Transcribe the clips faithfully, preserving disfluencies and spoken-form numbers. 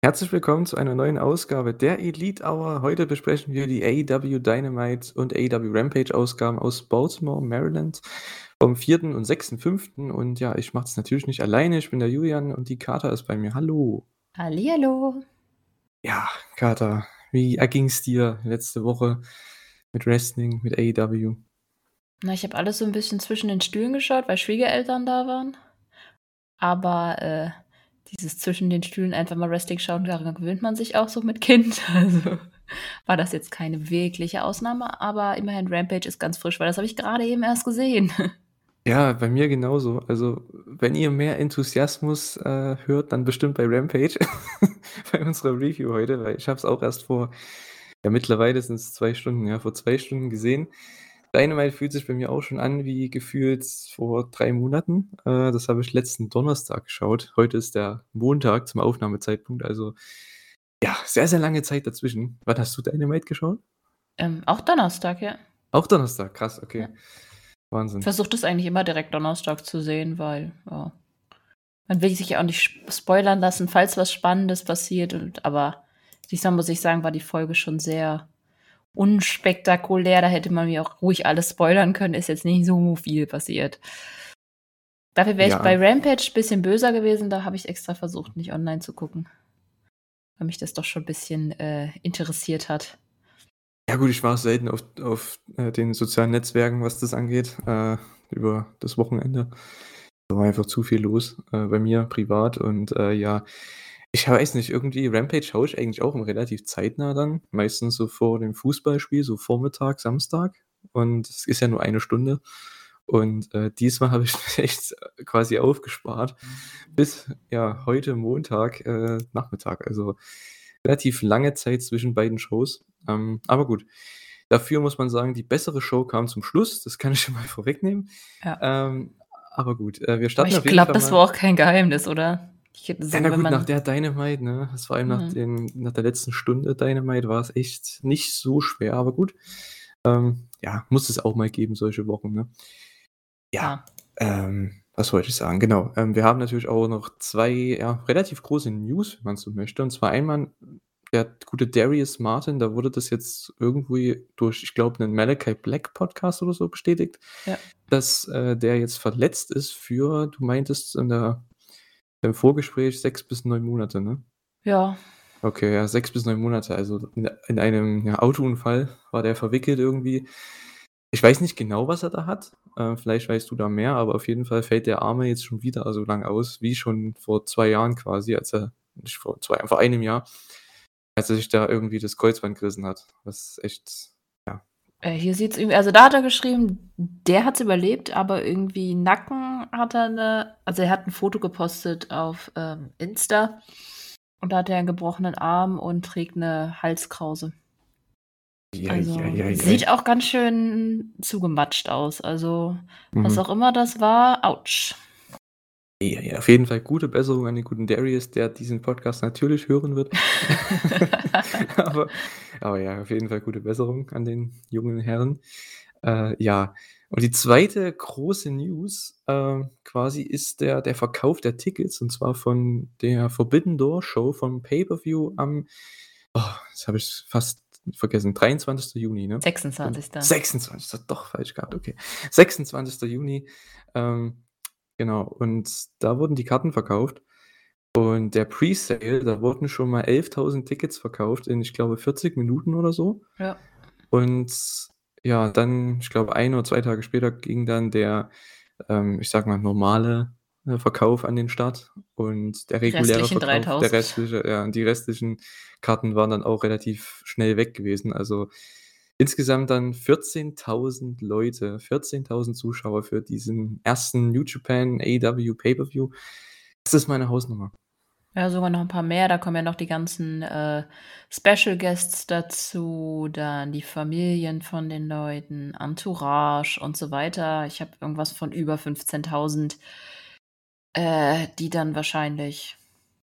Herzlich willkommen zu einer neuen Ausgabe der Elite Hour. Heute besprechen wir die A E W Dynamite und A E W Rampage Ausgaben aus Baltimore, Maryland vom vierten und sechsten fünften Und ja, ich mache es natürlich nicht alleine. Ich bin der Julian und die Kater ist bei mir. Hallo. Hallihallo. Ja, Kater, wie erging es dir letzte Woche mit Wrestling, mit A E W? Na, ich habe alles so ein bisschen zwischen den Stühlen geschaut, weil Schwiegereltern da waren. Aber, äh, dieses zwischen den Stühlen einfach mal Wrestling schauen, daran gewöhnt man sich auch so mit Kind. Also, war das jetzt keine wirkliche Ausnahme, aber immerhin Rampage ist ganz frisch, weil das habe ich gerade eben erst gesehen. Ja, bei mir genauso. Also, wenn ihr mehr Enthusiasmus äh, hört, dann bestimmt bei Rampage, bei unserer Review heute, weil ich habe es auch erst vor, ja mittlerweile sind es zwei Stunden, ja, vor zwei Stunden gesehen. Dynamite fühlt sich bei mir auch schon an wie gefühlt vor drei Monaten. Äh, das habe ich letzten Donnerstag geschaut. Heute ist der Montag zum Aufnahmezeitpunkt, also ja, sehr, sehr lange Zeit dazwischen. Wann hast du Dynamite geschaut? Ähm, auch Donnerstag, ja. Auch Donnerstag, krass, Ja. okay. Wahnsinn. Versuche das eigentlich immer direkt Donnerstag zu sehen, weil, ja, man will sich ja auch nicht sp spoilern lassen, falls was Spannendes passiert und aber diesmal muss ich sagen, war die Folge schon sehr unspektakulär. Da hätte man mir auch ruhig alles spoilern können. Ist jetzt nicht so viel passiert. Dafür wäre ich bei Ja. Rampage ein bisschen böser gewesen. Da habe ich extra versucht, nicht online zu gucken, weil mich das doch schon ein bisschen äh, interessiert hat. Ja gut, ich war selten auf, auf äh, den sozialen Netzwerken, was das angeht, äh, über das Wochenende. Da war einfach zu viel los äh, bei mir privat und äh, ja, ich weiß nicht, irgendwie Rampage schaue ich eigentlich auch immer relativ zeitnah dann, meistens so vor dem Fußballspiel, so Vormittag, Samstag und es ist ja nur eine Stunde und äh, diesmal habe ich echt quasi aufgespart bis ja heute Montag äh, Nachmittag, also relativ lange Zeit zwischen beiden Shows. Ähm, aber gut. Dafür muss man sagen, die bessere Show kam zum Schluss. Das kann ich schon mal vorwegnehmen. Ja. Ähm, aber gut, äh, wir Aber starten ich auf jeden glaube, Fall das mal. war auch kein Geheimnis, oder? Ich hätte Ja, na so, wenn gut, nach man der Dynamite, ne? Das vor allem nach, mhm. den, nach der letzten Stunde Dynamite war es echt nicht so schwer, aber gut. Ähm, ja, muss es auch mal geben, solche Wochen, ne? Ja, Ja. ähm, was wollte ich sagen? Genau. Ähm, wir haben natürlich auch noch zwei ja, relativ große News, wenn man so möchte. Und zwar einmal der gute Darius Martin, da wurde das jetzt irgendwie durch, ich glaube, einen Malachi Black Podcast oder so bestätigt, Ja. dass äh, der jetzt verletzt ist für, du meintest in der, im Vorgespräch sechs bis neun Monate, ne? Ja. Okay, ja, sechs bis neun Monate. Also in, in einem ja, Autounfall war der verwickelt irgendwie. Ich weiß nicht genau, was er da hat. Äh, vielleicht weißt du da mehr, aber auf jeden Fall fällt der Arme jetzt schon wieder so lang aus, wie schon vor zwei Jahren quasi, als er, nicht vor zwei, vor einem Jahr, als er sich da irgendwie das Kreuzband gerissen hat. Was echt, ja. Äh, hier sieht's irgendwie, also da hat er geschrieben, der hat's überlebt, aber irgendwie Nacken hat er eine, also er hat ein Foto gepostet auf ähm, Insta und da hat er einen gebrochenen Arm und trägt eine Halskrause. Ja, ja, Also ja, ja. sieht auch ganz schön zugematscht aus. Also was Mhm. auch immer das war, ouch. Ja, ja, auf jeden Fall gute Besserung an den guten Darius, der diesen Podcast natürlich hören wird. aber, aber ja, auf jeden Fall gute Besserung an den jungen Herren. Äh, ja, und die zweite große News äh, quasi ist der, der Verkauf der Tickets und zwar von der Forbidden Door Show vom Pay-Per-View am, oh, das habe ich fast vergessen, dreiundzwanzigsten Juni, ne? sechsundzwanzigsten sechsundzwanzigsten Doch falsch gehabt, okay. sechsundzwanzigsten Juni. Ähm, Genau, und da wurden die Karten verkauft und der Presale, da wurden schon mal elftausend Tickets verkauft in, ich glaube, vierzig Minuten oder so. Ja. Und ja, dann, ich glaube, ein oder zwei Tage später ging dann der, ähm, ich sag mal, normale äh, Verkauf an den Start und der Die reguläre restlichen Verkauf, der dreitausend. restliche, ja, die restlichen Karten waren dann auch relativ schnell weg gewesen. Also insgesamt dann vierzehntausend Leute, vierzehntausend Zuschauer für diesen ersten New Japan A E W Pay-Per-View. Das ist meine Hausnummer. Ja, sogar noch ein paar mehr. Da kommen ja noch die ganzen äh, Special Guests dazu, dann die Familien von den Leuten, Entourage und so weiter. Ich habe irgendwas von über fünfzehntausend, äh, die dann wahrscheinlich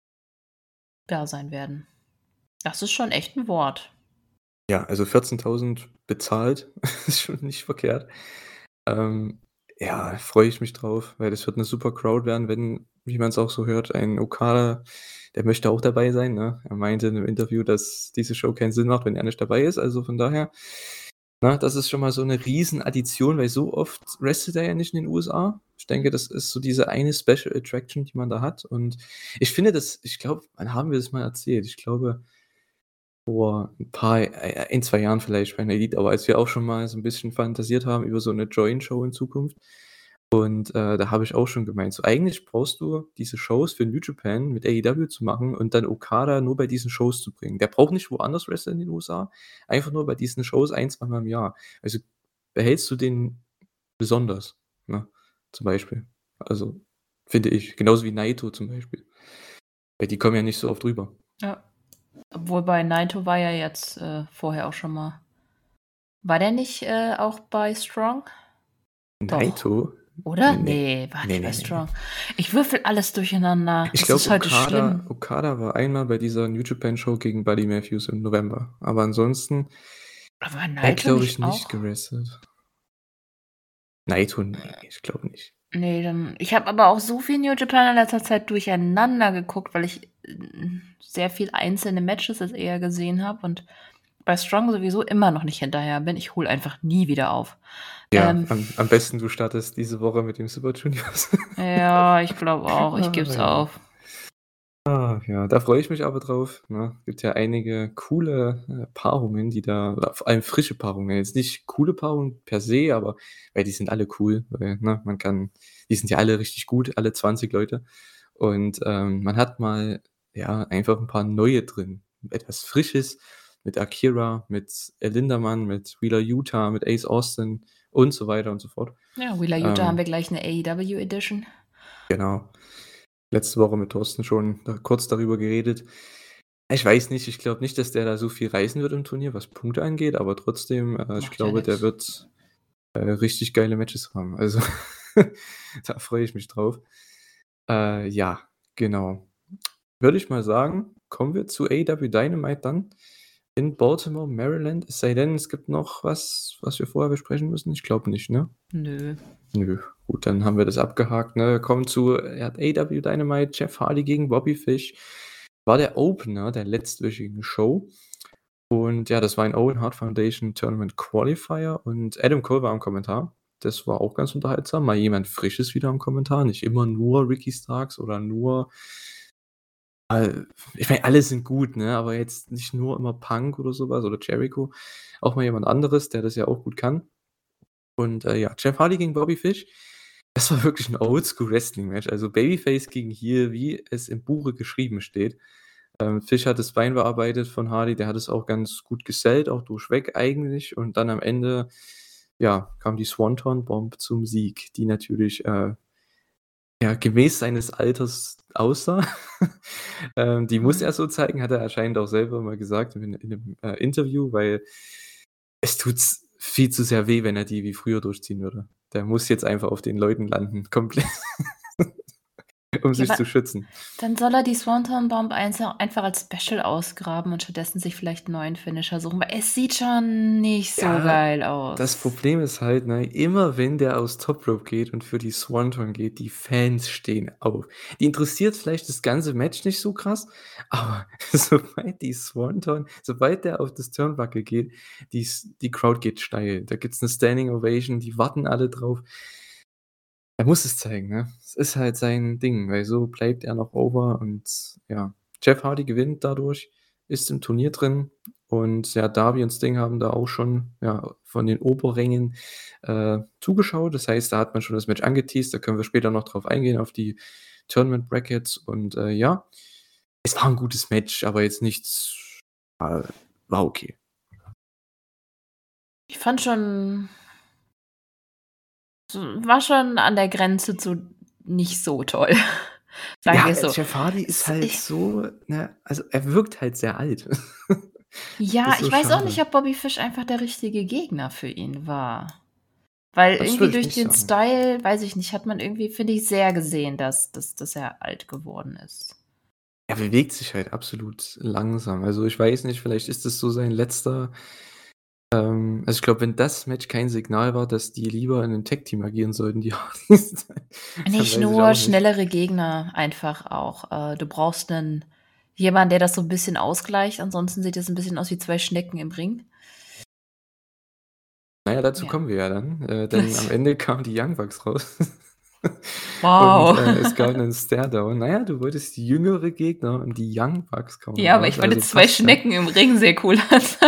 da sein werden. Das ist schon echt ein Wort. Ja, also vierzehntausend bezahlt, ist schon nicht verkehrt. Ähm, Ja, freue ich mich drauf, weil das wird 'ne super Crowd werden, wenn, wie man's auch so hört, ein Okada, der möchte auch dabei sein, ne? Er meinte in 'nem Interview, dass diese Show keinen Sinn macht, wenn er nicht dabei ist. Also von daher, ne, das ist schon mal so 'ne Riesenaddition, weil so oft wrestelt er ja nicht in den U S A. Ich denke, das ist so diese eine Special Attraction, die man da hat. Und ich finde das ich glaube, wann haben wir das mal erzählt? Ich glaube vor 'n paar äh, ein, zwei Jahren vielleicht bei 'ner Elite, aber als wir auch schon mal so 'n bisschen fantasiert haben über so 'ne Joint-Show in Zukunft. Und, äh, da habe ich auch schon gemeint, so eigentlich brauchst du diese Shows für New Japan mit A E W zu machen und dann Okada nur bei diesen Shows zu bringen. Der braucht nicht woanders wresteln in den U S A, einfach nur bei diesen Shows ein, zweimal im Jahr. Also, behältst du den besonders, ne, zum Beispiel. Also, finde ich. Genauso wie Naito zum Beispiel. Weil die kommen ja nicht so oft rüber. Ja. Obwohl bei Naito war ja jetzt, äh, vorher auch schon mal war der nicht, äh, auch bei Strong? Doch, Naito? oder? Ne. Ne, war Ne, nicht bei ne, ne, ne. Strong. Ich würfel alles durcheinander. Ich Das glaube, ist heute Okada schlimm. Okada war einmal bei dieser New Japan Show gegen Buddy Matthews im November. Aber ansonsten Aber war er hat, Naito glaube ich, nicht nicht auch? gewrestelt. Naito, ne, Äh. ich glaube nicht. Ne, dann ich habe aber auch so viel New Japan in letzter Zeit durcheinander geguckt, weil ich, hm, sehr viel einzelne Matches jetzt eher gesehen habe und bei Strong sowieso immer noch nicht hinterher bin. Ich hole einfach nie wieder auf. Ja, Ähm am am besten, du startest diese Woche mit dem Super Juniors. Ja, ich glaube auch. Ich gebe Ah, es ja. auf. Ah, ja, da freue ich mich aber drauf, ne? Gibt ja einige coole, äh, Paarungen, die da oder vor allem frische Paarungen. Jetzt nicht coole Paarungen per se, aber weil die sind alle cool, weil, ne, man kann die sind ja alle richtig gut, alle zwanzig Leute. Und, ähm, man hat mal, ja, einfach 'n paar neue drin. Etwas Frisches mit Akira, mit El Lindaman, mit Wheeler Yuta, mit Ace Austin und so weiter und so fort. Ja, Wheeler Yuta haben Ähm wir gleich 'ne A E W Edition. Genau. Letzte Woche mit Thorsten schon da kurz darüber geredet. Ich weiß nicht, ich glaube nicht, dass der da so viel reißen wird im Turnier, was Punkte angeht, aber trotzdem, äh, ich Macht ja glaube, der nix. wird, äh, richtig geile Matches haben. Also, da freue ich mich drauf. Äh, ja, genau. Würde ich mal sagen, kommen wir zu A E W Dynamite dann in Baltimore, Maryland. Es sei denn, es gibt noch was, was wir vorher besprechen müssen. Ich glaube nicht, ne? Nö. Nö. Gut, dann haben wir das abgehakt, ne? Kommen zu, ja, A E W Dynamite, Jeff Hardy gegen Bobby Fish. War der Opener der letztwöchigen Show. Und ja, das war ein Owen Hart Foundation Tournament Qualifier und Adam Cole war am Kommentar. Das war auch ganz unterhaltsam. Mal jemand Frisches wieder am Kommentar, nicht immer nur Ricky Starks oder nur äh, ich meine, alle sind gut, ne, aber jetzt nicht nur immer Punk oder so was oder Jericho. Auch mal jemand anderes, der das ja auch gut kann. Und, äh, ja, Jeff Hardy gegen Bobby Fish, das war wirklich 'n Oldschool-Wrestling-Match. Also, Babyface gegen Heel, wie es im Buche geschrieben steht. Ähm, Fish hat das Bein bearbeitet von Hardy, der hat es auch ganz gut gesellt, auch durchweg eigentlich. Und dann am Ende, ja, kam die Swanton Bomb zum Sieg, die natürlich, äh, ja, gemäß seines Alters aussah. Ähm, die muss er Mhm. so zeigen, hat er anscheinend auch selber mal gesagt in in 'nem, äh, Interview, weil es tut s viel zu sehr weh, wenn er die wie früher durchziehen würde. Der muss jetzt einfach auf den Leuten landen, komplett, um Ja, sich aber zu schützen. dann soll er die Swanton Bomb einzel einfach als Special ausgraben und stattdessen sich vielleicht 'n neuen Finisher suchen, weil es sieht schon nicht so Ja, geil das aus. Problem ist halt, ne, immer wenn der aufs Top Rope geht und für die Swanton geht, die Fans stehen auf. Die interessiert vielleicht das ganze Match nicht so krass, aber sobald die Swanton sobald der auf das Turnbuckle geht, die s die Crowd geht steil. Da gibt's 'ne Standing Ovation, die warten alle drauf. Er muss es zeigen, ne? Es ist halt sein Ding, weil so bleibt er noch over und ja. Jeff Hardy gewinnt dadurch, ist im Turnier drin und ja, Darby und Sting haben da auch schon, ja, von den Oberrängen, äh, zugeschaut. Das heißt, da hat man schon das Match angeteast, da können wir später noch drauf eingehen, auf die Tournament Brackets und, äh, ja. Es war 'n gutes Match, aber jetzt nichts äh, war okay. Ich fand schon so war schon an der Grenze zu nicht so toll, sagen Ja, wir's äh, so. Jeff Hardy ist Es halt ich so, ne also, er wirkt halt sehr alt. Das Ja, ist so ich weiß auch nicht, schade. ob Bobby Fish einfach der richtige Gegner für ihn war. Weil Das irgendwie würde ich durch nicht den sagen. Style, weiß ich nicht, hat man irgendwie, finde ich, sehr gesehen, dass dass dass er alt geworden ist. Er bewegt sich halt absolut langsam. Also, ich weiß nicht, vielleicht ist das so sein letzter Ähm, also, ich glaube, wenn das Match kein Signal war, dass die lieber in 'nem Tag-Team agieren sollten, die Hardys, dann dann Nicht weiß ich nur auch nicht. schnellere Gegner einfach auch. Äh, du brauchst 'nen jemand, der das so 'n bisschen ausgleicht, ansonsten sieht das 'n bisschen aus wie zwei Schnecken im Ring. Na ja, dazu Ja. kommen wir ja dann, äh, denn am Ende kamen die Young Bucks raus und, Wow. äh, es gab 'nen Stare-Down. Na ja, du wolltest jüngere Gegner und die Young Bucks kamen Ja, aber raus, ich fand also jetzt zwei passt ja. Schnecken im Ring sehr cool.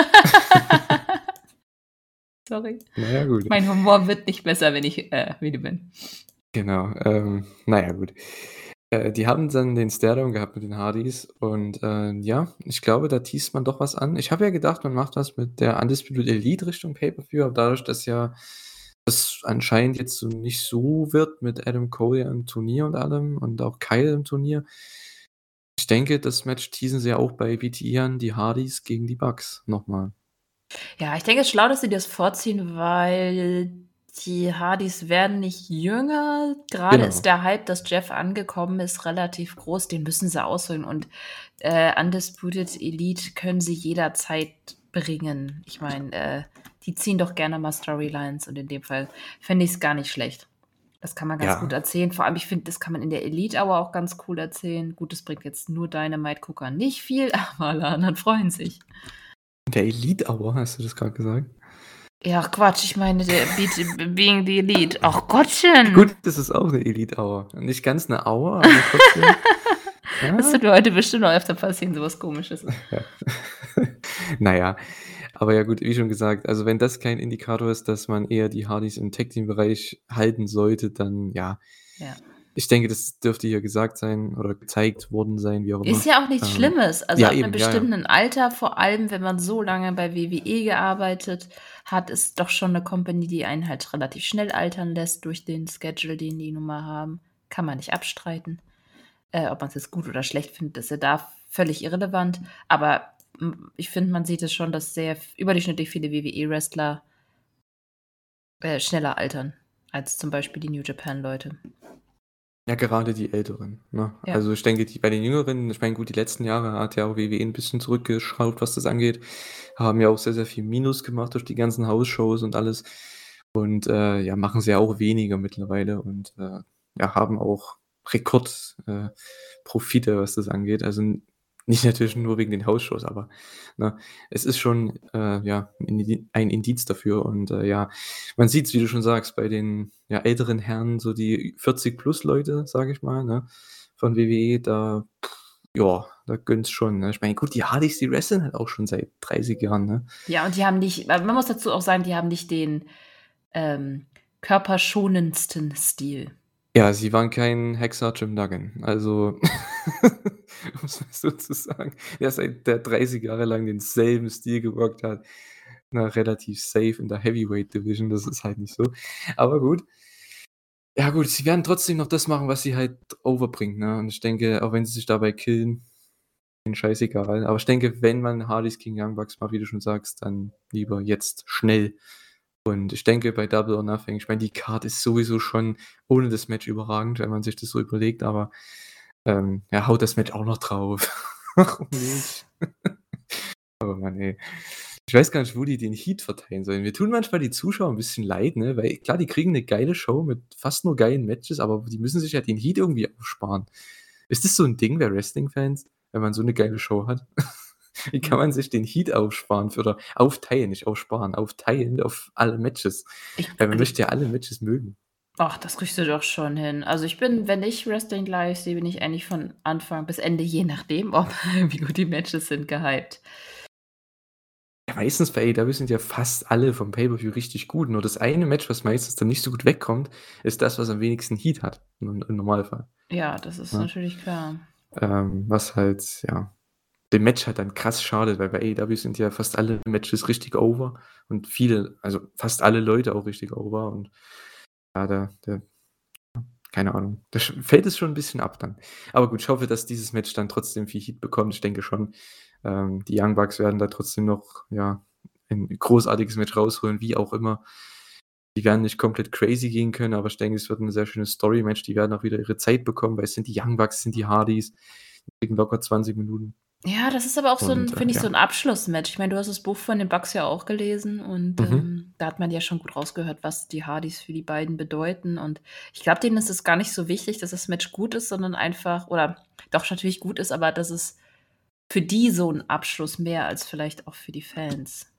Sorry. Na ja, gut. Mein Humor wird nicht besser, wenn ich, äh, müde bin. Genau, ähm, na ja, gut. Äh, die haben dann den Stare-Down gehabt mit den Hardys und, äh, ja, ich glaube, da teast man doch was an. Ich habe ja gedacht, man macht was mit der Undisputed Elite Richtung Pay-per-View, aber dadurch, dass ja das anscheinend jetzt so nicht so wird mit Adam Cole ja im Turnier und allem und auch Kyle im Turnier. Ich denke, das Match teasen sie ja auch bei W T E an, die Hardys gegen die Bucks noch mal. Ja, ich denke, es ist schlau, dass sie das vorziehen, weil die Hardys werden nicht jünger. Grade ist Genau. der Hype, dass Jeff angekommen ist, relativ groß. Den müssen sie ausholen und, äh, Undisputed Elite können sie jederzeit bringen. Ich meine, äh, die ziehen doch gerne mal Storylines und in dem Fall fände ich's gar nicht schlecht. Das kann man ganz gut Ja. erzählen. Vor allem, ich finde, das kann man in der Elite Hour auch ganz cool erzählen. Gut, das bringt jetzt nur Dynamite-Guckern nicht viel, aber alle anderen freuen sich. In der Elite Hour, hast du das grad gesagt? Ja, ach Quatsch, ich meine, der Beat Being the Elite. Ach Gottchen! Gut, das ist auch 'ne Elite Hour. Nicht ganz 'ne Hour, aber trotzdem. Das Ja. wird mir heute bestimmt noch öfter passieren, so was Komisches. Ja. Na ja, aber ja gut, wie schon gesagt, also, wenn das kein Indikator ist, dass man eher die Hardys im Tag-Team-Bereich halten sollte, dann ja. Ja. Ich denke, das dürfte hier gesagt sein oder gezeigt worden sein, wie auch Ist immer. ja auch nichts Ähm, Schlimmes. Also, ja ab 'nem eben, ja, ja. bestimmten Alter, vor allem, wenn man so lange bei W W E gearbeitet hat, ist doch schon 'ne Company, die einen halt relativ schnell altern lässt durch den Schedule, den die nun mal haben. Kann man nicht abstreiten. Äh, ob man's jetzt gut oder schlecht findet, ist ja da völlig irrelevant. Aber, hm, ich finde, man sieht es schon, dass sehr v überdurchschnittlich viele W W E-Wrestler äh, schneller altern als zum Beispiel die New-Japan-Leute. Ja, gerade die Älteren, ne? Ja. Also, ich denke, die bei den Jüngeren ich meine, gut, die letzten Jahre hat ja auch W W E 'n bisschen zurückgeschraubt, was das angeht. Haben ja auch sehr, sehr viel Minus gemacht durch die ganzen House-Shows und alles. Und, äh, ja, machen sie ja auch weniger mittlerweile und, äh, ja, haben auch Rekord äh, Profite, was das angeht. Also, n nicht natürlich nur wegen den House-Shows, aber, ne, es ist schon, äh, ja, 'n Indi ein Indiz dafür und, äh, ja, man sieht's, wie du schon sagst, bei den, ja, älteren Herren, so die vierzig plus Leute, sage ich mal, ne, von W W E, da, ja, da gönnt's schon, ne? Ich meine, gut, die Hardys, die wresteln halt auch schon seit dreißig Jahren, ne? Ja, und die haben nicht weil man muss dazu auch sagen, die haben nicht den, ähm, körperschonendsten Stil. Ja, sie waren kein Hexer Jim Duggan. Also, um's mal so zu sagen. Der seit der dreißig Jahre lang denselben Stil geworkt hat, ne, relativ safe in der Heavyweight Division, das ist halt nicht so. Aber gut. Ja gut, sie werden trotzdem noch das machen, was sie halt over bringen, ne? Und ich denke, auch wenn sie sich dabei killen, denen scheißegal. Aber ich denke, wenn man Hardys gegen Young Bucks macht, wie du schon sagst, dann lieber jetzt schnell. Und ich denke, bei Double or Nothing ich meine, die Card ist sowieso schon ohne das Match überragend, wenn man sich das so überlegt, aber, ähm, ja, haut das Match auch noch drauf. Warum nicht? Oh Mann, ey. Ich weiß gar nicht, wo die den Heat verteilen sollen. Mir tun manchmal die Zuschauer 'n bisschen leid, ne, weil klar, die kriegen 'ne geile Show mit fast nur geilen Matches, aber die müssen sich ja den Heat irgendwie aufsparen. Ist das so 'n Ding bei Wrestling-Fans, wenn man so 'ne geile Show hat? Wie kann Mhm. man sich den Heat aufsparen für oder aufteilen, nicht aufsparen, aufteilen auf alle Matches? Ich Weil man also möchte ja alle Matches mögen. Ach, das kriegst du doch schon hin. Also, ich bin wenn ich Wrestling live sehe, bin ich eigentlich von Anfang bis Ende, je nachdem, ob wie gut die Matches sind, gehypt. Ja, meistens bei AEW sind ja fast alle vom Pay-per-View richtig gut. Nur das eine Match, was meistens dann nicht so gut wegkommt, ist das, was am wenigsten Heat hat im im Normalfall, Ja, das ist ne? natürlich klar. Ähm, was halt, ja, dem Match halt dann krass schadet, weil bei AEW sind ja fast alle Matches richtig over und viele also, fast alle Leute auch richtig over und ja, da da keine Ahnung. Da sch fällt es schon 'n bisschen ab dann. Aber gut, ich hoffe, dass dieses Match dann trotzdem viel Heat bekommt. Ich denke schon, ähm, die Young Bucks werden da trotzdem noch, ja, ein großartiges Match rausholen, wie auch immer. Die werden nicht komplett crazy gehen können, aber ich denke, es wird 'n sehr schönes Story-Match. Die werden auch wieder ihre Zeit bekommen, weil es sind die Young Bucks, es sind die Hardys. Die kriegen locker zwanzig Minuten. Ja, das ist aber auch so 'n Und, äh, finde ich, so ja. 'n Abschlussmatch. Ich meine, du hast das Buch von den Bucks ja auch gelesen und, Mhm. ähm, da hat man ja schon gut rausgehört, was die Hardys für die beiden bedeuten. Und ich glaube, denen ist es gar nicht so wichtig, dass das Match gut ist, sondern einfach oder doch natürlich gut ist, aber dass es für die so 'n Abschluss mehr als vielleicht auch für die Fans.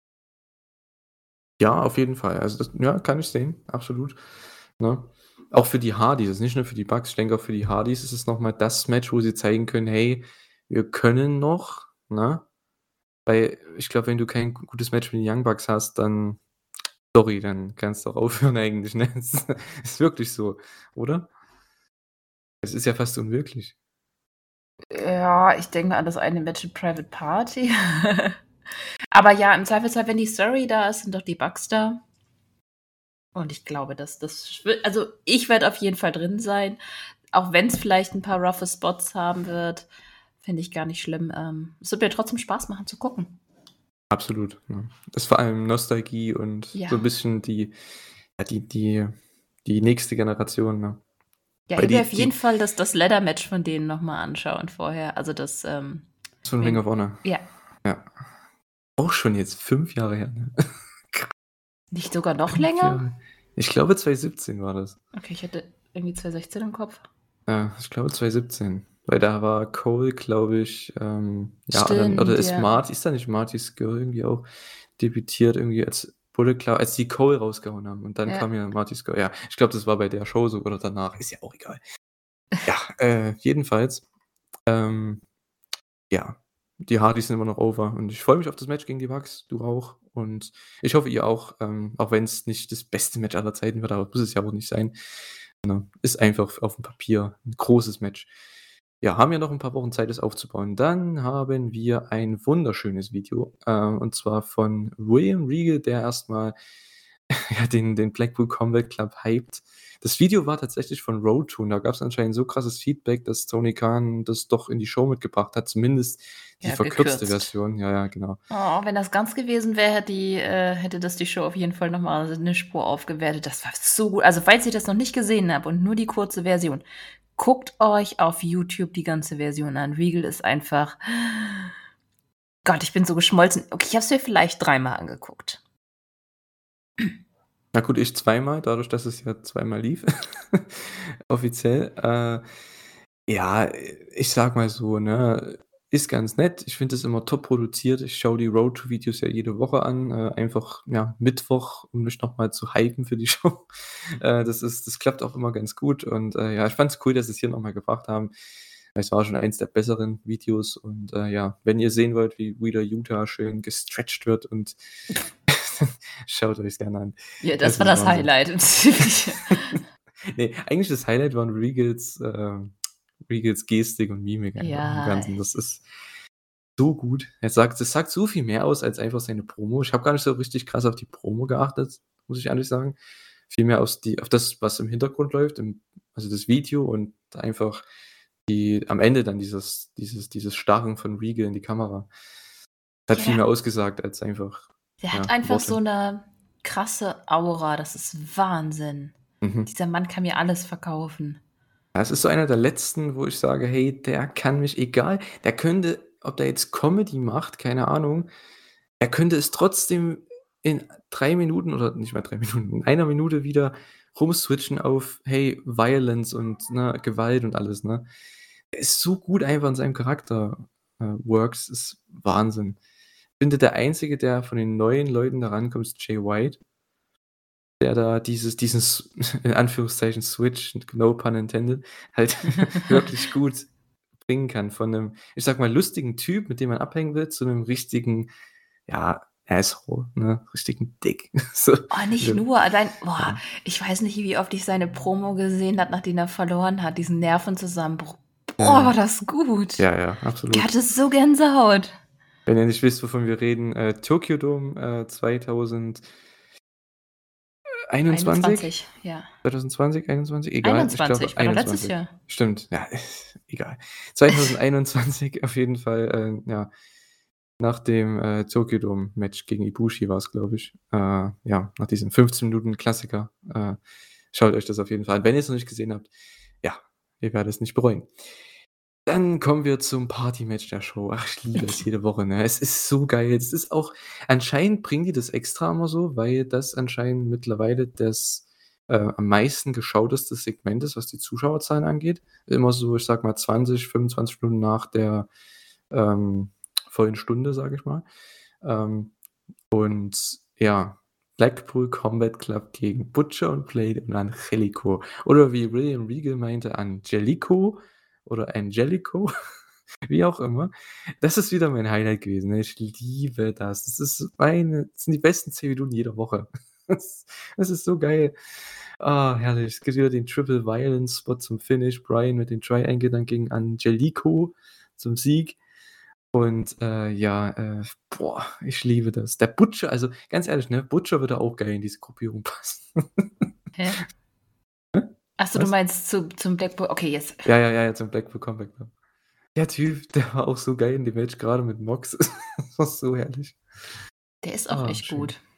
Ja, auf jeden Fall. Also, das ja, kann ich sehen, absolut, ne? Auch für die Hardys, also nicht nur für die Bucks. Ich denke auch für die Hardys ist es noch mal das Match, wo sie zeigen können: „Hey, wir können noch“, ne? Weil ich glaube, wenn du kein g gutes Match mit den Young Bucks hast, dann sorry, dann kannst du auch aufhören eigentlich, ne? Es ist wirklich so, oder? Es ist ja fast unmöglich. Ja, ich denke mal an das eine Match in Private Party. Aber ja, im Zweifelsfall, wenn die Story da ist, sind doch die Bucks da. Und ich glaube, dass das schwi also, ich werde auf jeden Fall drin sein, auch wenn's vielleicht 'n paar roughe Spots haben wird, finde ich gar nicht schlimm. Ähm, es wird mir trotzdem Spaß machen zu gucken. Absolut, ne? Ist vor allem Nostalgie und so 'n Ja. bisschen die ja, die die die nächste Generation, ne? Ja, Weil ich will auf die jeden die Fall das das Ladder-Match von denen noch mal anschauen vorher. Also, das, ähm, Von Ring of Ring Honor. ja. Ja. Auch schon jetzt fünf Jahre her, ne? Kr Nicht sogar noch fünf länger? Jahre. Ich glaube, zwanzig siebzehn war das. Okay, ich hatte irgendwie zwanzig sechzehn im Kopf. Ja, ich glaube zwanzig siebzehn, weil da war Cole, glaube ich, ähm, ja, dann oder Stimmt, ist ja. Marty ist da nicht Marty Scurll irgendwie auch debütiert irgendwie als Bullet Club als die Cole rausgehauen haben und dann Ja. kam ja Marty Scurll. Ja, ich glaube, das war bei der Show so oder danach, ist ja auch egal. Ja, äh, jedenfalls, ähm, ja, die Hardys sind immer noch over und ich freue mich auf das Match gegen die Bucks, du auch. Und ich hoffe, ihr auch, ähm, auch wenn's nicht das beste Match aller Zeiten wird, aber muss es ja auch nicht sein, ne? Ist einfach f aufm Papier 'n großes Match. Ja, haben ja noch 'n paar Wochen Zeit, das aufzubauen. Dann haben wir ein wunderschönes Video, äh, und zwar von William Regal, der erst mal, ja, den den Blackpool Combat Club hypt. Das Video war tatsächlich von Road to und da gab's anscheinend so krasses Feedback, dass Tony Khan das doch in die Show mitgebracht hat, zumindest die Ja, verkürzte gekürzt. Version. Ja, ja, genau. Oh, wenn das ganz gewesen wäre, hätte die äh, hätte das die Show auf jeden Fall noch mal 'ne Spur aufgewertet. Das war so gut. Also, falls ihr das noch nicht gesehen habt und nur die kurze Version, guckt euch auf YouTube die ganze Version an. Regal ist einfach Gott, ich bin so geschmolzen. Okay, ich habe es mir vielleicht dreimal angeguckt. Na gut, ich zweimal, dadurch, dass es ja zweimal lief, offiziell. Äh, ja, äh, ich sage mal so, ne, ist ganz nett. Ich finde das immer top produziert. Ich schaue die Road to Videos ja jede Woche an, äh, einfach, ja, Mittwoch, um mich noch mal zu hypen für die Show. Äh, das ist das klappt auch immer ganz gut und, äh, ja, ich fand's cool, dass sie's hier noch mal gebracht haben. Es war schon eins der besseren Videos und, äh, ja, wenn ihr sehen wollt, wie Wheeler Yuta schön gestretcht wird und schaut euch's gerne an. Ja, Es das war ist das Wahnsinn. Highlight. Ne, eigentlich das Highlight waren Regals, ähm Regals Gestik und Mimik einfach im Ja. Ganzen. Das ist so gut. Er sagt das sagt so viel mehr aus als einfach seine Promo. Ich habe gar nicht so richtig krass auf die Promo geachtet, muss ich ehrlich sagen. Vielmehr aufs die auf das, was im Hintergrund läuft, im also, das Video und einfach die am Ende dann dieses dieses dieses Starren von Regal in die Kamera. Hat Ja, viel der mehr ausgesagt als einfach, der hat ja, einfach so Worte. 'ne krasse Aura. Das ist Wahnsinn. Mhm. Dieser Mann kann mir alles verkaufen. Ja, es ist so einer der letzten, wo ich sage: „Hey, der kann mich egal der könnte ob der jetzt Comedy macht, keine Ahnung, er könnte es trotzdem in drei Minuten oder nicht mal drei Minuten, in einer Minute wieder rumswitchen auf, hey, Violence und, ne, Gewalt und alles, ne? Er ist so gut einfach in seinem Charakter, äh, works, ist Wahnsinn. Finde, der Einzige, der von den neuen Leuten da rankommt, ist Jay White der da dieses dieses in Anführungszeichen Switch, no pun intended, halt wirklich gut bringen kann von 'nem, ich sage mal, lustigen Typ, mit dem man abhängen will, zu 'nem richtigen, ja, Asshole, ne, richtigen Dick, so, Oh, nicht ne? nur, allein boah, Ja. ich weiß nicht, wie oft ich seine Promo gesehen habe, nachdem er verloren hat, diesen Nervenzusammenbruch. Ja, Boah, war ja. das gut. Ja, ja, Ich absolut. hatte so Gänsehaut. Wenn ihr nicht wisst, wovon wir reden, äh, Tokyo Dome, äh, zweitausend äh, einundzwanzig? einundzwanzig, ja. zweitausendzwanzig, einundzwanzig? Egal, ich glaube einundzwanzig, war doch letztes einundzwanzig. Jahr. Stimmt, ja, egal. zweitausendeinundzwanzig auf jeden Fall, äh, ja, nach dem, äh, Tokyo Dome Match gegen Ibushi war's, glaube ich. Äh, ja, nach diesem fünfzehn Minuten Klassiker. Äh, schaut euch das auf jeden Fall an. Wenn ihr's noch nicht gesehen habt, ja, ihr werdet es nicht bereuen. Dann kommen wir zum Party-Match der Show. Ach, ich liebe es jede Woche, ne? Es ist so geil. Es ist auch anscheinend bringen die das extra immer so, weil das anscheinend mittlerweile das, äh, am meisten geschauteste Segment ist, was die Zuschauerzahlen angeht. Immer so, ich sage mal, zwanzig, fünfundzwanzig Minuten nach der, ähm, vollen Stunde, sage ich mal. Ähm, und ja, Blackpool Combat Club gegen Butcher und Blade und Angelico. Oder wie William Regal meinte, Angelico oder Angelico, wie auch immer. Das ist wieder mein Highlight gewesen, ne? Ich liebe das. Das ist meine das sind die besten zehn Minuten jeder Woche. Das das ist so geil. Ah, herrlich. Es gibt wieder den Triple Violence Spot zum Finish. Bryan mit den Triangle dann gegen Angelico zum Sieg. Und, äh, ja, äh, boah, ich liebe das. Der Butcher, also ganz ehrlich, ne, Butcher würde auch geil in diese Gruppierung passen. Hä? Hä? Ach so, du Was? meinst zu zum Blackpool okay, jetzt Ja, ja, ja, ja, zum Blackpool Combat Club. Der Typ, der war auch so geil in dem Match, gerade mit Mox. Das war so herrlich. der ist auch Ah, echt schön. gut.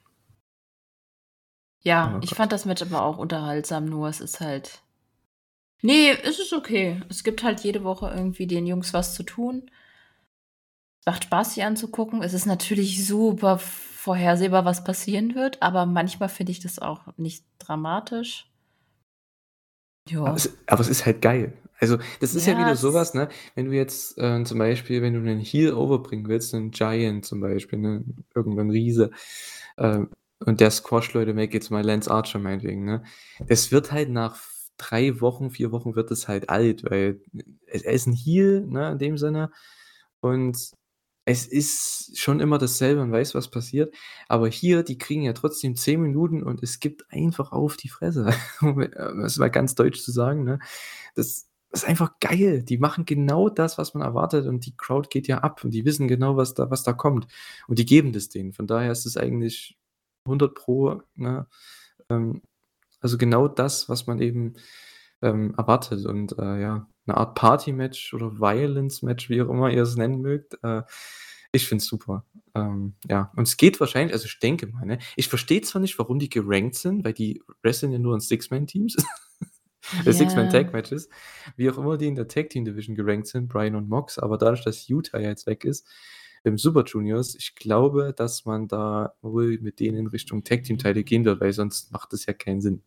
Ja, Oh ich Gott. fand das Match aber auch unterhaltsam, nur es ist halt ne, es ist okay. Es gibt halt jede Woche irgendwie den Jungs was zu tun. Macht Spaß, sie anzugucken. Es ist natürlich super vorhersehbar, was passieren wird, aber manchmal finde ich das auch nicht dramatisch. Aber Ja. es aber es ist halt geil. Also, das ist ja Ja, wieder es so was, ist ne, wenn du jetzt, äh, zum Beispiel wenn du 'nen Heel overbringen willst, 'nen Giant zum Beispiel, ne, irgendein Riese, ähm, und der squasht Leute weg, jetzt mal Lance Archer meinetwegen, ne? Es wird halt nach f drei Wochen, vier Wochen wird es halt alt, weil er er ist 'n Heel, ne, in dem Sinne und es ist schon immer dasselbe, man weiß, was passiert, aber hier, die kriegen ja trotzdem zehn Minuten und es gibt einfach auf die Fresse, um es mal ganz deutsch zu sagen, ne? Das ist einfach geil. Die machen genau das, was man erwartet und die Crowd geht ja ab und die wissen genau, was da was da kommt und die geben das denen. Von daher ist es eigentlich hundert Pro, ne, ähm, also genau das, was man eben, ähm, erwartet und, äh, ja, 'ne Art Party-Match oder Violence-Match, wie auch immer ihr es nennen mögt. Äh, ich finde es super. Ähm, ja, und es geht wahrscheinlich also ich denke mal, ne ich verstehe zwar nicht, warum die gerankt sind, weil die wresteln ja nur in Six-Man-Teams, äh, Ja. Six-Man-Tag-Matches, wie auch immer die in der Tag-Team-Division gerankt sind, Bryan und Mox, aber dadurch, dass Yuta ja jetzt weg ist im Super Juniors, ich glaube, dass man da wohl mit denen in Richtung Tag-Team-Title gehen wird, weil sonst macht das ja keinen Sinn.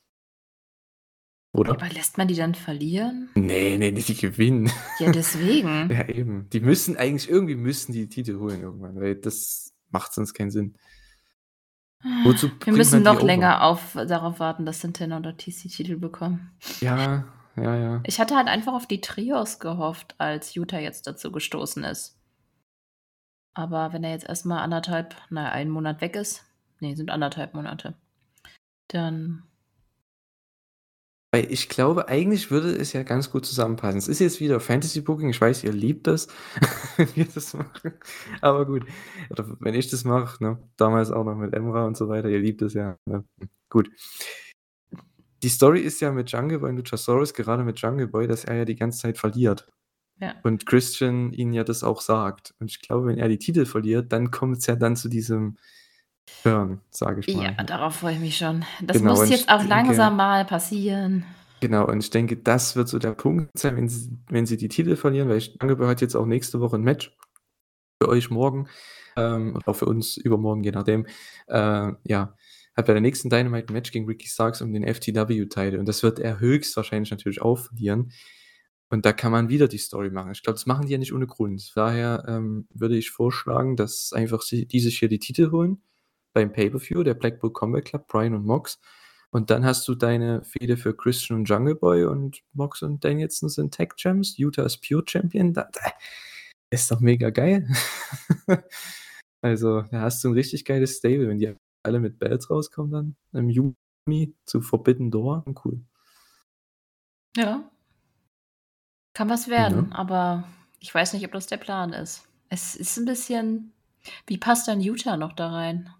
Ja, Oder? aber lässt man die dann verlieren? Ne, ne, ne, die gewinnen. Ja, deswegen. Ja, eben. Die müssen eigentlich irgendwie müssen die Titel holen irgendwann, weil das macht sonst keinen Sinn. Wozu Wir bringt müssen man die noch over? länger auf darauf warten, dass Santana und Ortiz die Titel bekommen. Ja, ja, ja. Ich hatte halt einfach auf die Trios gehofft, als Yuta jetzt dazu gestoßen ist. Aber wenn er jetzt erst mal anderthalb na ja, einen Monat weg ist ne, sind anderthalb Monate, dann Weil ich glaube, eigentlich würde es ja ganz gut zusammenpassen. Es ist jetzt wieder Fantasy Booking. Ich weiß, ihr liebt das, wenn wir das machen. Aber gut. Oder wenn ich das mache, ne? Damals auch noch mit Emra und so weiter. Ihr liebt es ja, ne? Gut. Die Story ist ja mit Jungle Boy und Luchasaurus, gerade mit Jungle Boy, dass er ja die ganze Zeit verliert. Ja. Und Christian ihnen ja das auch sagt. Und ich glaube, wenn er die Titel verliert, dann kommt's ja dann zu diesem Turn, sage ich Ja, mal. darauf freue ich mich schon. Das Genau, muss und jetzt ich auch denke langsam mal passieren. genau, und ich denke, das wird so der Punkt sein, wenn s wenn sie die Titel verlieren, weil ich Jungle Boy hat jetzt auch nächste Woche 'n Match für euch morgen, ähm, und auch für uns übermorgen, je nachdem. Äh, ja, hat bei der nächsten Dynamite 'n Match gegen Ricky Starks um den F T W-Title und das wird er höchstwahrscheinlich natürlich auch verlieren. Und da kann man wieder die Story machen. Ich glaube, das machen die ja nicht ohne Grund. Daher, ähm, würde ich vorschlagen, dass einfach sie die sich hier die Titel holen beim Pay-per-View, der Blackpool Combat Club, Bryan und Mox. Und dann hast du deine Fehde für Christian und Jungle Boy und Mox und Danielson sind Tag Champs. Yuta ist Pure Champion. Da da ist doch mega geil. Also, da hast du 'n richtig geiles Stable, wenn die alle mit Belts rauskommen dann im Juni zu Forbidden Door, cool. Ja. Kann was Ne? werden, aber ich weiß nicht, ob das der Plan ist. Es ist 'n bisschen wie passt dann Yuta noch da rein?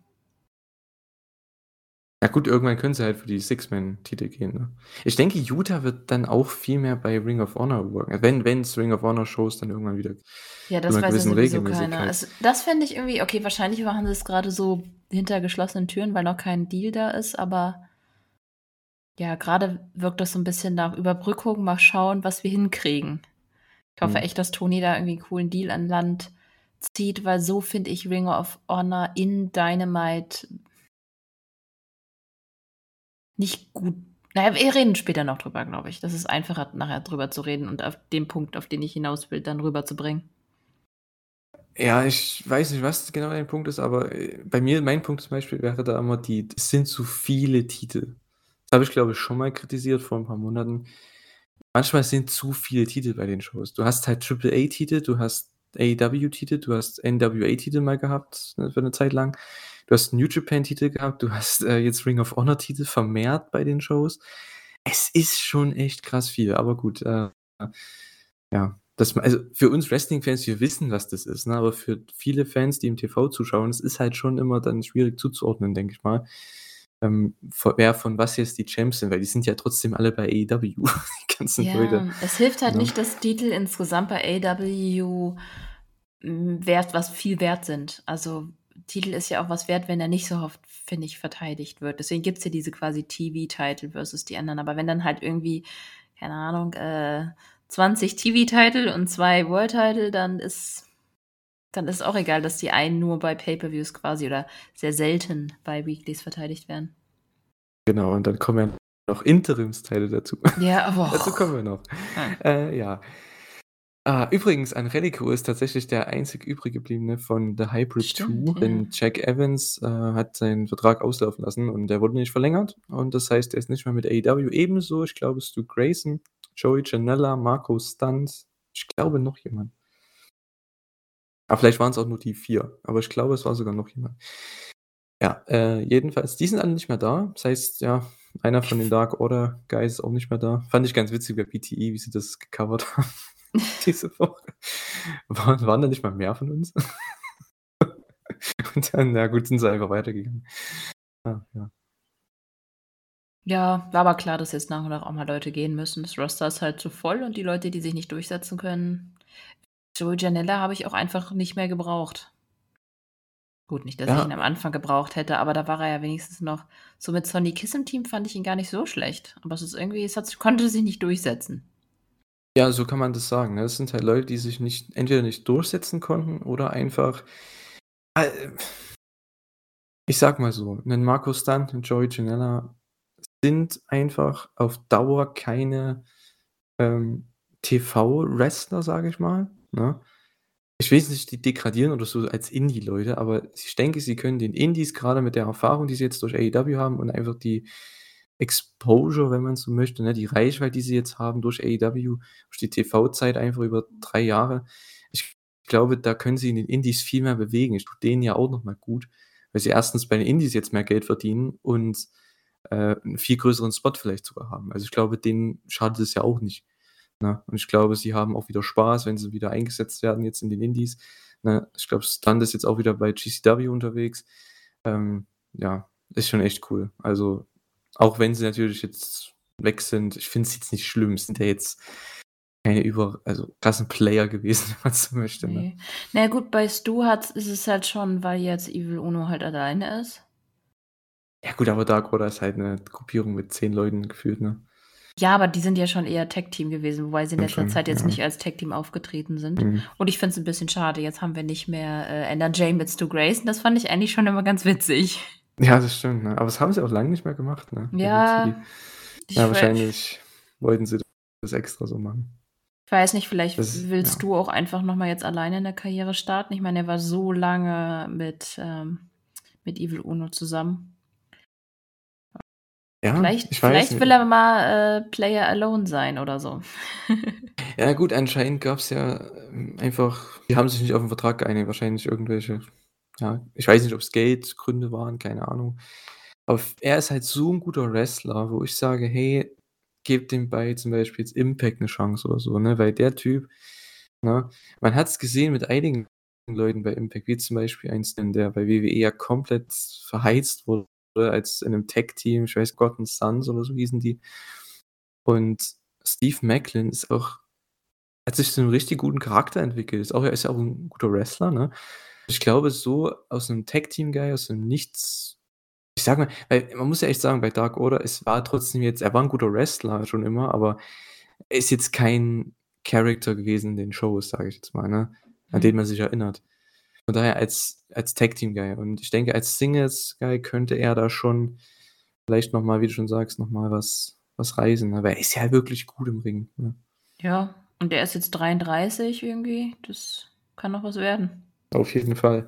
Ja gut, irgendwann können sie halt für die Six-Man-Titel gehen, ne? Ich denke, Yuta wird dann auch viel mehr bei Ring of Honor worken, wenn wenn's Ring of Honor Shows dann irgendwann wieder Ja, zu das 'ner weiß ja gewissen sowieso keiner. Regelmäßigkeit Also, das fände ich irgendwie okay, wahrscheinlich machen sie's grade so hinter geschlossenen Türen, weil noch kein Deal da ist, aber ja, grade wirkt das so 'n bisschen nach Überbrückung, mal schauen, was wir hinkriegen. Ich hoffe Mhm. echt, dass Tony da irgendwie 'n coolen Deal an Land zieht, weil so finde ich Ring of Honor in Dynamite nicht gut. Na ja, wir reden später noch drüber, glaube ich. Das ist einfacher, nachher drüber zu reden und auf den Punkt, auf den ich hinaus will, dann rüberzubringen. Ja, ich weiß nicht, was genau dein Punkt ist, aber, äh, bei mir mein Punkt zum Beispiel wäre da immer die es sind zu viele Titel. Das habe ich, glaube ich, schon mal kritisiert vor 'n paar Monaten. Manchmal sind zu viele Titel bei den Shows. Du hast halt Triple A Titel, du hast A E W Titel, du hast N W A Titel mal gehabt, ne, für 'ne Zeit lang. Du hast New Japan Titel gehabt, du hast, äh, jetzt Ring of Honor Titel vermehrt bei den Shows. Es ist schon echt krass viel, aber gut, äh, ja, das ma also, für uns Wrestling-Fans, wir wissen, was das ist, ne, aber für viele Fans, die im T V zuschauen, es ist halt schon immer dann schwierig zuzuordnen, denke ich mal, ähm, vo wer von was jetzt die Champs sind, weil die sind ja trotzdem alle bei A E W, die ganzen Leute, Ja, es hilft halt ne? nicht, dass Titel insgesamt bei A E W, hm, wert was viel wert sind. Also, Titel ist ja auch was wert, wenn er nicht so oft, finde ich, verteidigt wird. Deswegen gibt's ja diese quasi T V-Title versus die anderen. Aber wenn dann halt irgendwie, keine Ahnung, äh, zwanzig T V-Title und zwei World-Title, dann ist dann ist auch egal, dass die einen nur bei Pay-per-Views quasi oder sehr selten bei Weeklys verteidigt werden. Genau, und dann kommen ja noch Interimsteile dazu. Ja, Dazu kommen wir noch. Hm. Äh, ja. Ah, übrigens, Angelico ist tatsächlich der einzig übrig gebliebene von The Hybrid Stimmt, Two, ja. denn Jack Evans, äh, hat seinen Vertrag auslaufen lassen und der wurde nicht verlängert und das heißt, er ist nicht mehr mit A E W. Ebenso, ich glaube, Stu Grayson, Joey Janela, Marco Stunt, ich glaube noch jemand. Aber vielleicht waren's auch nur die vier, aber ich glaube, es war sogar noch jemand. Ja, äh, jedenfalls, die sind alle nicht mehr da. Das heißt, ja, einer Ich von den f Dark Order Guys ist auch nicht mehr da. Fand ich ganz witzig bei P T E, wie sie das gecovert haben diese Woche. Waren waren da nicht mal mehr von uns? Und dann, ja gut, sind sie einfach weitergegangen. Ja, ja. Ja, war aber klar, dass jetzt nach und nach auch mal Leute gehen müssen. Das Roster ist halt zu voll und die Leute, die sich nicht durchsetzen können Joey Janela habe ich auch einfach nicht mehr gebraucht. Gut, nicht, dass ich ihn Ja. am Anfang gebraucht hätte, aber da war er ja wenigstens noch so mit Sonny Kiss im Team fand ich ihn gar nicht so schlecht. Aber es ist irgendwie es hat konnte sich nicht durchsetzen. Ja, so kann man das sagen, ne? Das sind halt Leute, die sich nicht entweder nicht durchsetzen konnten oder einfach äh ich sage mal so, 'nen Marco Stunt, 'n Joey Janela sind einfach auf Dauer keine, ähm, TV-Wrestler, sage ich mal, ne? Ich will jetzt nicht die degradieren oder so als Indie-Leute, aber ich denke, sie können den Indies grade mit der Erfahrung, die sie jetzt durch A E W haben und einfach die Exposure, wenn man so möchte, ne, die Reichweite, die sie jetzt haben durch A E W, durch die T V-Zeit einfach über drei Jahre. Ich glaube, da können sie in den Indies viel mehr bewegen. Es tut denen ja auch noch mal gut, weil sie erstens bei den Indies jetzt mehr Geld verdienen und, äh, 'n viel größeren Spot vielleicht sogar haben. Also, ich glaube, denen schadet es ja auch nicht, ne? Und ich glaube, sie haben auch wieder Spaß, wenn sie wieder eingesetzt werden jetzt in den Indies, ne? Ich glaube, Stunt ist jetzt auch wieder bei G C W unterwegs. Ähm, ja, ist schon echt cool. Also, auch wenn sie natürlich jetzt weg sind, ich finde es jetzt nicht schlimm. Es sind ja jetzt keine über also, krassen Player gewesen, wenn man so möchte, ne? Ne. Na ja gut, bei Stu hat's ist es halt schon, weil jetzt Evil Uno halt alleine ist. Ja gut, aber Dark Order ist halt 'ne Gruppierung mit zehn Leuten gefühlt, ne? Ja, aber die sind ja schon eher Tag-Team gewesen, wobei sie in Stimmt letzter schon, Zeit jetzt ja. nicht als Tag-Team aufgetreten sind. Mhm. Und ich finde es 'n bisschen schade. Jetzt haben wir nicht mehr, äh, N R J mit Stu Grayson. Das fand ich eigentlich schon immer ganz witzig. Ja, das stimmt, ne? Aber das haben sie auch lang nicht mehr gemacht, ne, bei W T E. Ja, Ja, ich wei wahrscheinlich wollten sie das extra so machen. Ich weiß nicht, vielleicht Das ist willst ja. du auch einfach noch mal jetzt alleine 'ne Karriere starten? Ich meine, er war so lange mit, ähm mit Evil Uno zusammen. Ja, Vielleicht ich weiß vielleicht will nicht. er mal, äh, Player Alone sein oder so. Ja gut, anscheinend gab's ja, ähm, einfach die haben sich nicht auf 'n Vertrag geeinigt, wahrscheinlich irgendwelche ja, ich weiß nicht, ob's Geldgründe waren, keine Ahnung. Aber f er ist halt so 'n guter Wrestler, wo ich sage: „Hey, gebt dem bei zum Beispiel jetzt Impact 'ne Chance oder so“, ne? Weil der Typ, ne man hat's gesehen mit einigen Leuten bei Impact, wie zum Beispiel ein Stan, der bei W W E ja komplett verheizt wurde als in 'nem Tag-Team, ich weiß God and Sons oder so hießen die. Und Steve Maclin ist auch hat sich zu 'nem richtig guten Charakter entwickelt. Ist auch er ist ja auch 'n guter Wrestler, ne? Ich glaube, so aus 'nem Tag-Team-Guy, aus dem Nichts ich sage mal weil man muss ja echt sagen, bei Dark Order, es war trotzdem jetzt er war 'n guter Wrestler schon immer, aber er ist jetzt kein Character gewesen in den Shows, sage ich jetzt mal, ne, an Mhm. den man sich erinnert. Von daher als als Tag-Team-Guy und ich denke, als Singles-Guy könnte er da schon vielleicht noch mal, wie du schon sagst, noch mal was was reißen, aber er ist ja wirklich gut im Ring, ne? Ja, und der ist jetzt dreiunddreißig irgendwie. Das kann noch was werden. Auf jeden Fall.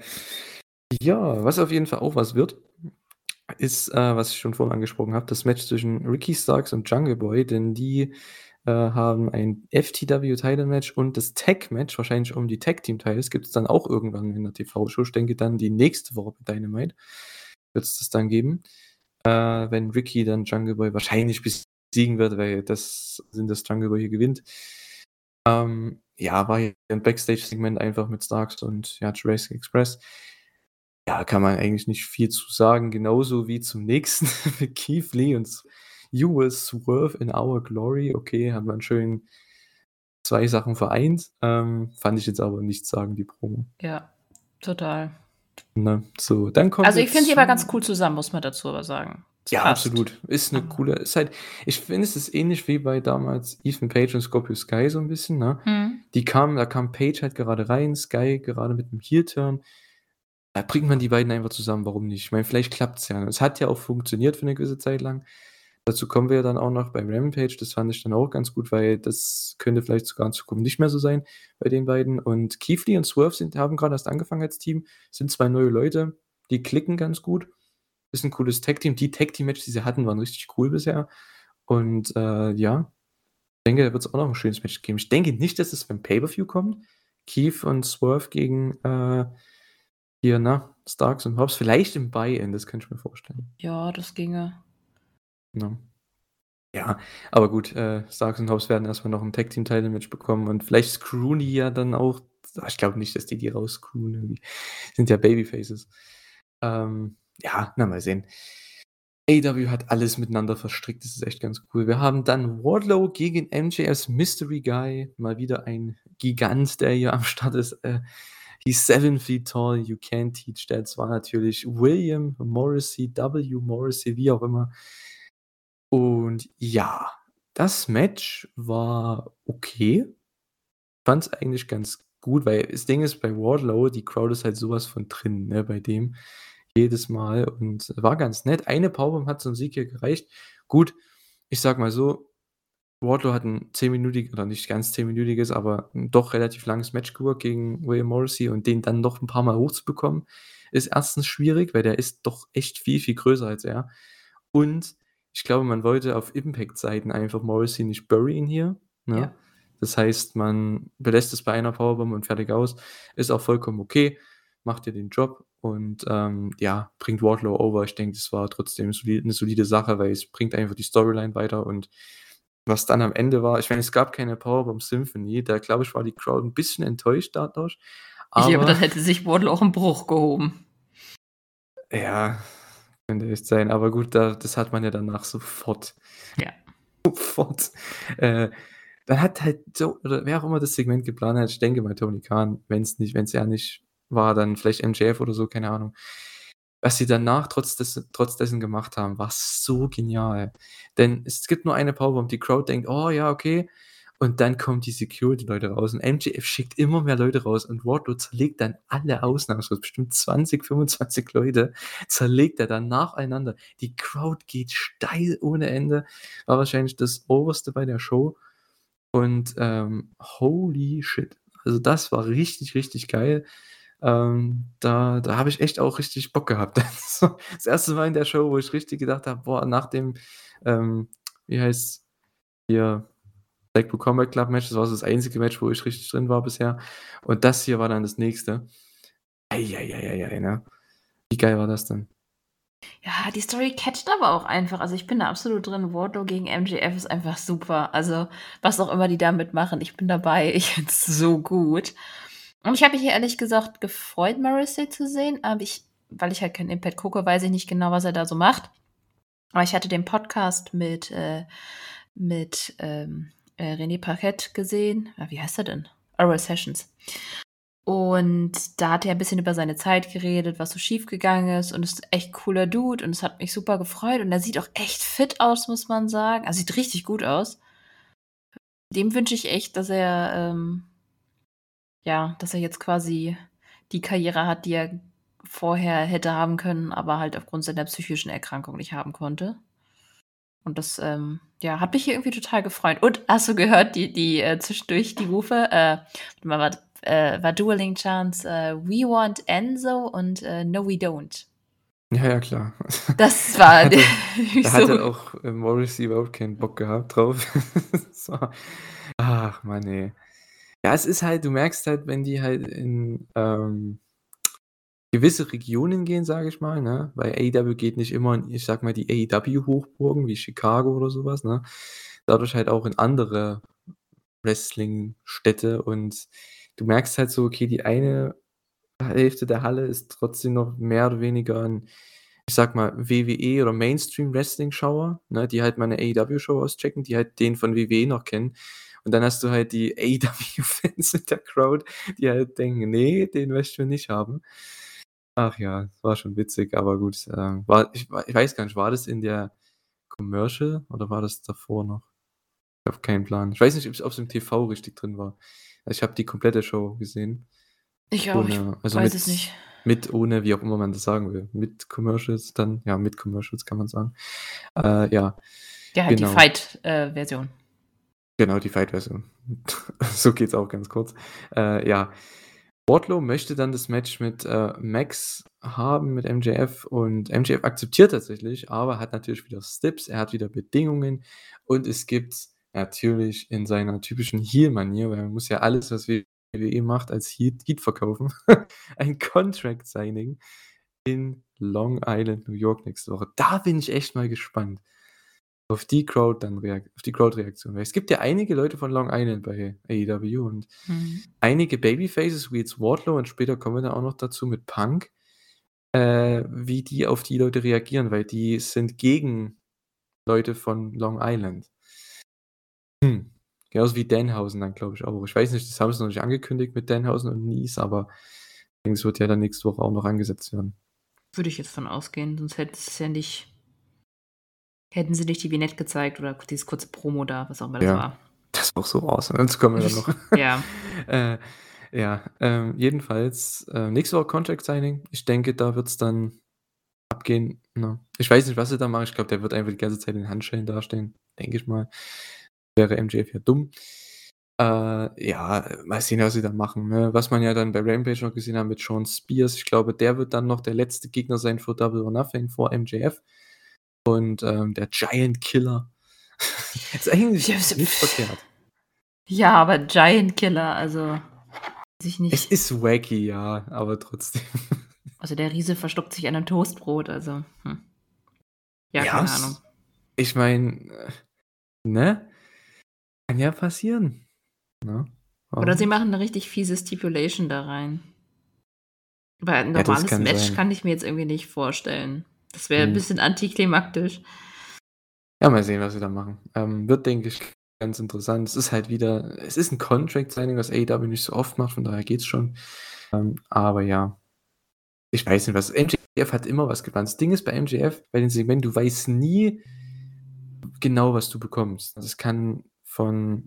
Ja, was auf jeden Fall auch was wird, ist, äh, was ich schon vorhin angesprochen habe, das Match zwischen Ricky Starks und Jungle Boy, denn die, äh, haben ein F T W-Title-Match und das Tag-Match, wahrscheinlich um die Tag-Team-Titles, gibt's dann auch irgendwann in der T V-Show. Ich denke dann die nächste Woche bei Dynamite wird's das dann geben, äh, wenn Ricky dann Jungle Boy wahrscheinlich besiegen wird, weil das sind das Jungle Boy hier gewinnt. Ähm, ja, war ja 'n Backstage-Segment einfach mit Starks und, ja, Jurassic Express. Ja, kann man eigentlich nicht viel zu sagen, genauso wie zum nächsten mit Keith Lee und S You Will Swerve in Our Glory. Okay, hat man schön zwei Sachen vereint, ähm, fand ich jetzt aber nichts sagen, die Promo. Ja, total. Ne? So, dann kommen Also, wir ich finde, die aber ganz zu cool zusammen, muss man dazu aber sagen. Es Ja, passt. absolut. Ist 'ne Aber coole ist halt ich finde, es ist ähnlich wie bei damals Ethan Page und Scorpio Sky so 'n bisschen, ne? Mhm. Die kamen da kam Page halt gerade rein, Sky gerade mit 'nem Heel-Turn. Da bringt man die beiden einfach zusammen, warum nicht? Ich meine, vielleicht klappt's ja. Es hat ja auch funktioniert für 'ne gewisse Zeit lang. Dazu kommen wir ja dann auch noch bei Rampage. Das fand ich dann auch ganz gut, weil das könnte vielleicht sogar in Zukunft nicht mehr so sein bei den beiden. Und Keith Lee und Swerve sind haben grad erst angefangen als Team, sind zwei neue Leute, die klicken ganz gut. Ist 'n cooles Tag-Team. Die Tag-Team-Matches, die sie hatten, waren richtig cool bisher. Und, äh, ja, ich denke, da wird's auch noch 'n schönes Match geben. Ich denke nicht, dass es beim Pay-per-View kommt. Keith und Swerve gegen, äh, hier, na, Starks und Hobbs. Vielleicht im Buy-In, das könnte ich mir vorstellen. Ja, das ginge. Ne? Ja, aber gut, äh, Starks und Hobbs werden erst mal noch 'n Tag-Team-Title-Match bekommen und vielleicht screwen die ja dann auch ah, ich glaube nicht, dass die die rausscrewen irgendwie. Sind ja Babyfaces. Ähm, ja, na, mal sehen. A E W hat alles miteinander verstrickt, das ist echt ganz cool. Wir haben dann Wardlow gegen M J F's Mystery Guy, mal wieder ein Gigant, der hier am Start ist. Äh, he's seven feet tall, you can't teach that. Es war natürlich William Morrissey, W. Morrissey, wie auch immer. Und ja, das Match war okay. Fand's eigentlich ganz gut, weil das Ding ist bei Wardlow, die Crowd ist halt so was von drin, ne, bei dem jedes Mal und war ganz nett. Eine Powerbomb hat zum Sieg hier gereicht. Gut, ich sage mal so, Wardlow hat 'n zehnminütig oder nicht ganz zehnminütiges, aber 'n doch relativ langes Match geworkt gegen William Morrissey und den dann noch 'n paar Mal hochzubekommen, ist erstens schwierig, weil der ist doch echt viel, viel größer als er. Und ich glaube, man wollte auf Impact-Zeiten einfach Morrissey nicht buryen hier, Ja. ne? Das heißt, man belässt es bei einer Powerbomb und fertig aus. Ist auch vollkommen okay, macht ja den Job und, ähm, ja, bringt Wardlow over. Ich denke, das war trotzdem soli 'ne solide Sache, weil es bringt einfach die Storyline weiter und was dann am Ende war ich meine, es gab keine Powerbomb Symphony, da glaube ich, war die Crowd 'n bisschen enttäuscht dadurch, Ja, aber aber dann hätte sich Wardlow auch 'n Bruch gehoben. Ja, könnte echt sein, aber gut, da das hat man ja danach sofort Ja. sofort äh, da hat halt so oder wer auch immer das Segment geplant hat, ich denke mal Tony Khan, wenn's nicht wenn's er nicht war, dann vielleicht M J F oder so, keine Ahnung. Was sie danach trotz des trotz dessen gemacht haben, war so genial. Denn es gibt nur eine Powerbomb, die Crowd denkt: „Oh ja, okay.“ Und dann kommen die Security-Leute raus und M J F schickt immer mehr Leute raus und Wardlow zerlegt dann alle ausnahmslos, bestimmt zwanzig, fünfundzwanzig Leute zerlegt er dann nacheinander. Die Crowd geht steil ohne Ende. War wahrscheinlich das Oberste bei der Show und, ähm, holy shit. Also, das war richtig, richtig geil. Ähm, da da habe ich echt auch richtig Bock gehabt. Das war das erste Mal in der Show, wo ich richtig gedacht habe: „Boah, nach dem, ähm, wie heißt's, hier, Blackpool Combat Club Match“, das war so das einzige Match, wo ich richtig drin war bisher. Und das hier war dann das nächste. Ei, ei, ei, ei, ei, ne? Wie geil war das denn? Ja, die Story catcht aber auch einfach. Also, ich bin da absolut drin. Wardlow gegen M J F ist einfach super. Also, was auch immer die damit machen, ich bin dabei. Ich finde es so gut. Und ich habe mich hier ehrlich gesagt gefreut, Morrissey zu sehen, aber ich weil ich halt kein Impact gucke, weiß ich nicht genau, was er da so macht. Aber ich hatte den Podcast mit, äh mit, ähm, äh, René Paquette gesehen. Ah, wie heißt er denn? Oral Sessions. Und da hat er 'n bisschen über seine Zeit geredet, was so schiefgegangen ist und ist echt cooler Dude und es hat mich super gefreut und er sieht auch echt fit aus, muss man sagen. Also, sieht richtig gut aus. dem wünsche ich echt, dass er, ähm ja, dass er jetzt quasi die Karriere hat, die er vorher hätte haben können, aber halt aufgrund seiner psychischen Erkrankung nicht haben konnte. Und das, ähm, ja, hat mich irgendwie total gefreut. Und hast du gehört, die die, äh, zwischendurch die Rufe, äh, warte mal, war äh, war Dueling Chants, äh, „We want Enzo" und, äh, „No, we don't." Ja, ja, klar. Das Da war hatte da so hatte auch, äh, Morrissey überhaupt keinen Bock gehabt drauf. So. Ach Mann, ey. Ja, es ist halt du merkst halt, wenn die halt in, ähm, gewisse Regionen gehen, sage ich mal, ne? Weil A E W geht nicht immer in, ich sage mal, die A E W-Hochburgen wie Chicago oder so was, ne? Dadurch halt auch in andere Wrestling-Städte und du merkst halt so, okay, die eine Hälfte der Halle ist trotzdem noch mehr oder weniger 'n, ich sage mal, W W E oder Mainstream-Wrestling-Schauer, ne, die halt mal 'ne A E W-Show auschecken, die halt den von W W E noch kennen. Und dann hast du halt die A E W-Fans in der Crowd, die halt denken: „Ne, den möchten wir nicht haben." Ach ja, war schon witzig, aber gut, ähm, war ich wei ich weiß gar nicht, war das in der Commercial oder war das davor noch? Ich habe keinen Plan. Ich weiß nicht, ob's ob's im T V richtig drin war. Also, ich habe die komplette Show gesehen. Ich auch, ich Ohne also, weiß es mit nicht. mit, ohne, wie auch immer man das sagen will. Mit Commercials dann, ja, mit Commercials kann man sagen. Äh, ja, Ja, halt die genau. Fight äh, Version. Genau, die Fight-Version. So geht's auch ganz kurz. Äh, ja, Wardlow möchte dann das Match mit, äh, Max haben, mit M J F und M J F akzeptiert tatsächlich, aber hat natürlich wieder Stips, er hat wieder Bedingungen und es gibt natürlich in seiner typischen Heel-Manier, weil man muss ja alles, was W W E macht, als Heat Heat verkaufen, ein Contract Signing in Long Island, New York nächste Woche. Da bin ich echt mal gespannt auf die Crowd dann Reak auf die Crowd-Reaktion, weil es gibt ja einige Leute von Long Island bei A E W und Mhm. einige Babyfaces wie jetzt Wardlow und später kommen wir dann auch noch dazu mit Punk, äh, wie die auf die Leute reagieren, weil die sind gegen Leute von Long Island. Hm, genauso wie Danhausen dann, glaube ich auch. Ich weiß nicht, das haben sie noch nicht angekündigt mit Danhausen und Nice, aber ich denke, es wird ja dann nächste Woche auch noch angesetzt werden. Würde ich jetzt von ausgehen, sonst hätte es ja nicht hätten sie nicht die Vignette gezeigt oder dieses kurze Promo da, was auch immer das Ja, war. das war auch so awesome. Dazu kommen wir dann noch. Ja. Äh, ja, ähm, jedenfalls, äh, nächste Woche Contract Signing. Ich denke, da wird's dann abgehen, ne? Ich weiß nicht, was sie da machen. Ich glaube, der wird einfach die ganze Zeit in Handschellen dastehen, denke ich mal. Wäre M J F ja dumm. Äh, ja, mal sehen, was sie da machen, ne? Was man ja dann bei Rampage noch gesehen hat mit Shawn Spears, ich glaube, der wird dann noch der letzte Gegner sein für Double or Nothing vor M J F und, ähm, der Giant Killer ist eigentlich nicht verkehrt. Ja, aber Giant Killer, also, weiß ich Es nicht. ist wacky, ja, aber trotzdem. Also, der Riese verstockt sich an 'nem Toastbrot, also, hm. Ja, Ja, keine Ahnung. s ich meine, äh, ne? Kann ja passieren, ne? Oder Warum sie nicht? machen 'ne richtig fiese Stipulation da rein. Weil ein Ja, das normales kann Match sein. kann ich mir jetzt irgendwie nicht vorstellen. Das wäre 'n Mhm. bisschen antiklimaktisch. Ja, mal sehen, was sie da machen. Ähm, wird, denke ich, ganz interessant. Es ist halt wieder es ist 'n Contract Signing, was A E W nicht so oft macht, von daher geht's schon. Ähm, aber ja, ich weiß nicht, was M J F hat immer was geplant. Das Ding ist bei M J F, bei den Segmenten, du weißt nie genau, was du bekommst. Also, es kann von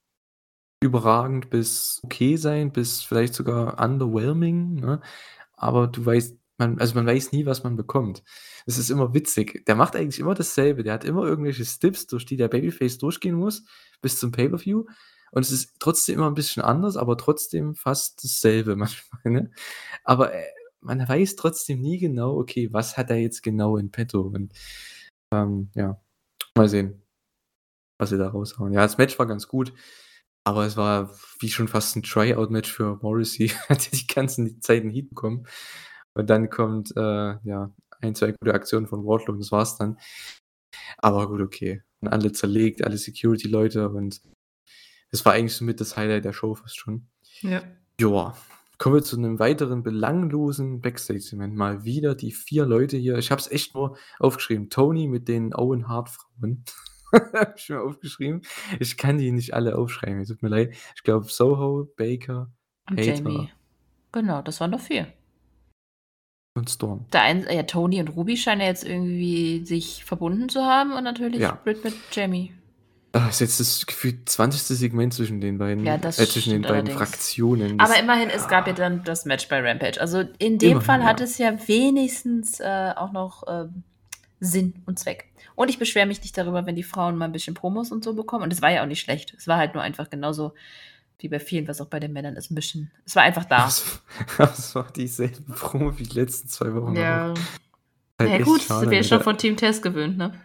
überragend bis okay sein, bis vielleicht sogar underwhelming, ne? Aber du weißt man also, man weiß nie, was man bekommt. Es ist immer witzig. Der macht eigentlich immer dasselbe. Der hat immer irgendwelche Stips, durch die der Babyface durchgehen muss bis zum Pay-per-View. Und es ist trotzdem immer 'n bisschen anders, aber trotzdem fast dasselbe manchmal, ne? Aber, äh, man weiß trotzdem nie genau: „Okay, was hat er jetzt genau in petto?" Und, ähm, ja, mal sehen, was sie da raushauen. Ja, das Match war ganz gut, aber es war wie schon fast 'n Tryout-Match für Morrissey. Hat ja die ganzen Zeit 'n Heat bekommen. Und dann kommt, äh, ja, ein, zwei gute Aktionen von Wardlow und das war's dann. Aber gut, okay. Und alle zerlegt, alle Security-Leute und es war eigentlich so mit das Highlight der Show fast schon. Ja. Joa, kommen wir zu 'nem weiteren belanglosen Backstage-Segment. Mal wieder die vier Leute hier. Ich habe es echt nur aufgeschrieben. Tony mit den Owen Hart-Frauen. Habe ich mir aufgeschrieben. Ich kann die nicht alle aufschreiben, tut mir leid. Ich glaube, Soho, Baker, Und Jamie. Hater Genau, das waren doch vier. und Storm. Der ein ja, Tony und Ruby scheinen ja jetzt irgendwie sich verbunden zu haben und natürlich Ja. Britt mit Jamie. Ah, ist jetzt das gefühlt zwanzigste Segment zwischen den beiden Ja, äh, das zwischen den stimmt beiden allerdings. Fraktionen. Aber Das immerhin, es gab ja ja. dann das Match bei Rampage. Also, in dem Immerhin, Fall hat ja. es ja wenigstens, äh, auch noch, ähm, Sinn und Zweck. Und ich beschwere mich nicht darüber, wenn die Frauen mal 'n bisschen Promos und so bekommen. Und es war ja auch nicht schlecht. Es war halt nur einfach genauso wie bei vielen, was auch bei den Männern ist, 'n bisschen es war einfach da. Das das war dieselbe Promo wie die letzten zwei Wochen auch. Ja. Na Halt ja echt gut, sind schade, wir ja weil schon da von Team Test gewöhnt, ne?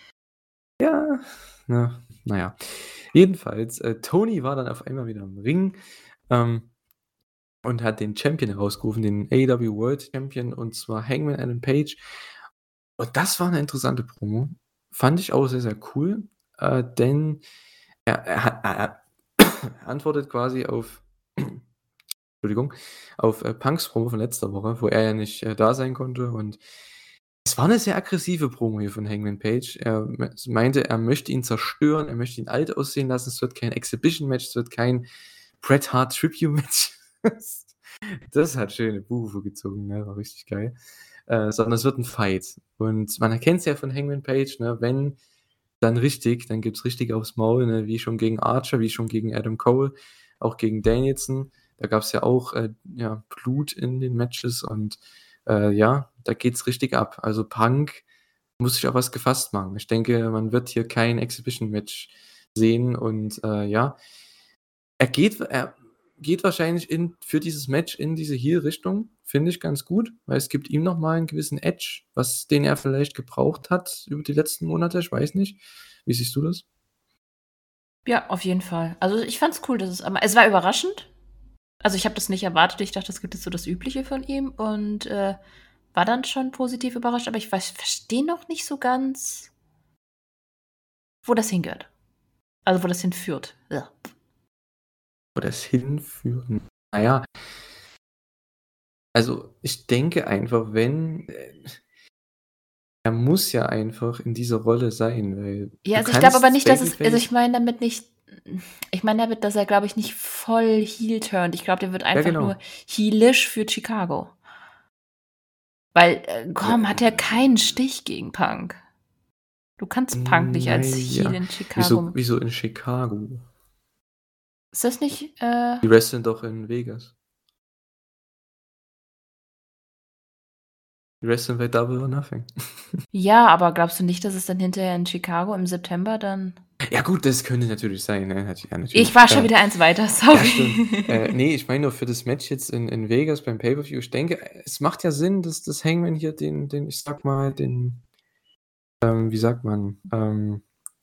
Ja, na na ja. Jedenfalls, äh, Tony war dann auf einmal wieder im Ring, ähm, und hat den Champion herausgerufen, den A E W World Champion, und zwar Hangman Adam Page. Und das war 'ne interessante Promo. Fand ich auch sehr, sehr cool, äh, denn er er hat er er er antwortet quasi auf Entschuldigung, auf, äh, Punks Promo von letzter Woche, wo er ja nicht, äh, da sein konnte, und es war 'ne sehr aggressive Promo hier von Hangman Page. Er me meinte, er möchte ihn zerstören, er möchte ihn alt aussehen lassen. Es wird kein Exhibition-Match, es wird kein Bret Hart Tribute-Match. Das hat schöne Buchrufe gezogen, ne? War richtig geil. Äh, sondern es wird 'n Fight. Und man erkennt's ja von Hangman Page, ne, wenn, dann richtig, dann gibt's richtig aufs Maul, ne, wie schon gegen Archer, wie schon gegen Adam Cole, auch gegen Danielson. Da gab's ja auch, äh, ja, Blut in den Matches und, äh, ja, da geht's richtig ab. Also, Punk muss sich auf was gefasst machen. Ich denke, man wird hier kein Exhibition-Match sehen und, äh, ja. Er geht er geht wahrscheinlich in für dieses Match in diese Heel-Richtung, finde ich ganz gut, weil es gibt ihm noch mal 'n gewissen Edge, was den er vielleicht gebraucht hat über die letzten Monate, ich weiß nicht. Wie siehst du das? Ja, auf jeden Fall. Also, ich fand's cool, dass es aber es war überraschend. Also, ich habe das nicht erwartet. Ich dachte, es gibt jetzt so das Übliche von ihm und, äh, war dann schon positiv überrascht, aber ich weiß verstehe noch nicht so ganz wo das hingehört. Also, wo das hinführt. Wo das hinführen na ja also, ich denke einfach, wenn, äh er muss ja einfach in dieser Rolle sein, weil Ja, du also, ich glaube aber kannst nicht, dass es also, Babyface ich meine damit nicht ich meine damit, dass er, glaube ich, nicht voll Heel turnt. Ich glaube, der wird Ja, einfach nur genau. heelisch für Chicago. Weil, äh, Ja, komm, hat er keinen äh Stich gegen Punk. Du kannst Punk Hm, nicht na als Heel ja. in Wieso Chicago wieso in Chicago? Ist das nicht, äh Die wresteln doch in Vegas. Die wresteln bei Double or Nothing. Ja, aber glaubst du nicht, dass es dann hinterher in Chicago im September dann Ja gut, das könnte natürlich sein, ne? Nat ja, Ich natürlich. war schon Äh, wieder eins weiter, ja, stimmt. Äh, sorry. ne, ich meine nur für das Match jetzt in in Vegas beim Pay-per-View. Ich denke, es macht ja Sinn, dass dass Hangman hier den den ich sage mal, den ähm, wie sagt man, ähm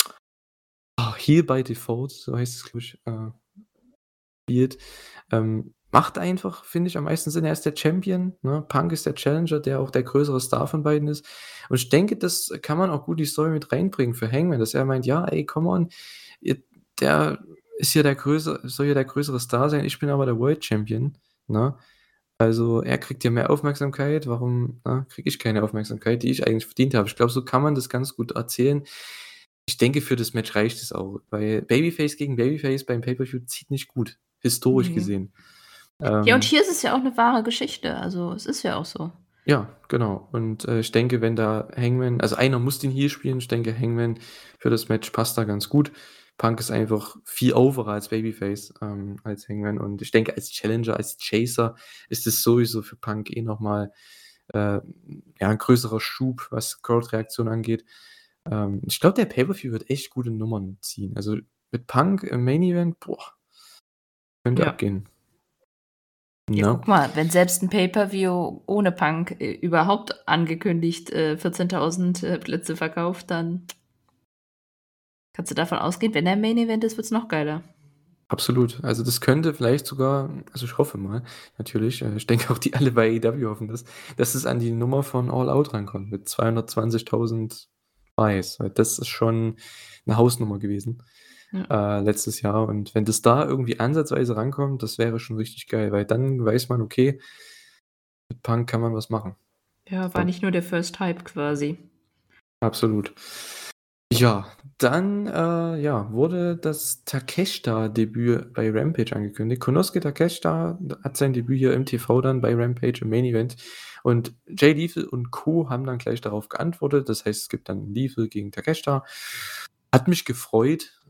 ah, Heel by Default, so heißt es, glaube ich, äh spielt. Ähm, macht einfach, finde ich, am meisten Sinn. Er ist der Champion, ne? Punk ist der Challenger, der auch der größere Star von beiden ist. Und ich denke, das kann man auch gut in die Story mit reinbringen für Hangman, dass er meint: „Ja, ey, come on, ihr der ist hier der größere soll ja der größere Star sein, ich bin aber der World Champion“, ne? Also, er kriegt ja mehr Aufmerksamkeit, warum, ne, kriege ich keine Aufmerksamkeit, die ich eigentlich verdient habe? Ich glaube, so kann man das ganz gut erzählen. Ich denke, für das Match reicht es auch, weil Babyface gegen Babyface beim Pay-per-View zieht nicht gut, historisch Ne. gesehen. Ja, und Ähm hier ist es ja auch 'ne wahre Geschichte. Also, es ist ja auch so. Ja, genau. Und, äh, ich denke, wenn da Hangman also, einer muss den Heel spielen. Ich denke, Hangman für das Match passt da ganz gut. Punk ist einfach viel overer als Babyface, ähm, als Hangman. Und ich denke, als Challenger, als Chaser ist es sowieso für Punk eh noch mal, äh, ja, 'n größerer Schub, was Crowd-Reaktion angeht. Ähm, ich glaube, der Pay-per-View wird echt gute Nummern ziehen. Also, mit Punk im Main Event, boah könnte Ja. abgehen. Ja, Ne? guck mal, wenn selbst 'n Pay-per-View ohne Punk, äh, überhaupt angekündigt, äh, vierzehntausend, äh, Plätze verkauft, dann kannst du davon ausgehen, wenn er Main Event ist, wird's noch geiler. Absolut. Also, das könnte vielleicht sogar also, ich hoffe mal natürlich, äh, ich denke auch, die alle bei AEW hoffen das, dass es an die Nummer von All Out rankommt mit zweihundertzwanzigtausend Buys, weil das ist schon 'ne Hausnummer gewesen, Ja. äh, letztes Jahr. Und wenn das da irgendwie ansatzweise rankommt, das wäre schon richtig geil, weil dann weiß man, okay mit Punk kann man was machen. Ja, war Ja. nicht nur der First Hype quasi. Absolut. Ja, dann, äh, ja, wurde das Takeshita-Debüt bei Rampage angekündigt. Konosuke Takeshita hat sein Debüt hier im TV dann bei Rampage im Main Event. Und Jay Lethal und Co. haben dann gleich darauf geantwortet. Das heißt, es gibt dann Lethal gegen Takeshita. Hat mich gefreut.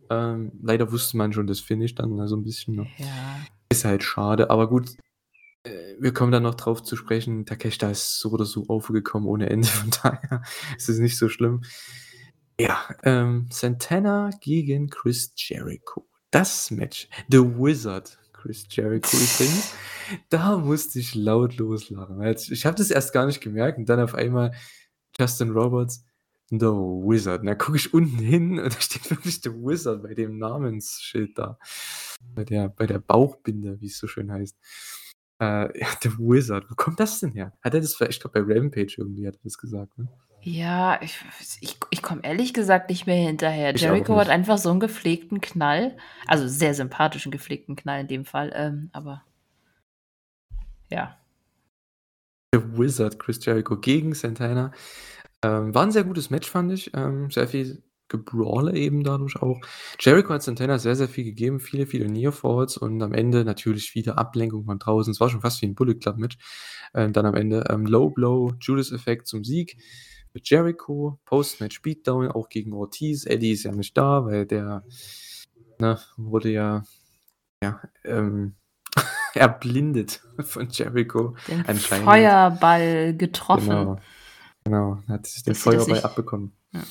Ähm, leider wusste man schon das Finish dann, ne, so 'n bisschen, ne? Ja. Ist halt schade, aber gut, äh, wir kommen dann noch drauf zu sprechen. Takeshita ist so oder so overgekommen ohne Ende, von daher ist es nicht so schlimm. Ja, ähm, Santana gegen Chris Jericho. Das Match. The Wizard Chris Jericho übrigens. Da musste ich laut loslachen. Als ich habe das erst gar nicht gemerkt und dann auf einmal Justin Roberts, The Wizard. Und dann gucke ich unten hin und da steht wirklich The Wizard bei dem Namensschild da. Bei der bei der Bauchbinde, wie's so schön heißt. Äh, ja, The Wizard. Wo kommt das denn her? Hat er das vielleicht ich glaube, bei Rampage irgendwie hat er das gesagt, ne? Ja, ich ich ich komme ehrlich gesagt nicht mehr hinterher. Ich auch Jericho hat nicht. einfach so 'n gepflegten Knall, also sehr sympathischen gepflegten Knall in dem Fall, ähm, aber ja. The Wizard Chris Jericho gegen Santana. Ähm, war 'n sehr gutes Match, fand ich. Ähm, sehr viel Gebrawle eben dadurch auch. Jericho hat Santana sehr, sehr viel gegeben, viele, viele Near-Falls und am Ende natürlich wieder Ablenkung von draußen. Es war schon fast wie 'n Bullet Club Match. Äh, dann am Ende, ähm, Low Blow, Judas-Effekt zum Sieg für Jericho. Post-Match Beatdown auch gegen Ortiz. Eddie ist ja nicht da, weil der, ne, wurde ja ja, ähm, erblindet von Jericho Den anscheinend. Feuerball getroffen. Genau, genau. Hat sich den Dass sie das Feuerball nicht abbekommen. ja.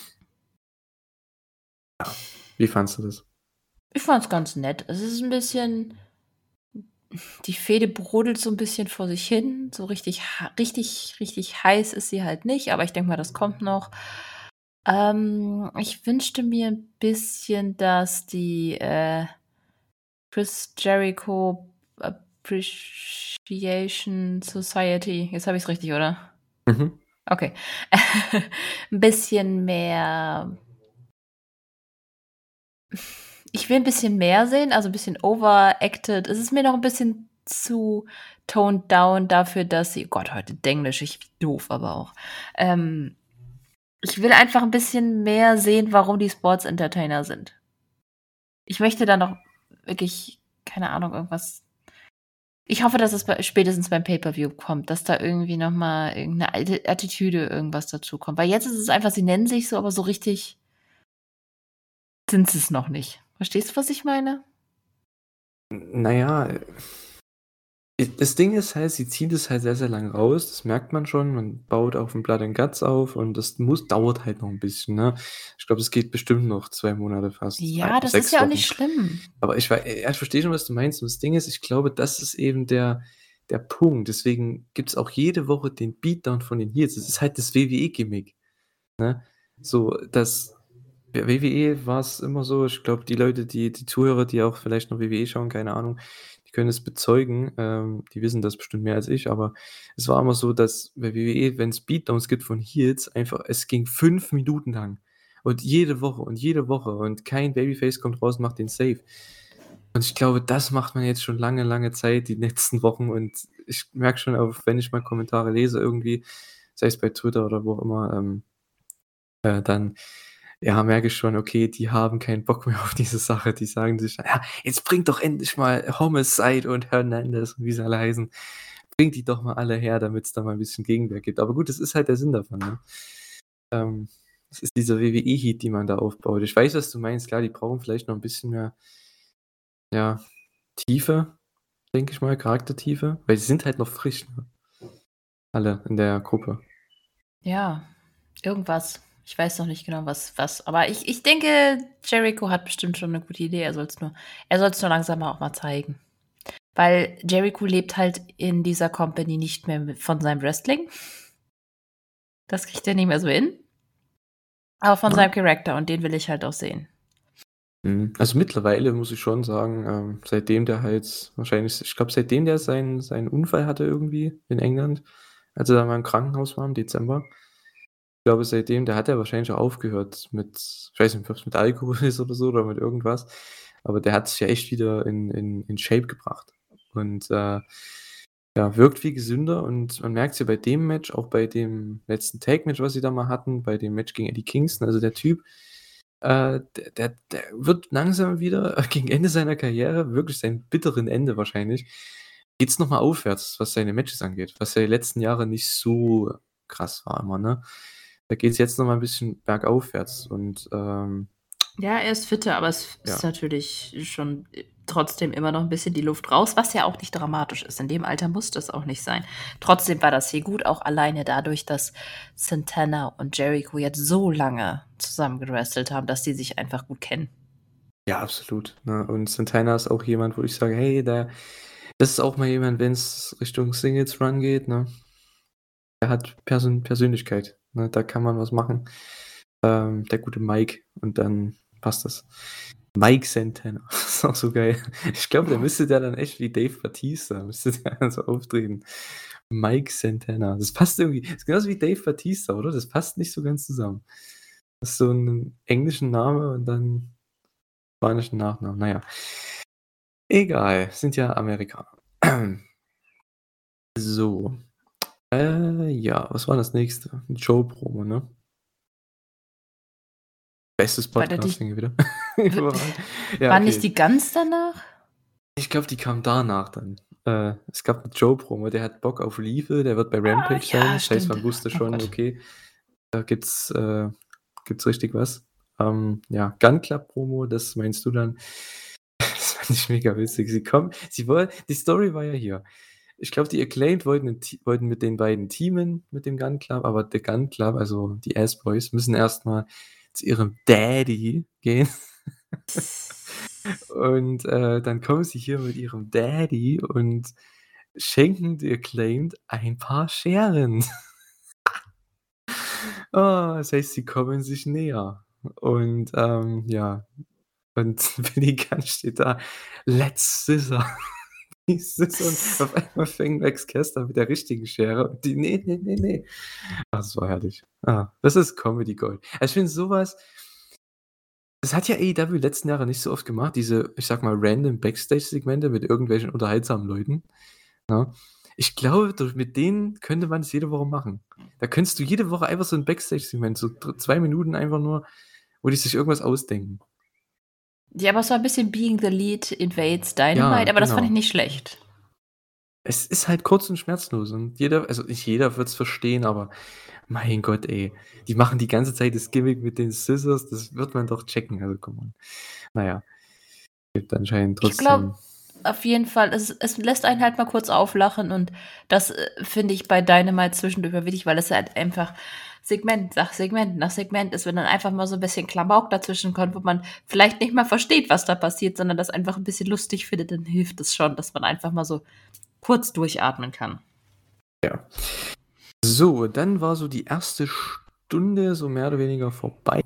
Ja. Wie fandest du das? Ich fand's ganz nett. Es ist 'n bisschen die Fehde brodelt so 'n bisschen vor sich hin. So richtig ha richtig, richtig heiß ist sie halt nicht, aber ich denke mal, das kommt noch. Ähm, ich wünschte mir 'n bisschen, dass die, äh, Chris Jericho Appreciation Society jetzt habe ich's richtig, oder? Mhm. Okay. 'N bisschen mehr ich will 'n bisschen mehr sehen, also 'n bisschen overacted. Es ist mir noch 'n bisschen zu toned down dafür, dass sie Gott, heute Denglisch, ich wie doof aber auch. Ähm, ich will einfach 'n bisschen mehr sehen, warum die Sports-Entertainer sind. Ich möchte da noch wirklich, keine Ahnung, irgendwas ich hoffe, dass es bei spätestens beim Pay-per-View kommt, dass da irgendwie noch mal irgend 'ne alte Attitüde, irgendwas dazukommt. Weil jetzt ist es einfach, sie nennen sich so, aber so richtig sind sie's noch nicht. Verstehst du, was ich meine? N na ja, äh äh, das Ding ist halt, sie ziehen das halt sehr, sehr lang raus. Das merkt man schon. Man baut aufm Blood and Guts auf und das muss dauert halt noch 'n bisschen, ne? Ich glaube, das geht bestimmt noch zwei Monate fast, ei Ja, das ist sechs ja auch nicht Wochen. schlimm. Aber ich wei äh, ja, ich verstehe schon, was du meinst. Und das Ding ist, ich glaube, das ist eben der der Punkt. Deswegen gibt's auch jede Woche den Beatdown von den Heels. Das ist halt das W W E-Gimmick, ne? So, das bei W W E war's immer so ich glaube, die Leute, die die Zuhörer, die auch vielleicht noch W W E schauen, keine Ahnung, die können es bezeugen. Ähm, die wissen das bestimmt mehr als ich, aber es war immer so, dass bei W W E, wenn's Beatdowns gibt von Heels, einfach es ging fünf Minuten lang und jede Woche und jede Woche und kein Babyface kommt raus und macht den Save. Und ich glaube, das macht man jetzt schon lange, lange Zeit, die letzten Wochen und ich merke schon auch, wenn ich mal Kommentare lese irgendwie, sei es bei Twitter oder wo auch immer, ähm, äh, dann, ja, merke ich schon, okay, die haben keinen Bock mehr auf diese Sache. Die sagen sich: „Ja, jetzt bringt doch endlich mal Homicide und Hernandez und wie sie alle heißen. Bringt die doch mal alle her, damit's da mal 'n bisschen Gegenwehr gibt.“ Aber gut, das ist halt der Sinn davon, ne? Ähm, das ist dieser W W E-Heat, die man da aufbaut. Ich weiß, was du meinst. Klar, die brauchen vielleicht noch 'n bisschen mehr ja, Tiefe, denke ich mal, Charaktertiefe, weil sie sind halt noch frisch, ne? Alle in der Gruppe. Ja, irgendwas. Ich weiß noch nicht genau, was was, aber ich ich denke, Jericho hat bestimmt schon 'ne gute Idee. Er soll's nur er soll's nur langsam auch mal zeigen. Weil Jericho lebt halt in dieser Company nicht mehr m von seinem Wrestling. Das kriegt er nicht mehr so hin. Aber von Ja. seinem Charakter und den will ich halt auch sehen. Mhm. Also, mittlerweile muss ich schon sagen, ähm, seitdem der halt wahrscheinlich ich glaube, seitdem der seinen seinen Unfall hatte irgendwie in England, als er da mal im Krankenhaus war im Dezember. Ich glaube, seitdem der hat er wahrscheinlich auch aufgehört mit ich weiß nicht, ob's mit Alkohol ist oder so oder mit irgendwas, aber der hat sich ja echt wieder in in in Shape gebracht und, äh, ja, wirkt viel gesünder und man merkt's ja bei dem Match, auch bei dem letzten Tag-Match, was sie da mal hatten, bei dem Match gegen Eddie Kingston. Also, der Typ, äh, der der der wird langsam wieder gegen Ende seiner Karriere, wirklich seinem bitteren Ende wahrscheinlich, geht's noch mal aufwärts, was seine Matches angeht, was ja die letzten Jahre nicht so krass war immer, ne? Da geht's jetzt noch mal 'n bisschen bergaufwärts und, ähm Ja, er ist fitter, aber es ist Ja. natürlich schon, äh, trotzdem immer noch 'n bisschen die Luft raus, was ja auch nicht dramatisch ist. In dem Alter muss das auch nicht sein. Trotzdem war das hier gut, auch alleine dadurch, dass Santana und Jericho jetzt so lange zusammen gewrestelt haben, dass die sich einfach gut kennen. Ja, absolut, ne? Und Santana ist auch jemand, wo ich sage: „Hey, der das ist auch mal jemand, wenn's Richtung Singles Run geht, ne? Der hat Persön Persönlichkeit, ne? Da kann man was machen. Ähm, der gute Mike und dann passt das. Mike Santana, ist auch so geil. Ich glaube, der müsste da dann echt wie Dave Bautista müsste der dann so auftreten. Mike Santana. Das passt irgendwie ist genauso wie Dave Bautista, oder? Das passt nicht so ganz zusammen. Das ist so 'n englischen Name und dann spanischen Nachnamen. Na ja. Egal, sind ja Amerikaner. So, äh, ja, was war das Nächste? Joe-Promo, ne? Bestes War der dich Podcasting hier wieder. w Überragend. Ja, war nicht okay. die Gans danach? Ich glaube, die kam danach dann. Äh, es gab 'ne Joe-Promo, der hat Bock auf Liebe, der wird bei Ah, Rampage sein. ja, Das heißt, stimmt. man wusste Oh schon, Gott. okay, da gibt's äh, gibt's richtig was. Ähm, ja, Gunn Club Promo, das meinst du dann. Das fand ich mega witzig. Sie kommen sie woll die Story war ja hier. Ich glaube, die Acclaimed wollten 'n T wollten mit den beiden teamen, mit dem Gunn Club, aber der Gunn Club, also die Ass Boys, müssen erst mal zu ihrem Daddy gehen. Und, äh, dann kommen sie hier mit ihrem Daddy und schenken The Acclaimed ein paar Scheren. Oh, das heißt, sie kommen sich näher. Und, ähm, ja, und Billy Gunn steht da: „Let's scissor." Die scissern auf einmal fängt Max Caster mit der richtigen Schere und die: „Ne, ne, ne, ne." Ah, das war herrlich. Ah, das ist Comedy Gold. Also, ich finde so was das hat ja A E W letzten Jahre nicht so oft gemacht, diese, ich sage mal, random Backstage-Segmente mit irgendwelchen unterhaltsamen Leuten, ne? Ich glaube, durch mit denen könnte man das jede Woche machen. Da könntest du jede Woche einfach so 'n Backstage-Segment, so dr zwei Minuten einfach nur, wo die sich irgendwas ausdenken. Ja, aber es war 'n bisschen Being the Lead invades Ja, Dynamite, aber das fand ich genau. nicht schlecht. Es ist halt kurz und schmerzlos und jeder also, nicht jeder wird's verstehen, aber mein Gott, ey. Die machen die ganze Zeit das Gimmick mit den Scissors, das wird man doch checken, also come on. Na ja, gibt anscheinend Ich glaube trotzdem auf jeden Fall, es es lässt einen halt mal kurz auflachen und das, äh, finde ich bei Dynamite zwischendurch immer wichtig, weil es halt einfach Segment nach Segment nach Segment ist, wenn dann einfach mal so 'n bisschen Klamauk dazwischen kommt, wo man vielleicht nicht mal versteht, was da passiert, sondern das einfach 'n bisschen lustig findet, dann hilft es schon, dass man einfach mal so kurz durchatmen kann. Ja. So, dann war so die erste Stunde so mehr oder weniger vorbei.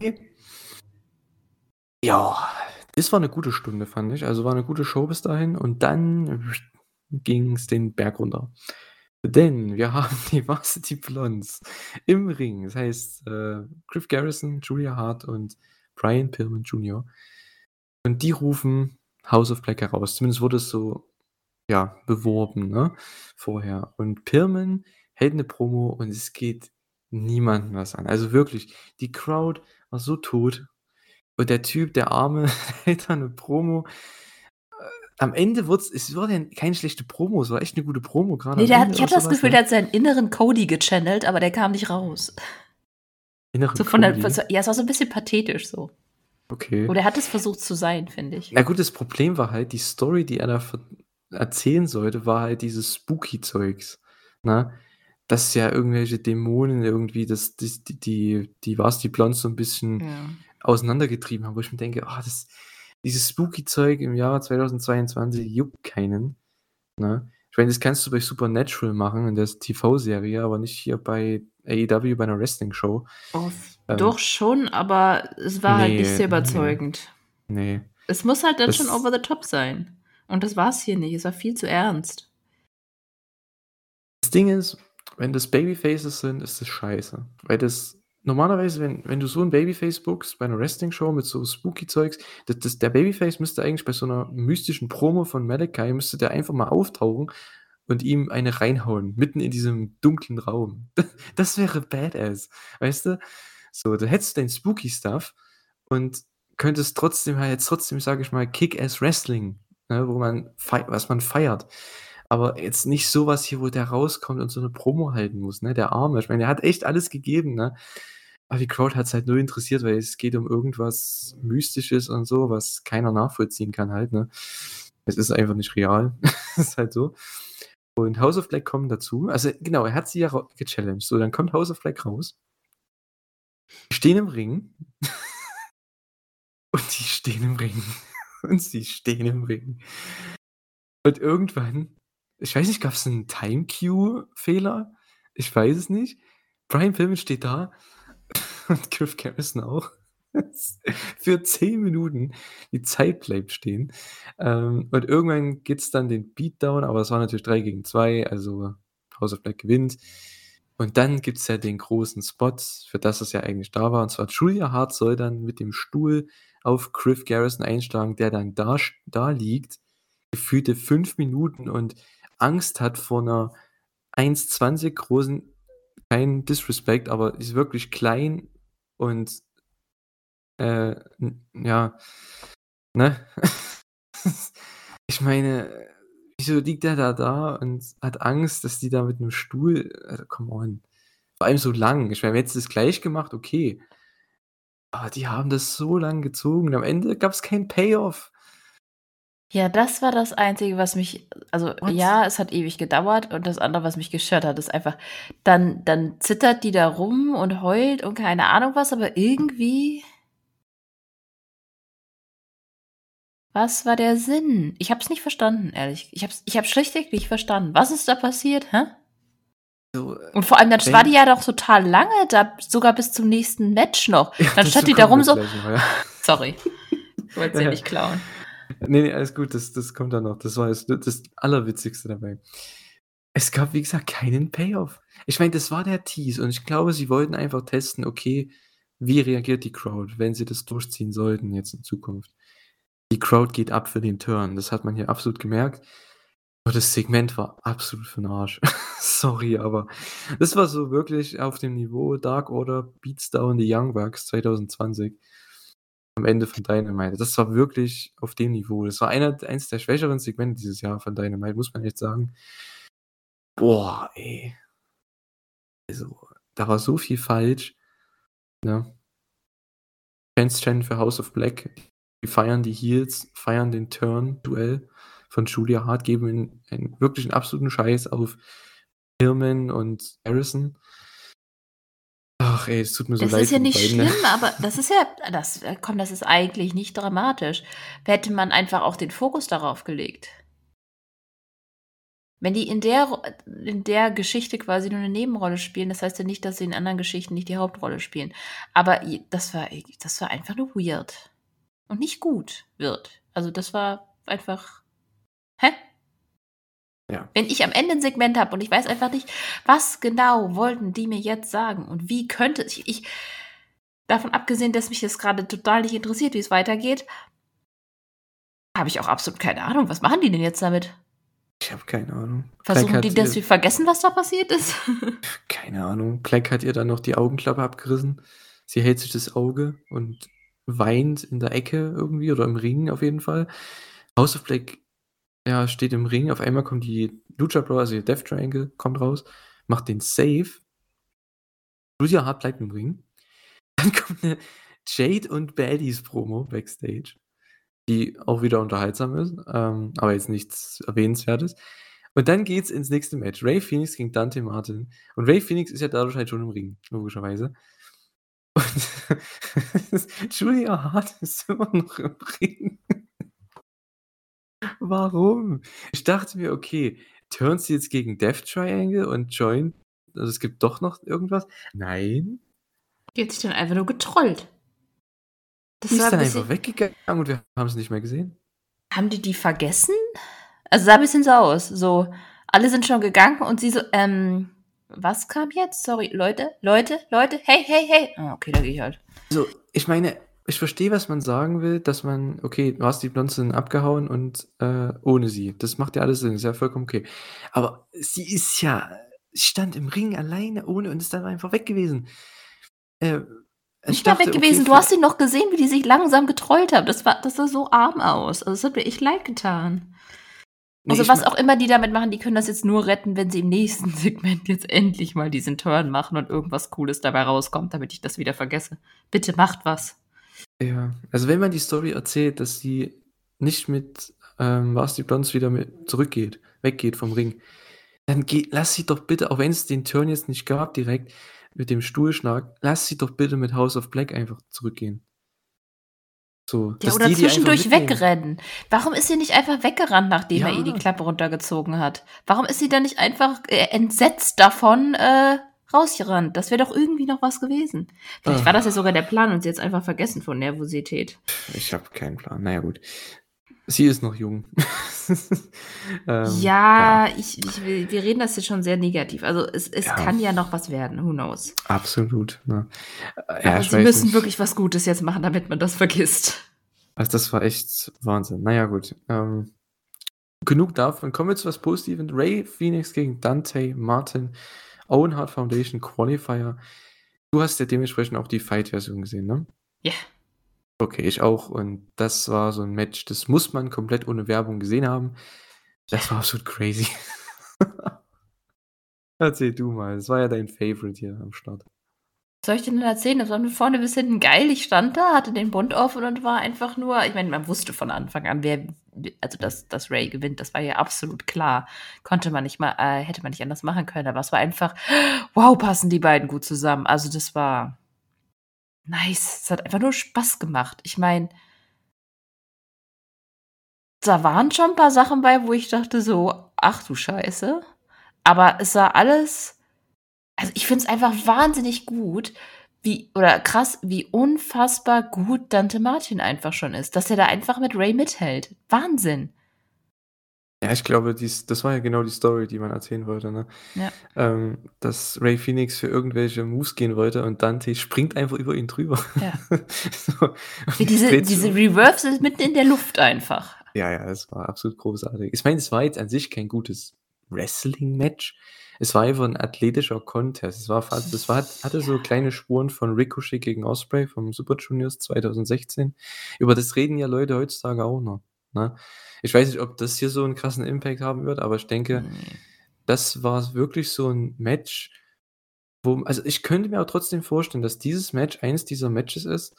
Ja, das war 'ne gute Stunde, fand ich. Also, war 'ne gute Show bis dahin und dann ging's den Berg runter. Denn wir haben die Varsity Blondes im Ring. Das heißt, äh, Griff Garrison, Julia Hart und Brian Pillman Junior Und die rufen House of Black heraus. Zumindest wurde es so, ja, beworben, ne, vorher. Und Pillman hält 'ne Promo und es geht niemanden was an. Also, wirklich, die Crowd war so tot und der Typ, der Arme, hält da 'ne Promo. Äh, am Ende wurd's es wurde ja keine schlechte Promo, es war echt 'ne gute Promo, grade Ne, am der hat Ende ich oder hatte so das was, Gefühl, ne? der hat seinen inneren Cody gechannelt, aber der kam nicht raus. Inneren So von der von Cody? so ja, es war so 'n bisschen pathetisch so. Okay. Oder er hat es versucht zu sein, finde ich. Na gut, das Problem war halt, die Story, die er da ver erzählen sollte, war halt dieses Spooky-Zeugs, ne? Dass ja irgendwelche Dämonen irgendwie das das die die die Varsity Blondes so 'n bisschen Ja. auseinandergetrieben haben, wo ich mir denke: „Ah, das dieses Spooky-Zeug im Jahre zweitausendzweiundzwanzig juckt keinen", ne? Ich meine, das kannst du bei Supernatural machen in der s T V-Serie, aber nicht hier bei A E W bei 'ner Wrestling-Show. Auf doch Ähm schon, aber es war halt nicht Ne, sehr ne, überzeugend. ne. Es muss halt dann schon Das over the top sein. Und das war's hier nicht. Es war viel zu ernst. Das Ding ist, wenn das Babyfaces sind, ist das scheiße. Weil das normalerweise, wenn wenn du so 'n Babyface bookst bei 'ner Wrestling-Show mit so Spooky-Zeugs, das das der Babyface müsste eigentlich bei so 'ner mystischen Promo von Malakai müsste der einfach mal auftauchen und ihm eine reinhauen, mitten in diesem dunklen Raum. Das wäre badass, weißt du? So, da hättest du dein Spooky-Stuff und könntest trotzdem halt jetzt trotzdem, sage ich mal, Kick-Ass-Wrestling, ne, wo man fei was man feiert. Aber jetzt nicht so was hier, wo der rauskommt und so 'ne Promo halten muss, ne, der Arme. Ich meine, der hat echt alles gegeben, ne? Aber die Crowd hat's halt null interessiert, weil es geht um irgendwas Mystisches und so, was keiner nachvollziehen kann halt, ne? Es ist einfach nicht real. Ist halt so. Und House of Black kommen dazu. Also genau, er hat sie ja ra gechallenged. So, dann kommt House of Black raus. Die stehen im Ring. Und die stehen im Ring. Und sie stehen im Ring. Und irgendwann, ich weiß nicht, gab's 'n Time-Cue-Fehler? Ich weiß es nicht. Brian Pillman steht da und Griff Garrison auch. Für zehn Minuten. Die Zeit bleibt stehen. Ähm, und irgendwann gibt's dann den Beatdown, aber es war natürlich drei gegen zwei, also House of Black gewinnt. Und dann gibt's ja den großen Spot, für das es ja eigentlich da war. Und zwar Julia Hart soll dann mit dem Stuhl auf Griff Garrison einschlagen, der dann da sch da liegt, gefühlte fünf Minuten und Angst hat vor 'ner eins zwanzig großen, kein Disrespect, aber ist wirklich klein und äh, n ja, ne? Ich meine, wieso liegt der da da und hat Angst, dass die da mit 'nem Stuhl also come on. Vor allem so lang. Ich meine, hätten sie es gleich gemacht, okay. Aber die haben das so lang gezogen. Am Ende gab's keinen Payoff. Ja, das war das Einzige, was mich also What? ja, es hat ewig gedauert und das andere, was mich gestört hat, ist einfach, dann dann zittert die da rum und heult und keine Ahnung was, aber irgendwie was war der Sinn? Ich habe es nicht verstanden, ehrlich. Ich habe es ich habe schlichtweg nicht verstanden. Was ist da passiert, hä? So, äh, Und vor allem, dann war die wenn ja doch total lange da, sogar bis zum nächsten Match noch. Ja, Dann stand dazu die da kommen rum wir so gleich noch, ja. sorry. Ich wollte es Ja, dir ja. nicht klauen. Ne, ne, alles gut, das das kommt dann noch. Das war jetzt das Allerwitzigste dabei. Es gab, wie gesagt, keinen Payoff. Ich meine, das war der Tease und ich glaube, sie wollten einfach testen, okay, wie reagiert die Crowd, wenn sie das durchziehen sollten jetzt in Zukunft. Die Crowd geht ab für den Turn. Das hat man hier absolut gemerkt. Aber das Segment war absolut für 'n Arsch. Sorry, aber das war so wirklich auf dem Niveau Dark Order beats down the Young Bucks zwanzig zwanzig am Ende von Dynamite. Das war wirklich auf dem Niveau. Das war einer eins der schwächeren Segmente dieses Jahr von Dynamite, muss man echt sagen. Boah, ey. Also, da war so viel falsch, ne? Fans chanten für House of Black. Die feiern die Heels, feiern den Turn-Duell von Julia Hart, geben einen einen wirklichen absoluten Scheiß auf Pillman und Harrison. Ach ey, es tut mir so Das ist leid ja für die nicht beiden, ne? schlimm, aber das ist ja das äh, komm, das ist eigentlich nicht dramatisch. Hätte man einfach auch den Fokus darauf gelegt. Wenn die in der Ro in der Geschichte quasi nur 'ne Nebenrolle spielen, das heißt ja nicht, dass sie in anderen Geschichten nicht die Hauptrolle spielen. Aber i das war e das war einfach nur weird. Und nicht gut wird. Also, das war einfach hä? Ja. Wenn ich am Ende 'n Segment habe und ich weiß einfach nicht, was genau wollten die mir jetzt sagen und wie könnte ich ich davon abgesehen, dass mich das grade total nicht interessiert, wie's weitergeht habe ich auch absolut keine Ahnung. Was machen die denn jetzt damit? Ich habe keine Ahnung. Black Versuchen die, hat dass ihr wir vergessen, was da passiert ist? keine Ahnung. Black hat ihr dann noch die Augenklappe abgerissen. Sie hält sich das Auge und weint in der Ecke irgendwie oder im Ring auf jeden Fall. House of Black, ja, steht im Ring. Auf einmal kommen die Lucha Bros, also ihr Death Triangle kommt raus, macht den Save. Julia Hart bleibt im Ring. Dann kommt 'ne Jade und Baddies Promo backstage, die auch wieder unterhaltsam ist, ähm, aber jetzt nichts Erwähnenswertes. Und dann geht's ins nächste Match. Rey Fénix gegen Dante Martin. Und Rey Fénix ist ja dadurch halt schon im Ring, logischerweise. Und Julia Hart ist immer noch im Ring. Warum? Ich dachte mir: „Okay, turnt sie jetzt gegen Death Triangle und joint also, es gibt doch noch irgendwas?“ Nein. Die hat sich dann einfach nur getrollt. Die Das war ist 'n dann einfach bisschen weggegangen und wir haben's nicht mehr gesehen. Haben die die vergessen? Also, sah 'n bisschen so aus. So, alle sind schon gegangen und sie so: „Ähm, was kam jetzt? Sorry, Leute, Leute, Leute, hey, hey, hey!“ Ah, okay, dann gehe ich halt. Also, ich meine, ich verstehe, was man sagen will, dass man okay, du hast die Blonde dann abgehauen und, äh, ohne sie. Das macht ja alles Sinn, ist ja vollkommen okay. Aber sie ist ja stand im Ring alleine ohne und ist dann einfach weg gewesen. Äh, ich Nicht mal weg dachte, okay, gewesen. Du für hast sie noch gesehen, wie die sich langsam getrollt haben. Das war das sah so arm aus. Also, es hat mir echt leid getan. Ne, Also, ich was mei auch immer die damit machen, die können das jetzt nur retten, wenn sie im nächsten Segment jetzt endlich mal diesen Turn machen und irgendwas Cooles dabei rauskommt, damit ich das wieder vergesse. Bitte macht was. Ja, also wenn man die Story erzählt, dass sie nicht mit, ähm, Varsity Blondes wieder mit zurückgeht, weggeht vom Ring, dann geh lass sie doch bitte, auch wenn's den Turn jetzt nicht gab direkt mit dem Stuhlschlag, lass sie doch bitte mit House of Black einfach zurückgehen. So, Ja, dass oder die die einfach zwischendurch mitnehmen. wegrennen. Warum ist sie nicht einfach weggerannt, nachdem er ihr die Ja, Klappe runtergezogen hat? Warum ist sie dann nicht einfach, äh, entsetzt davon, äh, rausgerannt? Das wäre doch irgendwie noch was gewesen. Vielleicht war das ja sogar der Plan und sie hat's einfach vergessen vor Nervosität. ich habe keinen Plan. Na ja, gut. Sie ist noch jung. Ähm, ja, Ja, ich ich will wir reden das jetzt schon sehr negativ. Also, es es ja, kann ja noch was werden, who knows? absolut, ne? Äh, ja, Aber ich sie weiß müssen nicht. wirklich was Gutes jetzt machen, damit man das vergisst. Also, das war echt Wahnsinn. Na ja, gut, ähm, genug davon. Kommen wir zu was Positivem. Ray Phoenix gegen Dante Martin, Owen Hart Foundation Qualifier. Du hast ja dementsprechend auch die Fight-Version gesehen, ne? Ja. Okay, ich auch und das war so 'n Match, das muss man komplett ohne Werbung gesehen haben. Ja. Das war absolut crazy. Erzähl du mal, das war ja dein Favorite hier am Start. Was soll ich dir denn erzählen? Das war von vorne bis hinten geil. Ich stand da, hatte den Bund offen und war einfach nur ich meine, man wusste von Anfang an, wer also, dass dass Ray gewinnt, das war ja absolut klar. Konnte man nicht mal äh, hätte man nicht anders machen können, aber es war einfach: „Wow, passen die beiden gut zusammen." Also, das war nice. Es hat einfach nur Spaß gemacht. Ich meine da waren schon 'n paar Sachen bei, wo ich dachte so: „Ach du Scheiße." Aber es sah alles also, ich finde es einfach wahnsinnig gut, wie oder krass, wie unfassbar gut Dante Martin einfach schon ist, dass er da einfach mit Ray mithält. Wahnsinn. Ja, ich glaube, dies das war ja genau die Story, die man erzählen wollte, ne? Ja. Ähm, dass Ray Phoenix für irgendwelche Moves gehen wollte und Dante springt einfach über ihn drüber. Ja. So, und Wie es diese dreht sich diese um. Reversals mitten in der Luft einfach. Ja, ja, es war absolut großartig. Ich meine, es war jetzt an sich kein gutes Wrestling-Match. Es war einfach 'n athletischer Contest. Es war fast es war hatte so Ja. kleine Spuren von Ricochet gegen Ospreay vom Super Juniors zweitausendsechzehn. Über das reden ja Leute heutzutage auch noch, ne? Ich weiß nicht, ob das hier so 'n krassen Impact haben wird, aber ich denke, Ne. das war wirklich so 'n Match, wo also, ich könnte mir auch trotzdem vorstellen, dass dieses Match eins dieser Matches ist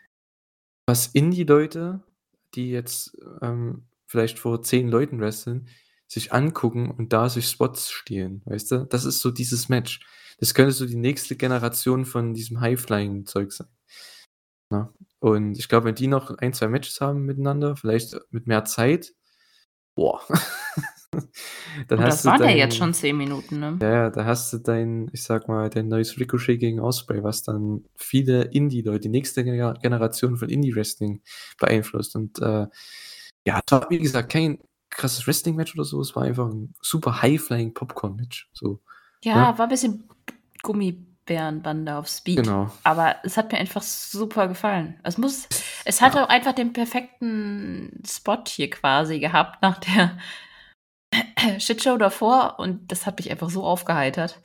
was Indie-Leute, die jetzt, ähm, vielleicht vor zehn Leuten wresteln, sich angucken und da sich Spots stehlen, weißt du? Das ist so dieses Match. Das könnte so die nächste Generation von diesem High-Flying-Zeug sein, ne? Und ich glaube, wenn die noch ein, zwei Matches haben miteinander, vielleicht mit mehr Zeit, boah, dann Und hast das du waren ja jetzt dein schon zehn Minuten, ne? ja, ja, da hast du dein, ich sage mal, dein neues Ricochet gegen Ospreay, was dann viele Indie-Leute, die nächste Genera Generation von Indie-Wrestling beeinflusst. Und, äh, ja, es war, wie gesagt, kein krasses Wrestling-Match oder so, es war einfach 'n super High-Flying Popcorn-Match, so, Ja, ne? war bisschen Gummibärenbande auf Speed, Genau. aber es hat mir einfach super gefallen. Es muss Es es ja, hatte auch einfach den perfekten Spot hier quasi gehabt nach der Shitshow davor und das hat mich einfach so aufgeheitert.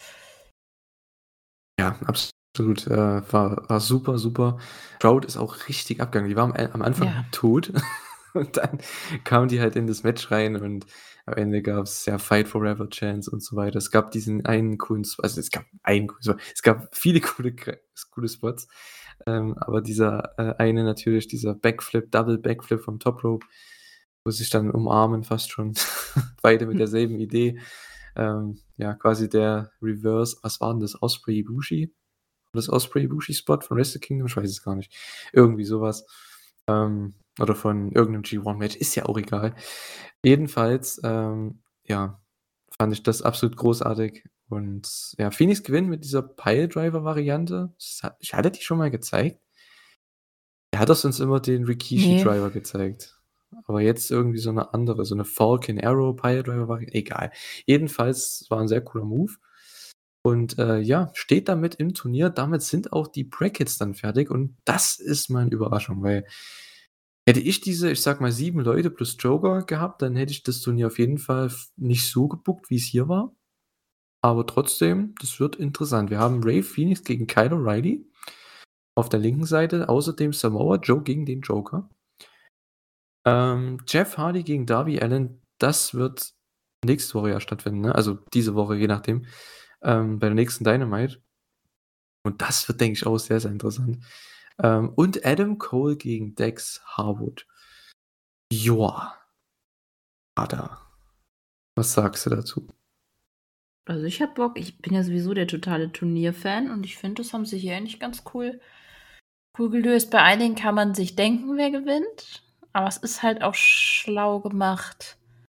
ja, absolut, äh, war war super, super. Crowd ist auch richtig abgegangen. Die war am am Ja. Anfang tot und dann kamen die halt in das Match rein und am Ende gab's ja Fight Forever Chants und so weiter. Es gab diesen einen coolen Sp also, es gab einen coolen Spot. Es gab viele coole K coole Spots, ähm, aber dieser, äh, eine natürlich, dieser Backflip, Double Backflip vom Top Rope, wo sie sich dann umarmen fast schon, beide mit Hm. derselben Idee. Ähm, ja, quasi der Reverse was war 'n das? Osprey Ibushi? Das Osprey Ibushi Spot von Wrestle Kingdom? Ich weiß es gar nicht. Irgendwie so was. Ähm, oder von irgend 'nem G eins Match, ist ja auch egal. Jedenfalls, ähm, ja, fand ich das absolut großartig und ja, Phoenix gewinnt mit dieser Piledriver-Variante. Das hat ich hatte die schon mal gezeigt? Er hat doch sonst immer den Rikishi Ne. Driver gezeigt. Aber jetzt irgendwie so 'ne andere, so 'ne Falcon Arrow Piledriver Vari egal. Jedenfalls war 'n sehr cooler Move und, äh, ja, steht damit im Turnier. Damit sind auch die Brackets dann fertig und das ist mal 'ne Überraschung, weil hätte ich diese, ich sage mal, sieben Leute plus Joker gehabt, dann hätte ich das Turnier auf jeden Fall f nicht so gebookt, wie's hier war. Aber trotzdem, das wird interessant. Wir haben Ray Phoenix gegen Kyle O'Reilly auf der linken Seite, außerdem Samoa Joe gegen den Joker. Ähm, Jeff Hardy gegen Darby Allin. das wird nächste Woche ja stattfinden, ne? Also diese Woche, je nachdem, ähm, bei der nächsten Dynamite. Und das wird, denke ich, auch sehr, sehr interessant. Ähm, und Adam Cole gegen Dex Harwood. Joa. Ada. Was sagst du dazu? Also, ich habe Bock. Ich bin ja sowieso der totale Turnierfan und ich finde, das haben sie hier eigentlich ganz cool cool gelöst. Bei einigen kann man sich denken, wer gewinnt, aber es ist halt auch schlau gemacht.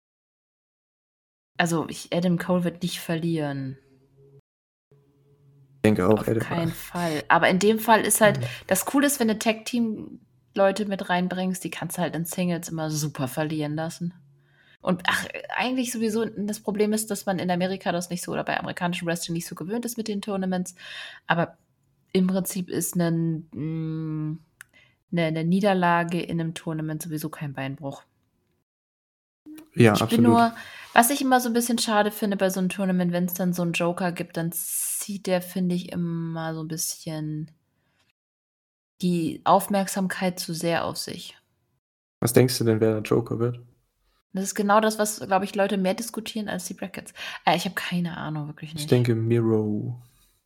Also, ich Adam Cole wird nicht verlieren. Ich denke auch, Auf Adam. keinen Fall. Aber in dem Fall ist halt Mhm. das Coole ist, wenn du Tag-Team-Leute mit reinbringst, die kannst du halt in Singles immer super verlieren lassen. Und ach, eigentlich sowieso das Problem ist, dass man in Amerika das nicht so oder bei amerikanischem Wrestling nicht so gewöhnt ist mit den Tournaments. Aber im Prinzip ist 'nen hm, 'ne 'ne Niederlage in 'nem Tournament sowieso kein Beinbruch. Ja, Ich bin absolut. nur was ich immer so 'n bisschen schade finde bei so 'nem Tournament, wenn's dann so 'n Joker gibt, dann zieht der, finde ich, immer so 'n bisschen die Aufmerksamkeit zu sehr auf sich. Was denkst du denn, wer der Joker wird? Das ist genau das, was, glaube ich, Leute mehr diskutieren als die Brackets. Äh, ich habe keine Ahnung, wirklich Ich nicht. denke Miro.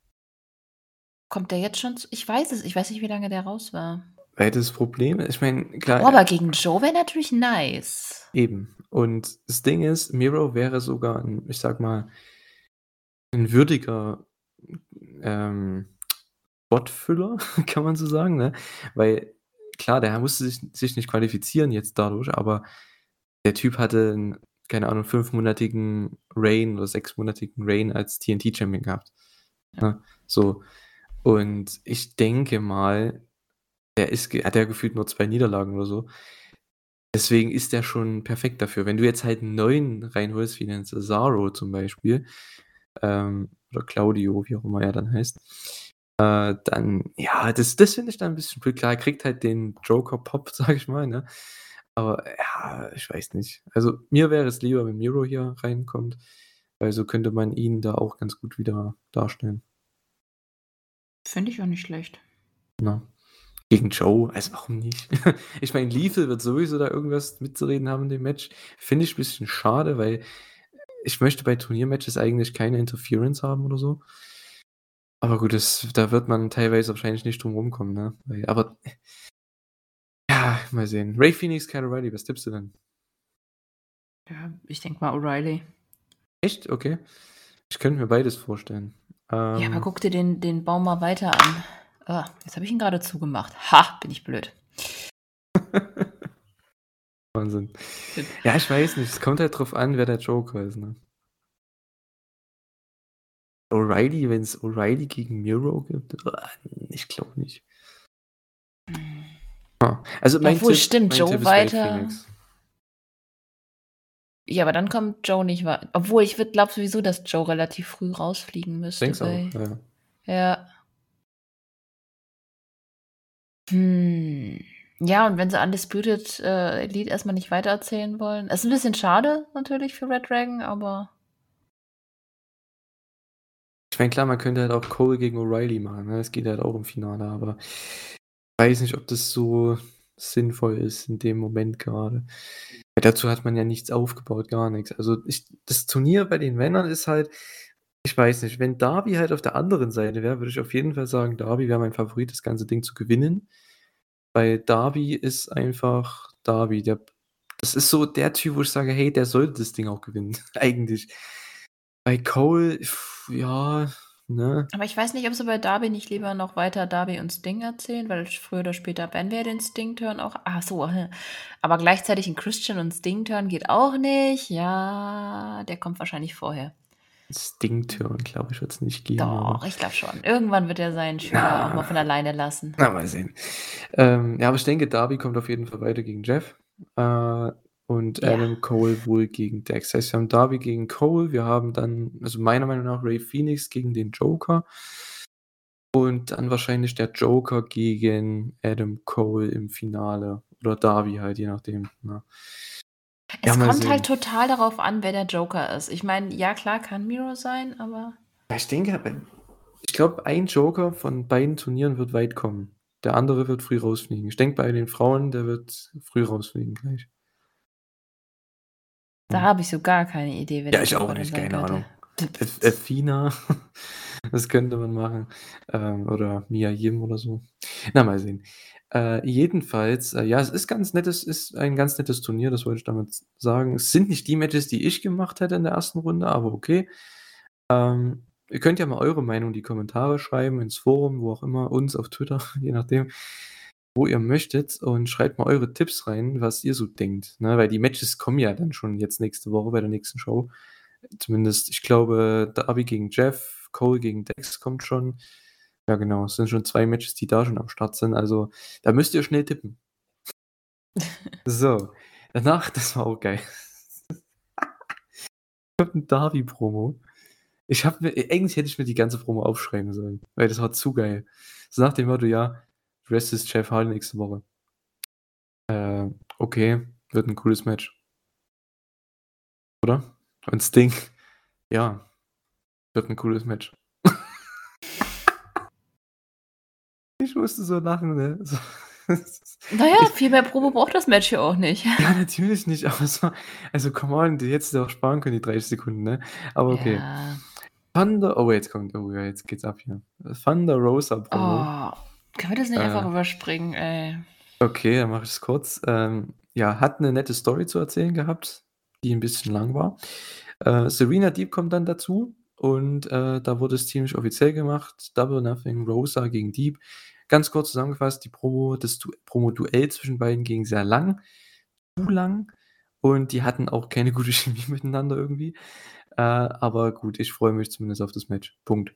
Kommt der jetzt schon z ich weiß es ich weiß nicht, wie lange der raus war. Weil das Problem ich meine, klar, Oh, äh aber gegen Joe wäre natürlich nice. Eben. Und das Ding ist, Miro wäre sogar 'n, ich sage mal 'n würdiger, ähm, Spotfüller, kann man so sagen, ne? Weil klar, der musste sich sich nicht qualifizieren jetzt dadurch, aber der Typ hatte 'n, keine Ahnung, fünfmonatigen Reign oder sechsmonatigen Reign als T N T-Champion gehabt, Ja. ne? So. Und ich denke mal, der ist ge hat ja gefühlt nur zwei Niederlagen oder so. Deswegen ist der schon perfekt dafür. Wenn du jetzt halt 'n Neuen reinholst, wie 'nen Cesaro zum Beispiel, ähm, oder Claudio, wie auch immer er dann heißt, äh, dann ja, das das finde ich dann 'n bisschen blöd. Klar, er kriegt halt den Joker-Pop, sage ich mal, ne? Aber ja, ich weiß nicht. Also, mir wäre es lieber, wenn Miro hier reinkommt, weil so könnte man ihn da auch ganz gut wieder darstellen. Finde ich auch nicht schlecht. Ne? Gegen Joe, also warum nicht? Ich meine, Lethal wird sowieso da irgendwas mitzureden haben in dem Match. Finde ich bisschen schade, weil ich möchte bei Turniermatches eigentlich keine Interference haben oder so. Aber gut, das da wird man teilweise wahrscheinlich nicht drum rumkommen, ne? Weil aber ja, mal sehen. Rey Fenix, Kyle O'Reilly, was tippst du denn? Ja, ich denke mal O'Reilly. Echt? Okay. Ich könnte mir beides vorstellen. Ja, aber Ähm guck dir den den Baum mal weiter an. Ah, jetzt habe ich ihn grade zugemacht. Ha, bin ich blöd. Wahnsinn. Ja, ich weiß nicht. Es kommt halt drauf an, wer der Joker ist, ne? O'Reilly, wenn's O'Reilly gegen Miro gibt? Ich glaube nicht. Hm. Ah, also mein Obwohl, Tipp stimmt, mein Tipp Joe ist Rey weiter Fenix. Ja, aber dann kommt Joe nicht wei obwohl, ich würde glaube sowieso, dass Joe relativ früh rausfliegen müsste Denkst auch, bei ja. ja. Hm, ja, und wenn sie Undisputed, äh, Elite erst mal nicht weitererzählen wollen ist 'n bisschen schade natürlich für Red Dragon, aber Ich meine, klar, man könnte halt auch Cole gegen O'Reilly machen, ne? Es geht halt auch im Finale, aber weiß nicht, ob das so sinnvoll ist in dem Moment grade. Weil dazu hat man ja nichts aufgebaut, gar nix. Also, ich das Turnier bei den Männern ist halt ich weiß nicht, wenn Darby halt auf der anderen Seite wäre, würde ich auf jeden Fall sagen, Darby wäre mein Favorit, das ganze Ding zu gewinnen. Weil Darby ist einfach Darby. Der das ist so der Typ, wo ich sage: „Hey, der sollte das Ding auch gewinnen“, eigentlich. Bei Cole, ja, ne? Aber ich weiß nicht, ob sie bei Darby nicht lieber noch weiter Darby und Sting erzählen, weil früher oder später werden wir ja den Sting-Turn auch ach so, hä. Aber gleichzeitig 'n Christian und Sting-Turn geht auch nicht. Ja, der kommt wahrscheinlich vorher. Sting-Turn, glaube ich, wird's nicht geben, aber Doch, ich glaube schon. Irgendwann wird er seinen Schüler auch mal von Na. alleine lassen. Na, mal sehen. Ähm, ja, aber ich denke, Darby kommt auf jeden Fall weiter gegen Jeff, äh, und Ja. Adam Cole wohl gegen Dex. Das heißt, wir haben Darby gegen Cole, wir haben dann also meiner Meinung nach Rey Fenix gegen den Joker. Und dann wahrscheinlich der Joker gegen Adam Cole im Finale oder Darby halt, je nachdem, ne? Ja, Es mal kommt halt sehen. total darauf an, wer der Joker ist. Ich meine, ja klar, kann Miro sein, aber Ja, ich denke, wenn ich glaube, ein Joker von beiden Turnieren wird weit kommen. Der andere wird früh rausfliegen. Ich denke, bei den Frauen, der wird früh rausfliegen gleich. Da Mhm. habe ich so gar keine Idee, wer Ja, der ich auch Joker denn nicht, sein keine könnte. Ahnung. Ef Efina, das könnte man machen. Ähm, oder Mia Yim oder so. Na, mal sehen. Äh, jedenfalls, äh, ja, es ist ganz nettes ist ein ganz nettes Turnier, das wollte ich damit s sagen. Es sind nicht die Matches, die ich gemacht hätte in der ersten Runde, aber okay. Ähm, ihr könnt ja mal eure Meinung in die Kommentare schreiben, ins Forum, wo auch immer, uns auf Twitter, je nachdem, wo ihr möchtet und schreibt mal eure Tipps rein, was ihr so denkt, ne? Weil die Matches kommen ja dann schon jetzt nächste Woche bei der nächsten Show. Zumindest, ich glaube, Darby gegen Jeff, Cole gegen Dex kommt schon. Ja, genau, es sind schon zwei Matches, die da schon am Start sind. Also, da müsst ihr schnell tippen. So, danach das war auch geil. Kommt 'n Darby-Promo. Ich habe mir äh, eigentlich hätte ich mir die ganze Promo aufschreiben sollen, weil das war zu geil. So nach dem Motto: „Ja, versus Jeff Hardy nächste Woche.“ Äh, okay, wird 'n cooles Match. Oder? Und Sting, ja, wird 'n cooles Match. Ich musste so lachen, ne? So, Na ja, ich viel mehr Promo braucht das Match ja auch nicht. Ja, natürlich nicht, aber es war also come on, die hättest du auch sparen können, die dreißig Sekunden, ne? Aber okay. Ja. Thunder oh, jetzt kommt oh ja, jetzt geht's ab hier. Thunder Rosa Promo. Oh, können wir das nicht einfach Äh, überspringen, ey? okay, dann mache ich's kurz. Ähm, ja, hat 'ne nette Story zu erzählen gehabt, die 'n bisschen lang war. Äh, Serena Deeb kommt dann dazu und, äh, da wurde es ziemlich offiziell gemacht. Double Nothing, Rosa gegen Deeb. Ganz kurz zusammengefasst, die Promo das Du Promo-Duell zwischen beiden ging sehr lang, zu lang und die hatten auch keine gute Chemie miteinander irgendwie. Äh, aber gut, ich freue mich zumindest auf das Match. Punkt.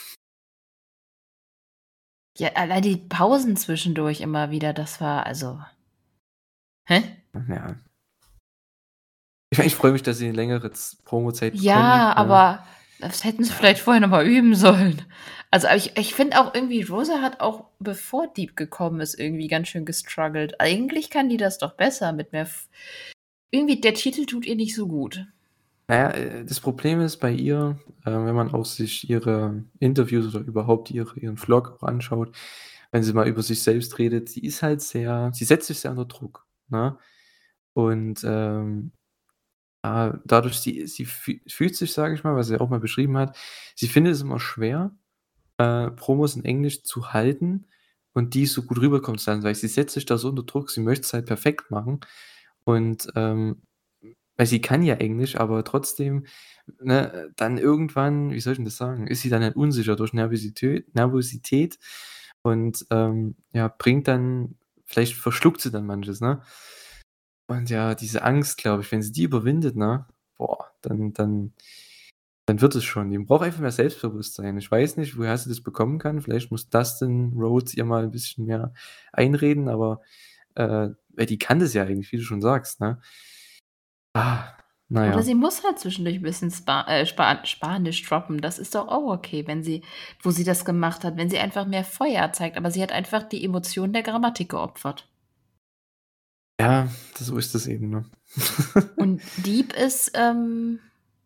Ja, allein die Pausen zwischendurch immer wieder, das war also hä? Ja. Ich meine, ich freue mich, dass sie 'ne längere Z Promozeit bekommen, Ja, ne? aber das hätten sie Ja. vielleicht vorher noch mal üben sollen. Also, ich ich finde auch irgendwie, Rosa hat auch, bevor Deeb gekommen ist, irgendwie ganz schön gestruggelt. Eigentlich kann die das doch besser mit mehr F irgendwie der Titel tut ihr nicht so gut. Na ja, äh, das Problem ist bei ihr, äh, wenn man auch sich ihre Interviews oder überhaupt ihre ihren Vlog auch anschaut, wenn sie mal über sich selbst redet, sie ist halt sehr sie setzt sich sehr unter Druck, ne? Und, ähm, ah, dadurch sie sie füh fühlt sich, sage ich mal, was sie auch mal beschrieben hat sie findet es immer schwer, äh, Promos in Englisch zu halten und die so gut rüberkommen zu lassen, weil sie setzt sich da so unter Druck, sie möchte's halt perfekt machen und, ähm weil sie kann ja Englisch, aber trotzdem, ne, dann irgendwann, wie soll ich denn das sagen, ist sie dann halt unsicher durch Nervositö Nervosität und, ähm, ja, bringt dann vielleicht verschluckt sie dann manches, ne? Und ja, diese Angst, glaube ich, wenn sie die überwindet, ne, boah, dann dann dann wird es schon. Die braucht einfach mehr Selbstbewusstsein. Ich weiß nicht, woher sie das bekommen kann. Vielleicht muss Dustin Rhodes ihr mal 'n bisschen mehr einreden, aber, äh weil die kann das ja eigentlich, wie du schon sagst, ne? Ah, na Oder ja. sie muss halt zwischendurch 'n bisschen Spa äh, Spa Spanisch droppen. Das ist doch auch okay, wenn sie wo sie das gemacht hat, wenn sie einfach mehr Feuer zeigt, aber sie hat einfach die Emotionen der Grammatik geopfert. Ja, so ist das eben, ne? Und Deeb ist, ähm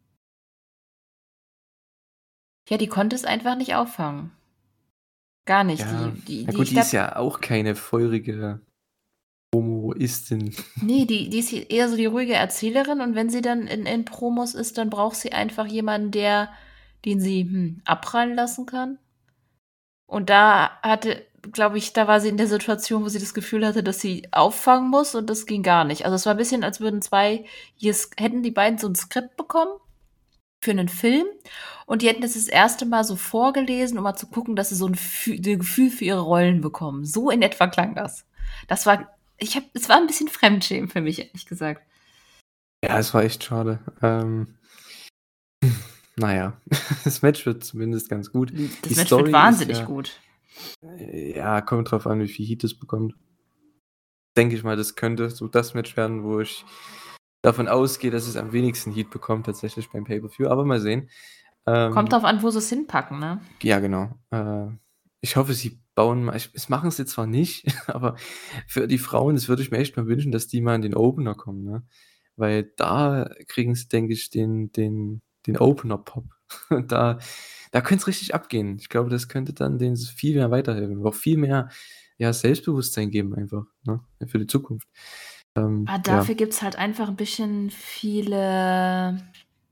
ja, die konnte es einfach nicht auffangen. Gar nicht. Ja, Die die na die gut, ich die ist glaube ja auch keine feurige Homoistin. Ne, die die ist e eher so die ruhige Erzählerin und wenn sie dann in in Promos ist, dann braucht sie einfach jemanden, der den sie, hm, abprallen lassen kann. Und da hatte glaube ich, da war sie in der Situation, wo sie das Gefühl hatte, dass sie auffangen muss und das ging gar nicht. Also, es war 'n bisschen, als würden zwei jes hätten die beiden so 'n Skript bekommen für 'nen Film und die hätten das das erste Mal so vorgelesen, um mal zu gucken, dass sie so 'n Fü de Gefühl für ihre Rollen bekommen. So in etwa klang das. Das war ich habe es war 'n bisschen Fremdschämen für mich, ehrlich gesagt. Ja, es war echt schade. Ähm na ja, das Match wird zumindest ganz gut. Hm, Die das Match wird Story ist wahnsinnig ja gut. äh, ja, kommt drauf an, wie viel Heat es bekommt. Denke ich mal, das könnte so das Match werden, wo ich davon ausgehe, dass es am wenigsten Heat bekommt tatsächlich beim Pay-per-View, aber mal sehen. Kommt Ähm drauf an, wo sie's hinpacken, ne? Ja, genau. Äh, ich hoffe, sie bauen mal ich es machen sie zwar nicht, aber für die Frauen, das würde ich mir echt mal wünschen, dass die mal in den Opener kommen, ne? Weil da kriegen sie, denke ich, den den den Opener-Pop. Und da da könnte es richtig abgehen. Ich glaube, das könnte dann denen s viel mehr weiterhelfen, auch viel mehr, ja, Selbstbewusstsein geben einfach, ne, für die Zukunft. Ähm, Ah, ja. dafür gibt's halt einfach 'n bisschen viele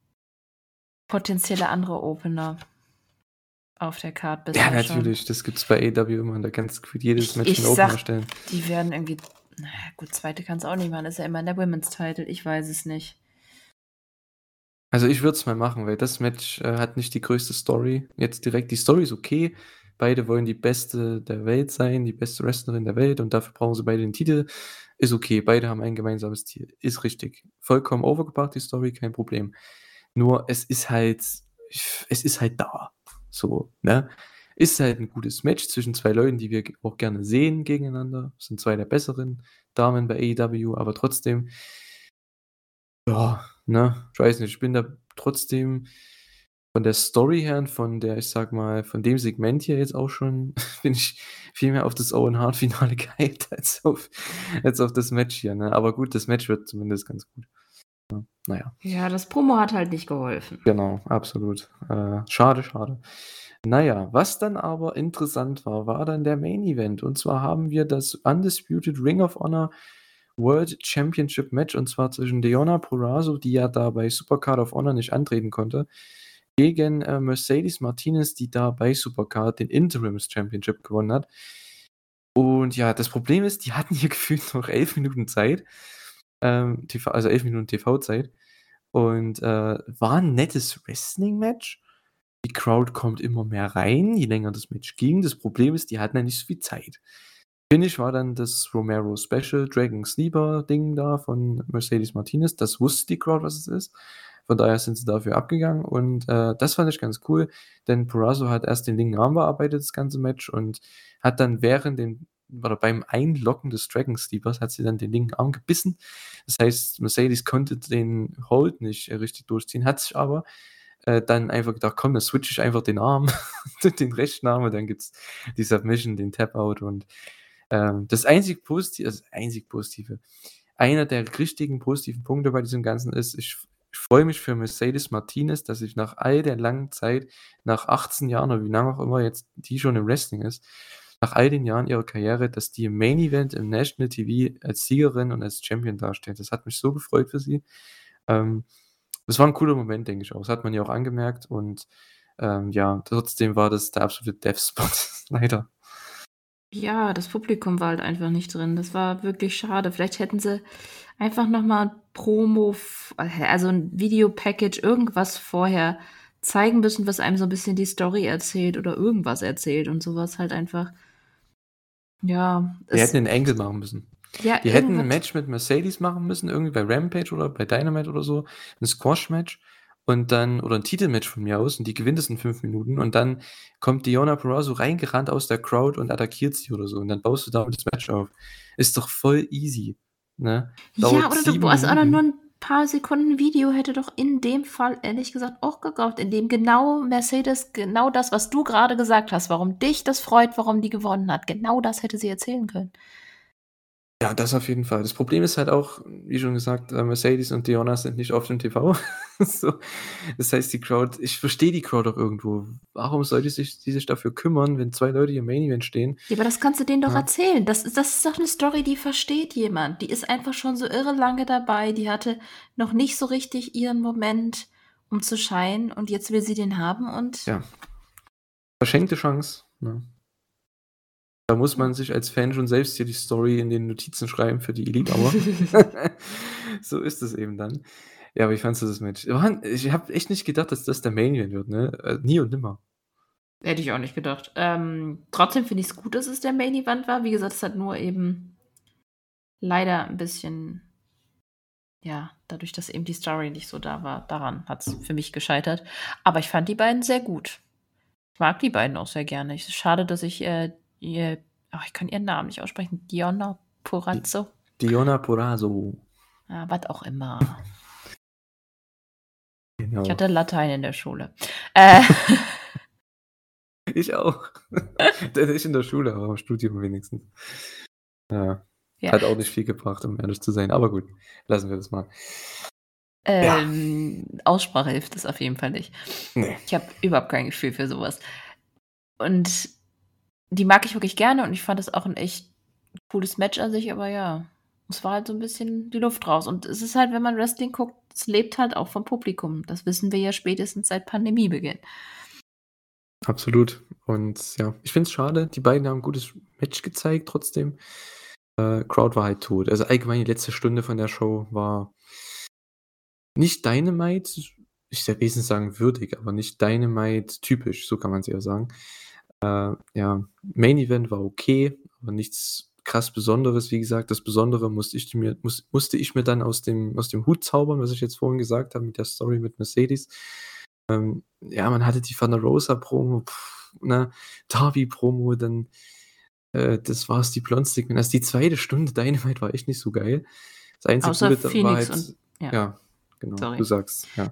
potenzielle andere Opener auf der Card Ja, bisher schon. natürlich, das gibt's bei A E W immer und da kannst gefühlt jedes Ich Match 'n ich Opener sage, stellen. die werden irgendwie na ja gut, zweite kann's auch nicht machen, ist ja immer der Women's Title, ich weiß es nicht. Also, ich würde es mal machen, weil das Match, äh, hat nicht die größte Story. Jetzt direkt die Story ist okay. Beide wollen die Beste der Welt sein, die beste Wrestlerin der Welt und dafür brauchen sie beide den Titel. Ist okay, beide haben ein gemeinsames Ziel. Ist richtig. Vollkommen overgebracht, die Story, kein Problem. Nur es ist halt es ist halt da, so, ne? Ist halt 'n gutes Match zwischen zwei Leuten, die wir g auch gerne sehen gegeneinander. Sind zwei der besseren Damen bei A E W, aber trotzdem ja, ne? Ich weiß nicht, ich bin da trotzdem von der Story her und von der ich sage mal, von dem Segment hier jetzt auch schon bin ich viel mehr auf das Owen Hart-Finale gehypt als auf als auf das Match hier, ne? Aber gut, das Match wird zumindest ganz gut. Ja, na ja. Ja, das Promo hat halt nicht geholfen. Genau, absolut. Äh, schade, schade. Na ja, was dann aber interessant war, war dann der Main Event. Und zwar haben wir das Undisputed Ring of Honor World Championship Match und zwar zwischen Deonna Purrazzo, die ja da bei Supercard of Honor nicht antreten konnte, gegen, äh, Mercedes Martinez, die da bei Supercard den Interims Championship gewonnen hat. Und ja, das Problem ist, die hatten hier gefühlt noch elf Minuten Zeit, ähm, TV also elf Minuten TV-Zeit und, äh, war 'n nettes Wrestling-Match. Die Crowd kommt immer mehr rein, je länger das Match ging. Das Problem ist, die hatten ja nicht so viel Zeit. Finish war dann das Romero Special Dragon Sleeper Ding da von Mercedes Martinez. Das wusste die Crowd, was es ist. Von daher sind sie dafür abgegangen und, äh, das fand ich ganz cool, denn Purrazzo hat erst den linken Arm bearbeitet, das ganze Match und hat dann während dem oder beim Einlocken des Dragon Sleepers hat sie dann den linken Arm gebissen. Das heißt, Mercedes konnte den Hold nicht, äh, richtig durchziehen, hat sich aber, äh, dann einfach gedacht: „Komm, dann switche ich einfach den Arm, den rechten Arm und dann gibt's die Submission, den Tap-Out“ und, ähm, das einzig Positive also einzig Positive einer der richtigen positiven Punkte bei diesem Ganzen ist, ich f ich freue mich für Mercedes Martinez, dass ich nach all der langen Zeit, nach achtzehn Jahren oder wie lange auch immer jetzt die schon im Wrestling ist, nach all den Jahren ihrer Karriere, dass die im Main Event im National T V als Siegerin und als Champion dasteht. Das hat mich so gefreut für sie. Ähm, das war 'n cooler Moment, denke ich auch. Das hat man ihr auch angemerkt und, ähm, ja, trotzdem war das der absolute Death Spot, leider. Ja, das Publikum war halt einfach nicht drin. Das war wirklich schade. Vielleicht hätten sie einfach noch mal Promo f also 'n Video-Package, irgendwas vorher zeigen müssen, was einem so 'n bisschen die Story erzählt oder irgendwas erzählt und so was halt einfach ja, Die hätten es 'n Angle machen müssen. ja, Die hätten 'n irgendwas Match mit Mercedes machen müssen, irgendwie bei Rampage oder bei Dynamite oder so, 'n Squash-Match und dann oder 'n Titelmatch von mir aus und die gewinnt es in fünf Minuten und dann kommt Deonna Purrazzo reingerannt aus der Crowd und attackiert sie oder so und dann baust du damit das Match auf. Ist doch voll easy, ne? Ja, Dauert oder du sieben brauchst auch noch nur Minuten. 'n paar Sekunden Video hätte doch in dem Fall ehrlich gesagt auch gebraucht, in dem genau Mercedes genau das, was du grade gesagt hast, warum dich das freut, warum die gewonnen hat. Genau das hätte sie erzählen können. Ja, das auf jeden Fall. Das Problem ist halt auch, wie schon gesagt, äh, Mercedes und Deonna sind nicht oft im TV. So, das heißt, die Crowd ich verstehe die Crowd auch irgendwo. Warum soll die sich die sich dafür kümmern, wenn zwei Leute hier im Main Event stehen? Ja, aber das kannst du denen doch Ja. erzählen. Das ist das ist doch 'ne Story, die versteht jemand. Die ist einfach schon so irre lange dabei. Die hatte noch nicht so richtig ihren Moment, um zu scheinen und jetzt will sie den haben und Ja. Verschenkte Chance, ne? Da muss Ja. man sich als Fan schon selbst hier die Story in den Notizen schreiben für die Elite Hour. So ist es eben dann. Ja, wie fandest du das Match? War ich habe echt nicht gedacht, dass das der Main Event wird, ne? Äh, nie und nimmer. Hätte ich auch nicht gedacht. Ähm, trotzdem finde ich's gut, dass es der Main Event war. Wie gesagt, es hat nur eben leider 'n bisschen ja, dadurch, dass eben die Story nicht so da war, daran hat's für mich gescheitert. Aber ich fand die beiden sehr gut. Ich mag die beiden auch sehr gerne. Ich schade, dass ich, äh, ihr ach, ich kann ihren Namen nicht aussprechen. Deonna D Purrazzo? Deonna Purrazzo. Ja, was auch immer. Ich Genau. hatte Latein in der Schule. Äh Ich auch. D nicht in der Schule, aber im Studium wenigstens. Ja. Ja. Hat auch nicht viel gebracht, um ehrlich zu sein, aber gut, lassen wir das mal. Ja. Ähm, Aussprache hilft es auf jeden Fall nicht. Ne. Ich habe überhaupt kein Gefühl für so was. Und die mag ich wirklich gerne und ich fand das auch 'n echt cooles Match an sich, aber ja. Es war halt so 'n bisschen die Luft raus. Und es ist halt, wenn man Wrestling guckt, es lebt halt auch vom Publikum. Das wissen wir ja spätestens seit Pandemiebeginn. Absolut. Und ja, ich finde es schade, die beiden haben 'n gutes Match gezeigt trotzdem. Äh, Crowd war halt tot. Also, allgemein die letzte Stunde von der Show war nicht Dynamite, ich werde wenigstens sagen würdig, aber nicht Dynamite typisch, so kann man's eher sagen. Äh, ja, Main Event war okay, aber nichts krass Besonderes. Wie gesagt, das Besondere musste ich mir muss musste ich mir dann aus dem aus dem Hut zaubern, was ich jetzt vorhin gesagt habe mit der Story mit Mercedes. Ähm, ja, man hatte die Thunder Rosa Promo, ne, Darby Promo, dann, äh, das war's, die Blonde Stickman. Also, die zweite Stunde Dynamite war echt nicht so geil. Das einzig Außer Gute da war Phoenix und halt ja, ja, genau, du sorry. sagst, ja.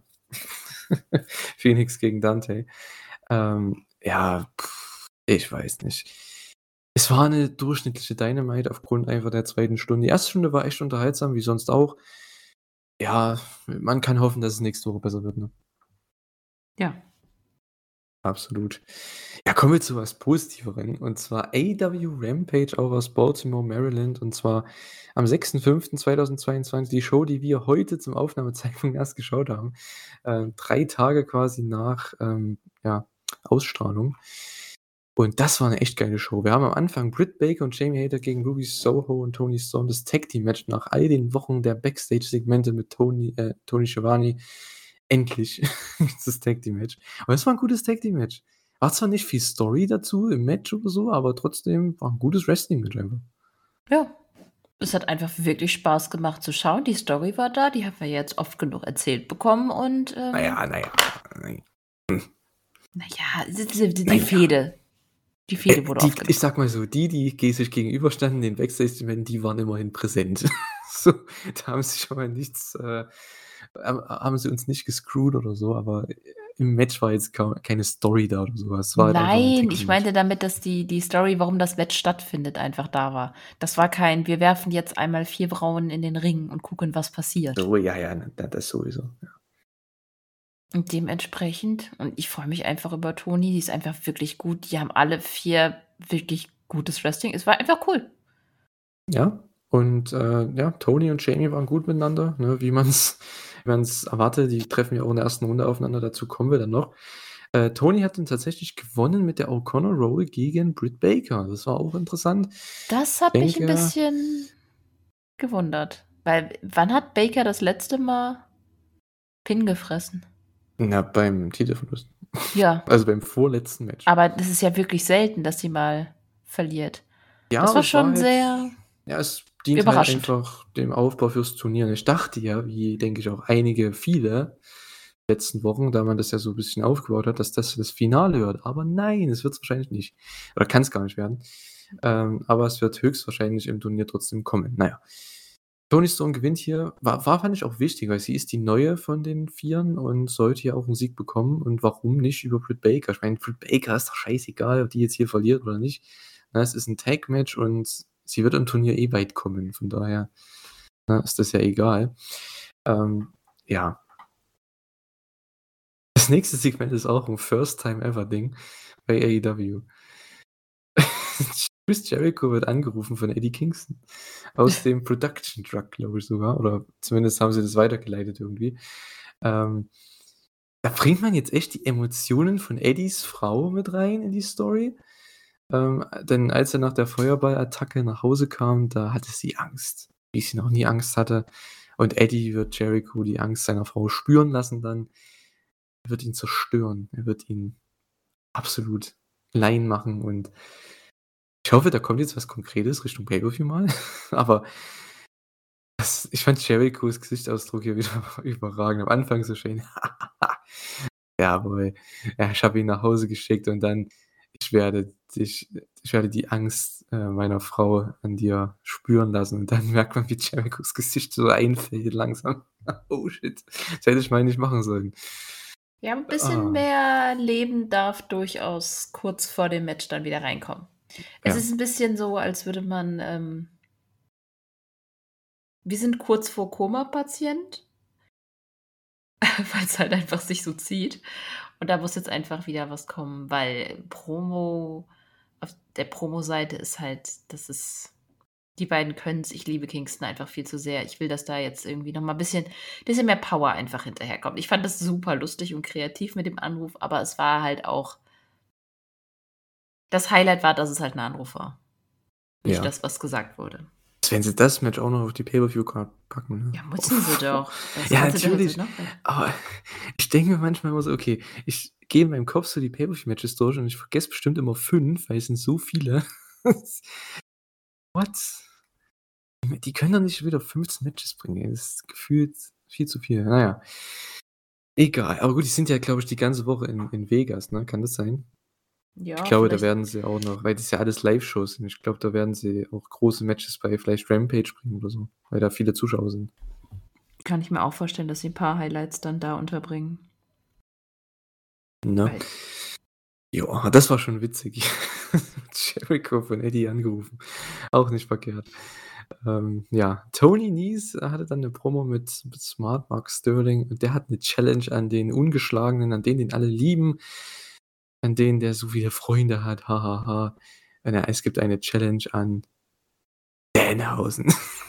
Phoenix gegen Dante. Ähm, ja, ich weiß nicht. Es war 'ne durchschnittliche Dynamite aufgrund einfach der zweiten Stunde. Die erste Stunde war echt unterhaltsam, wie sonst auch. Ja, man kann hoffen, dass es nächste Woche besser wird, ne? Ja. Absolut. Ja, kommen wir zu was Positiveren, und zwar A E W Rampage, auch aus Baltimore, Maryland, und zwar am sechsten fünften zweitausendzweiundzwanzig, die Show, die wir heute zum Aufnahmezeitpunkt erst geschaut haben, äh, drei Tage quasi nach, ähm, ja, Ausstrahlung. Und das war 'ne echt geile Show. Wir haben am Anfang Britt Baker und Jamie Hayter gegen Ruby Soho und Toni Storm, das Tag-Team-Match nach all den Wochen der Backstage-Segmente mit Tony äh, Tony Schiavone. Endlich das Tag-Team-Match. Aber es war 'n gutes Tag-Team-Match. War zwar nicht viel Story dazu im Match oder so, aber trotzdem war 'n gutes Wrestling-Match einfach. Ja, es hat einfach wirklich Spaß gemacht zu schauen. Die Story war da, die haben wir jetzt oft genug erzählt bekommen und, Na ähm ja, na ja, ne. Hm. Na ja, d Na die ja. Fehde die Äh, Fehde wurde die oft ich genug sage mal so, die, die ge sich gegenüberstanden, den Backstage-Segmenten, die waren immerhin präsent. So, da haben sie schon mal nichts, äh ha haben sie uns nicht gescrewt oder so, aber im Match war jetzt kaum keine Story da oder so was. Es war halt einfach 'n Nein, ich Tag-Team-Match. meinte damit, dass die die Story, warum das Match stattfindet, einfach da war. Das war kein: „Wir werfen jetzt einmal vier Frauen in den Ring und gucken, was passiert.“ So, ja, ja, na das sowieso, ja. Und dementsprechend und ich freue mich einfach über Toni, die ist einfach wirklich gut. Die haben alle vier wirklich gutes Wrestling. Es war einfach cool. Ja, und, äh, ja, Toni und Jamie waren gut miteinander, ne, wie man's wie man's erwartet. Die treffen ja auch in der ersten Runde aufeinander, dazu kommen wir dann noch. Äh, Toni hat dann tatsächlich gewonnen mit der O'Connor Roll gegen Britt Baker. Das war auch interessant. Das Ich hat mich 'n denke bisschen gewundert, weil wann hat Baker das letzte Mal Pin gefressen? Na, beim Titelverlust. Ja. Also, beim vorletzten Match. Aber das ist ja wirklich selten, dass sie mal verliert. Ja, Das aber war es war schon halt sehr ja, es dient halt überraschend. einfach dem Aufbau fürs Turnier. Und ich dachte ja, wie denke ich auch einige viele letzten Wochen, da man das ja so 'n bisschen aufgebaut hat, dass das das Finale wird. Aber nein, es wird's wahrscheinlich nicht. Oder kann's gar nicht werden. Ähm, aber es wird höchstwahrscheinlich im Turnier trotzdem kommen. Na ja. Toni Storm gewinnt hier. War war fand ich auch wichtig, weil sie ist die Neue von den Vieren und sollte ja auch 'n Sieg bekommen. Und warum nicht über Britt Baker? Ich meine, Britt Baker ist doch scheißegal, ob die jetzt hier verliert oder nicht. Ne, es ist 'n Tag-Match und sie wird im Turnier eh weit kommen. Von daher, ne, ist das ja egal. Ähm, ja. Das nächste Segment ist auch 'n First-Time-Ever-Ding bei A E W. Chris Jericho wird angerufen von Eddie Kingston aus dem Production Truck, glaube ich sogar, oder zumindest haben sie das weitergeleitet irgendwie. Ähm, da bringt man jetzt echt die Emotionen von Eddies Frau mit rein in die Story. Ähm, denn als er nach der Feuerballattacke nach Hause kam, da hatte sie Angst, wie sie noch nie Angst hatte. Und Eddie wird Jericho die Angst seiner Frau spüren lassen dann. Er wird ihn zerstören. Er wird ihn absolut klein machen und ich hoffe, da kommt jetzt was Konkretes Richtung Pay-per-View mal, aber das ich fand Jerichos Gesichtsausdruck hier wieder überragend. Am Anfang so schön: „Jawohl, ja, ich habe ihn nach Hause geschickt und dann ich werde dich ich werde die Angst, äh, meiner Frau an dir spüren lassen.“ Und dann merkt man, wie Jerichos Gesicht so einfällt langsam. Oh shit, das hätte ich mal nicht machen sollen. Ja, 'n bisschen Ah. mehr Leben darf durchaus kurz vor dem Match dann wieder reinkommen. Es Ja. ist 'n bisschen so, als würde man, ähm wir sind kurz vor Koma-Patient weil's halt einfach sich so zieht. Und da muss jetzt einfach wieder was kommen, weil Promo auf der Promoseite ist halt das ist Die beiden können's. Ich liebe Kingston einfach viel zu sehr. Ich will, dass da jetzt irgendwie noch mal bisschen bisschen mehr Power einfach hinterherkommt. Ich fand das super lustig und kreativ mit dem Anruf, aber es war halt auch das Highlight war, dass es halt 'n Anruf war. Nicht Ja. das, was gesagt wurde. Als wenn sie das Match auch noch auf die Pay-per-View-Card packen, ne? Ja, müssen sie doch. Was Ja, wollen sie da jetzt natürlich, noch? aber ich denke mir manchmal immer so: „Okay, ich gehe in meinem Kopf so die Pay-per-View-Matches durch und ich vergesse bestimmt immer fünf, weil es sind so viele.“ What? Die können doch nicht schon wieder fünfzehn Matches bringen, ey. Das ist gefühlt viel zu viel. Na ja. Egal. Aber gut, die sind ja, glaube ich, die ganze Woche in in Vegas, ne? Kann das sein? Ich Ja, glaube, da vielleicht werden sie auch noch weil das ja alles Liveshows sind. Ich glaube, da werden sie auch große Matches bei vielleicht Rampage bringen oder so, weil da viele Zuschauer sind. Kann ich mir auch vorstellen, dass sie 'n paar Highlights dann da unterbringen. Ne? Weil Ja, das war schon witzig. Jericho von Eddie angerufen. Auch nicht verkehrt. Ähm, ja, Tony Nese hatte dann 'ne Promo mit mit Smart Mark Sterling und der hat 'ne Challenge an den Ungeschlagenen, an den, den alle lieben, an den, der so viele Freunde hat, ha ha ha. Äh, na, es gibt eine Challenge an Danhausen.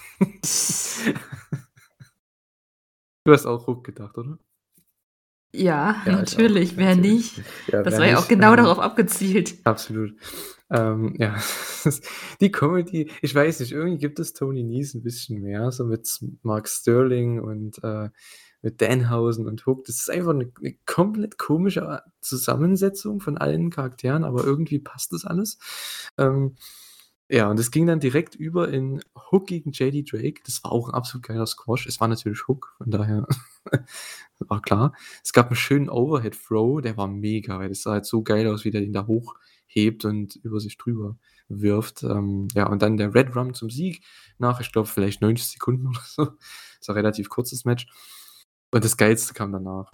Du hast auch Hook gedacht, oder? Ja, Ja, ich auch, natürlich, wer natürlich. nicht? Ja, Das wer war ja auch nicht, genau ähm darauf abgezielt. absolut. Ähm, ja, die Comedy ich weiß nicht, irgendwie gibt es Tony Nese 'n bisschen mehr, so mit S Mark Sterling und, äh, mit Danhausen und Hook. Das ist einfach 'ne 'ne komplett komische a Zusammensetzung von allen Charakteren, aber irgendwie passt das alles. Ähm, ja, und das ging dann direkt über in Hook gegen J D Drake. Das war auch 'n absolut geiler Squash. Es war natürlich Hook, von daher war klar. Es gab 'n schönen Overhead Throw, der war mega, weil das sah halt so geil aus, wie der ihn da hochhebt und über sich drüber wirft. Ähm, ja, und dann der Red Rum zum Sieg nach, ich glaube, vielleicht neunzig Sekunden oder so. Das war relativ kurzes Match. Und das Geilste kam danach.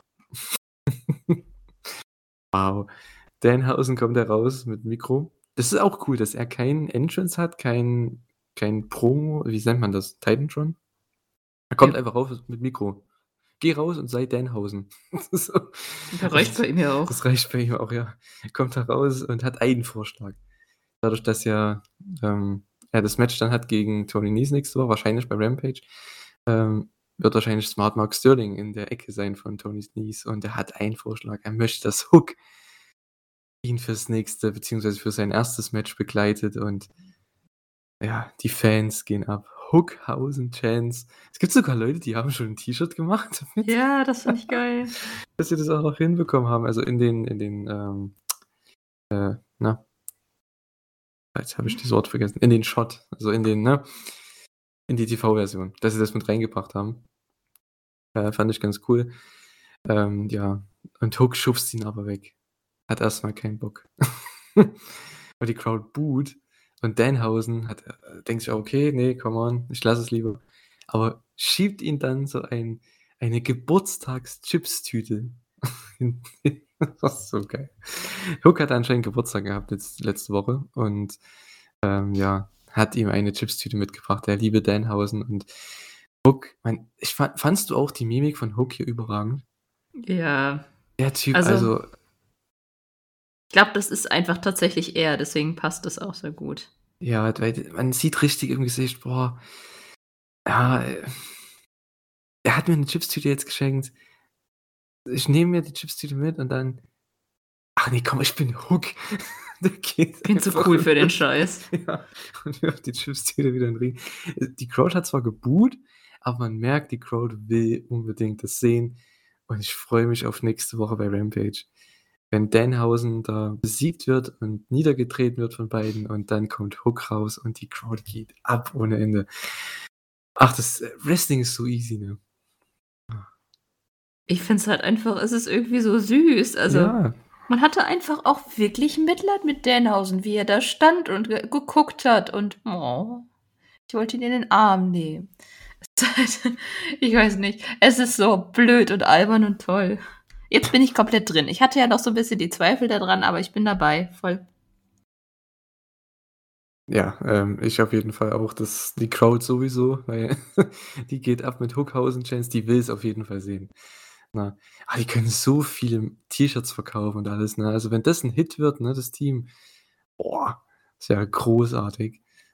Wow. Danhausen kommt da raus mit Mikro. Das ist auch cool, dass er keinen Entrance hat, kein kein Promo wie nennt man das? Titantron? Er kommt Ja. einfach raus mit Mikro: „Geh raus und sei Danhausen.“ So. Ja, reicht Das bei ihm ja auch. das reicht bei ihm auch, ja. Er kommt da raus und hat einen Vorschlag. Dadurch, dass ja, ähm, er das Match dann hat gegen Tony Nese nächste Woche, wahrscheinlich bei Rampage, ähm, wird wahrscheinlich Smart Mark Sterling in der Ecke sein von Tony Nese und er hat einen Vorschlag. Er möchte, dass Hook ihn fürs nächste beziehungsweise für sein erstes Match begleitet und ja, die Fans gehen ab. Hookhausen-Chants. Es gibt sogar Leute, die haben schon 'n T-Shirt gemacht damit. Ja, das finde ich geil. Dass sie das auch noch hinbekommen haben. Also, in den in den, ähm, äh, na? Jetzt habe ich Hm? das Wort vergessen. In den Shot, also in den ne? In die TV-Version, dass sie das mit reingebracht haben. Äh, fand ich ganz cool. Ähm, ja, und Hook schubst ihn aber weg. Hat erst mal keinen Bock. Und die Crowd boot und Danhausen hat äh, denkt sich auch: „Okay, ne, come on, ich lasse es lieber.“ Aber schiebt ihn dann so ein eine Geburtstags-Chips-Tüte hin das ist so geil. Hook hat anscheinend Geburtstag gehabt jetzt letzte Woche und, ähm, ja, hat ihm eine Chipstüte mitgebracht, der liebe Danhausen und Hook mein ich fa fandest du auch die Mimik von Hook hier überragend? Ja. Der Typ, Also also ich glaube, das ist einfach tatsächlich er, deswegen passt das auch sehr gut. Ja, weil d man sieht richtig im Gesicht, boah ja, äh er hat mir 'ne Chipstüte jetzt geschenkt. Ich nehme mir die Chipstüte mit und dann ach ne, komm, ich bin Hook. Der geht Bin zu einfach cool und für den wirft Scheiß. ja, und wirft die Chipstüte wieder in den Ring. Äh, die Crowd hat zwar geboot, aber man merkt, die Crowd will unbedingt das sehen und ich freue mich auf nächste Woche bei Rampage. Wenn Danhausen da besiegt wird und niedergetreten wird von beiden und dann kommt Hook raus und die Crowd geht ab ohne Ende. Ach, das äh, Wrestling ist so easy, ne? Ah. Ich finde es halt einfach es ist irgendwie so süß. Also, Ja. man hatte einfach auch wirklich Mitleid mit Danhausen, wie er da stand und ge geguckt hat und oh, ich wollte ihn in den Arm nehmen. Ich weiß nicht. Es ist so blöd und albern und toll. Jetzt bin ich komplett drin. Ich hatte ja noch so 'n bisschen die Zweifel da dran, aber ich bin dabei, voll. Ja, ähm, ich auf jeden Fall auch, das die Crowd sowieso, weil die geht ab mit Hookhausen-Chants, die will's auf jeden Fall sehen, ne? Ah, die können so viele T-Shirts verkaufen und alles, ne? Also, wenn das 'n Hit wird, ne, das Team, boah, ist ja großartig.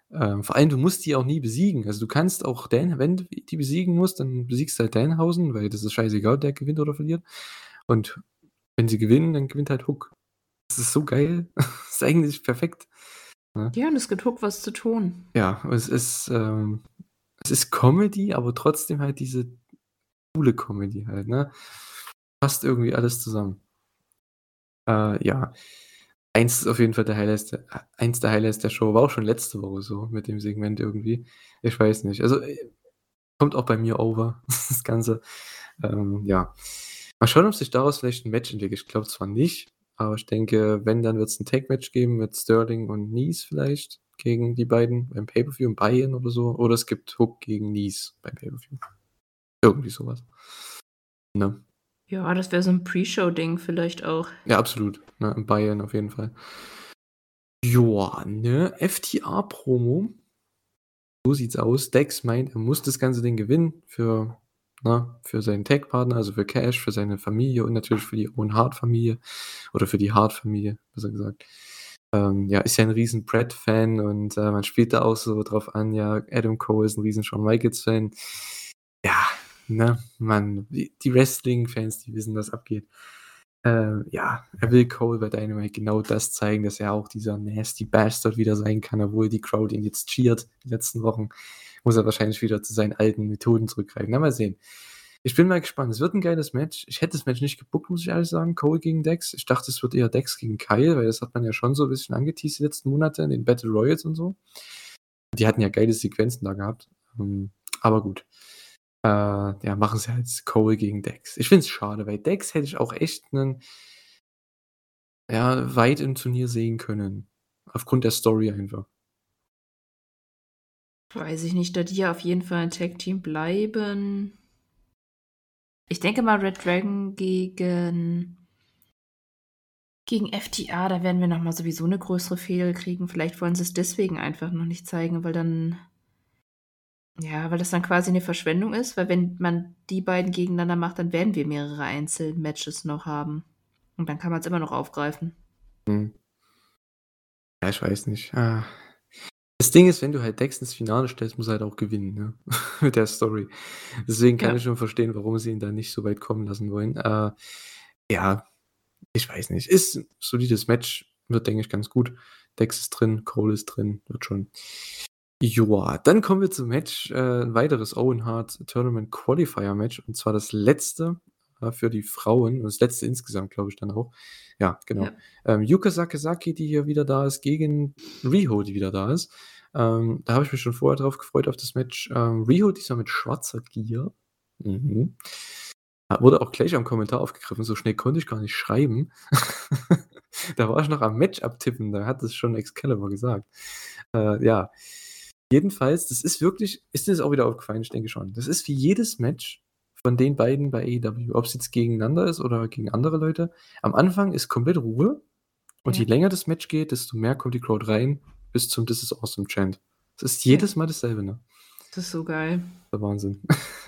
Ähm, vor allem, du musst die auch nie besiegen. Also, du kannst auch Dan wenn du die besiegen musst, dann besiegst du halt Danhausen, weil das ist scheißegal, ob der gewinnt oder verliert. Und wenn sie gewinnen, dann gewinnt halt Hook. Das ist so geil. Das ist eigentlich perfekt, ne? Ja, und es gibt Hook was zu tun. Ja, und es ist, ähm es ist Comedy, aber trotzdem halt diese coole Comedy halt, ne? Passt irgendwie alles zusammen. Äh, ja. Eins ist auf jeden Fall der Highlights der eins der Highlights der Show war auch schon letzte Woche so mit dem Segment irgendwie. Ich weiß nicht. Also, äh, kommt auch bei mir over, das Ganze. Ähm, ja. Mal schauen, ob sich daraus vielleicht 'n Match entwickelt. Ich glaube zwar nicht, aber ich denke, wenn, dann wird's 'n Tag-Match geben mit Sterling und Nice vielleicht gegen die beiden beim Pay-per-View, 'n Buy-in oder so. Oder es gibt Hook gegen Nice beim Pay-per-View. Irgendwie so was. Ne? Ja, das wäre so 'n Pre-Show-Ding vielleicht auch. Ja, absolut, ne? 'N Buy-in auf jeden Fall. Joa, ne? F T R-Promo. So sieht's aus. Dex meint, er muss das ganze Ding gewinnen für ne, für seinen Tag-Partner, also für Cash, für seine Familie und natürlich für die Owen Hart-Familie oder für die Hart-Familie, besser gesagt. Ähm, ja, ist ja 'n riesen Bret-Fan und, äh, man spielt da auch so drauf an, ja, Adam Cole ist 'n riesen Shawn Michaels-Fan. Ja, ne, man die die Wrestling-Fans, die wissen, was abgeht. Ähm, ja, er will Cole bei Dynamite genau das zeigen, dass er auch dieser nasty Bastard wieder sein kann, obwohl die Crowd ihn jetzt cheert die letzten Wochen. Muss er wahrscheinlich wieder zu seinen alten Methoden zurückgreifen. Na, mal sehen. Ich bin mal gespannt. Es wird 'n geiles Match. Ich hätte das Match nicht gebuckt, muss ich ehrlich sagen, Cole gegen Dex. Ich dachte, es wird eher Dex gegen Kyle, weil das hat man ja schon so 'n bisschen angeteased die letzten Monate in den Battle Royals und so. Die hatten ja geile Sequenzen da gehabt. Hm, aber gut. Äh, ja, machen sie halt Cole gegen Dex. Ich finde es schade, weil Dex hätte ich auch echt 'nen ja, weit im Turnier sehen können. Aufgrund der Story einfach. Weiß ich nicht, da die ja auf jeden Fall 'n Tag-Team bleiben. Ich denke mal, Red Dragon gegen gegen F T R, da werden wir noch mal sowieso 'ne größere Fehde kriegen. Vielleicht wollen sie's deswegen einfach noch nicht zeigen, weil dann ja, weil das dann quasi 'ne Verschwendung ist, weil wenn man die beiden gegeneinander macht, dann werden wir mehrere Einzel-Matches noch haben. Und dann kann man's immer noch aufgreifen. Mhm. Ja, ich weiß nicht. Ah. Das Ding ist, wenn du halt Dex ins Finale stellst, muss er halt auch gewinnen, ne? Mit der Story. Deswegen kann Ja. ich schon verstehen, warum sie ihn da nicht so weit kommen lassen wollen. Äh, ja, ich weiß nicht. Ist 'n solides Match, wird, denke ich, ganz gut. Dex ist drin, Cole ist drin, wird schon. Joa, dann kommen wir zum Match, äh, 'n weiteres Owen Hart Tournament Qualifier Match und zwar das letzte, äh, für die Frauen und das letzte insgesamt, glaube ich dann auch. Ja, genau. Ja. Ähm, Yuka Sakazaki, die hier wieder da ist, gegen Riho, die wieder da ist. Ähm, da habe ich mich schon vorher drauf gefreut auf das Match. Ähm, Riho diesmal mit schwarzer Gier. Mhm. Ah, wurde auch gleich am Kommentar aufgegriffen, so schnell konnte ich gar nicht schreiben. Da war ich noch am Match abtippen, da hat es schon Excalibur gesagt. Äh, ja. Jedenfalls, das ist wirklich ist dir das auch wieder aufgefallen? Ich denke schon. Das ist wie jedes Match von den beiden bei AEW, ob's jetzt gegeneinander ist oder gegen andere Leute. Am Anfang ist komplett Ruhe und je Ja. länger das Match geht, desto mehr kommt die Crowd rein bis zum „This is awesome“ Chant. Es ist Ja. jedes Mal dasselbe, ne? Das ist so geil. Der Wahnsinn.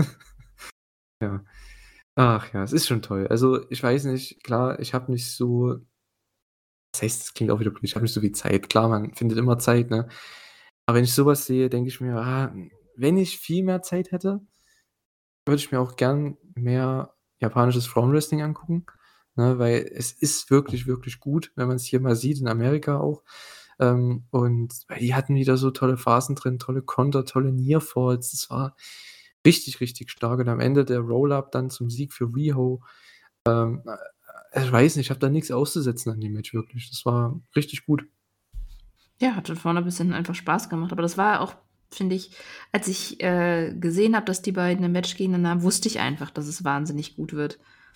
Ja. Ach ja, es ist schon toll. Also, ich weiß nicht, klar, ich habe nicht so was heißt, das klingt auch wieder blöd, ich habe nicht so viel Zeit. Klar, man findet immer Zeit, ne? Aber wenn ich so was sehe, denke ich mir: „Ah, wenn ich viel mehr Zeit hätte, würde ich mir auch gern mehr japanisches Frauenwrestling angucken“, ne? Weil es ist wirklich, wirklich gut, wenn man's hier mal sieht, in Amerika auch. Ähm, und weil die hatten wieder so tolle Phasen drin, tolle Konter, tolle Nearfalls. Das war richtig, richtig stark und am Ende der Roll-Up dann zum Sieg für Riho. Ähm, äh, ich weiß nicht, ich habe da nix auszusetzen an dem Match wirklich. Das war richtig gut. Ja, hat von vorne bis hinten einfach Spaß gemacht. Aber das war auch, finde ich als ich, äh, gesehen habe, dass die beiden 'n Match gegeneinander haben, wusste ich einfach, dass es wahnsinnig gut wird.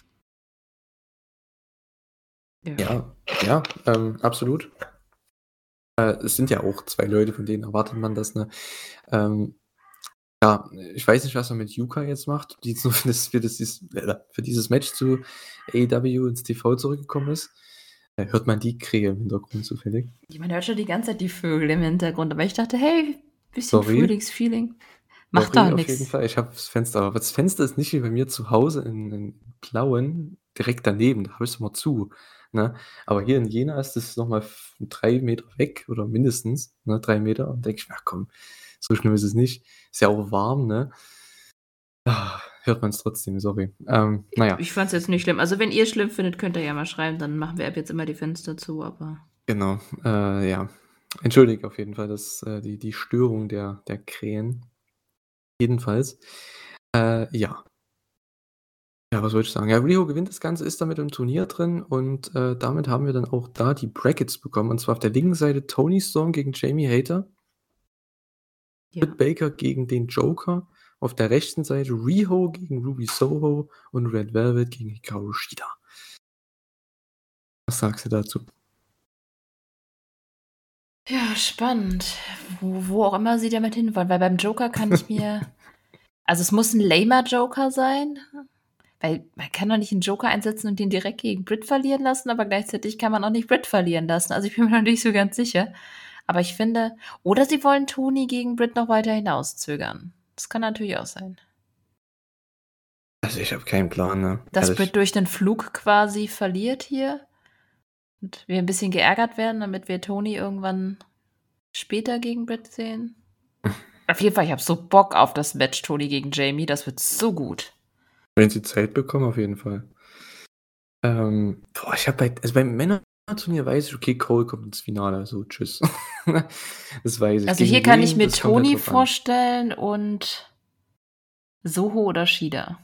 Ja. Ja, ja, ähm, absolut. Äh, es sind ja auch zwei Leute, von denen erwartet man das, ne? Ähm, ja, ich weiß nicht, was er mit Yuka jetzt macht, die jetzt nur für das für das dies für dieses Match zu AEW ins TV zurückgekommen ist. Äh, hört man die Krähe im Hintergrund zufällig? Ja, man hört schon die ganze Zeit die Vögel im Hintergrund, aber ich dachte: „Hey, bisschen Sorry. Frühlingsfeeling.“ Macht doch Sorry, auf jeden nix. Fall. Ich habe das Fenster aber das Fenster ist nicht wie bei mir zu Hause in in Plauen direkt daneben, da habe ich's immer zu. ne? Aber hier in Jena ist das noch mal f drei Meter weg oder mindestens, ne, drei Meter. Und denke ich mir: „Ach komm, so schlimm ist es nicht.“ Ist ja auch warm, ne? Ah, hört man's trotzdem, sorry. Ähm, na ja, Ich fand's jetzt nicht schlimm. Also, wenn ihr's schlimm findet, könnt ihr ja mal schreiben, dann machen wir ab jetzt immer die Fenster zu, aber genau. Äh, ja. Entschuldige auf jeden Fall, dass, äh, die die Störung der der Krähen. Jedenfalls, äh, ja. Ja, was wollte ich sagen? Ja, Rio gewinnt das Ganze, ist damit im Turnier drin und, äh, damit haben wir dann auch da die Brackets bekommen. Und zwar auf der linken Seite Toni Storm gegen Jamie Hayter, ja. Britt Baker gegen den Joker, auf der rechten Seite Riho gegen Ruby Soho und Red Velvet gegen Hikaru Shida. Was sagst du dazu? Ja, spannend. Wo wo auch immer sie damit hinwollen, weil beim Joker kann ich mir also, es muss 'n lamer Joker sein, weil man kann doch nicht 'n Joker einsetzen und den direkt gegen Britt verlieren lassen, aber gleichzeitig kann man auch nicht Britt verlieren lassen. Also, ich bin mir noch nicht so ganz sicher. Aber ich finde oder sie wollen Toni gegen Britt noch weiter hinauszögern. Das kann natürlich auch sein. Also, ich habe keinen Plan, ne, Dass ehrlich. Britt durch den Flug quasi verliert hier und wir 'n bisschen geärgert werden, damit wir Toni irgendwann später gegen Britt sehen. Auf jeden Fall, ich habe so Bock auf das Match Toni gegen Jamie, das wird so gut. Wenn sie Zeit bekommen, auf jeden Fall. Ähm, boah, ich habe bei also, beim Männerturnier weiß ich, okay, Cole kommt ins Finale, so tschüss. Das weiß ich. Also, hier Gegen kann ich wen, mir das kommt halt Toni drauf an. vorstellen und Soho oder Shida.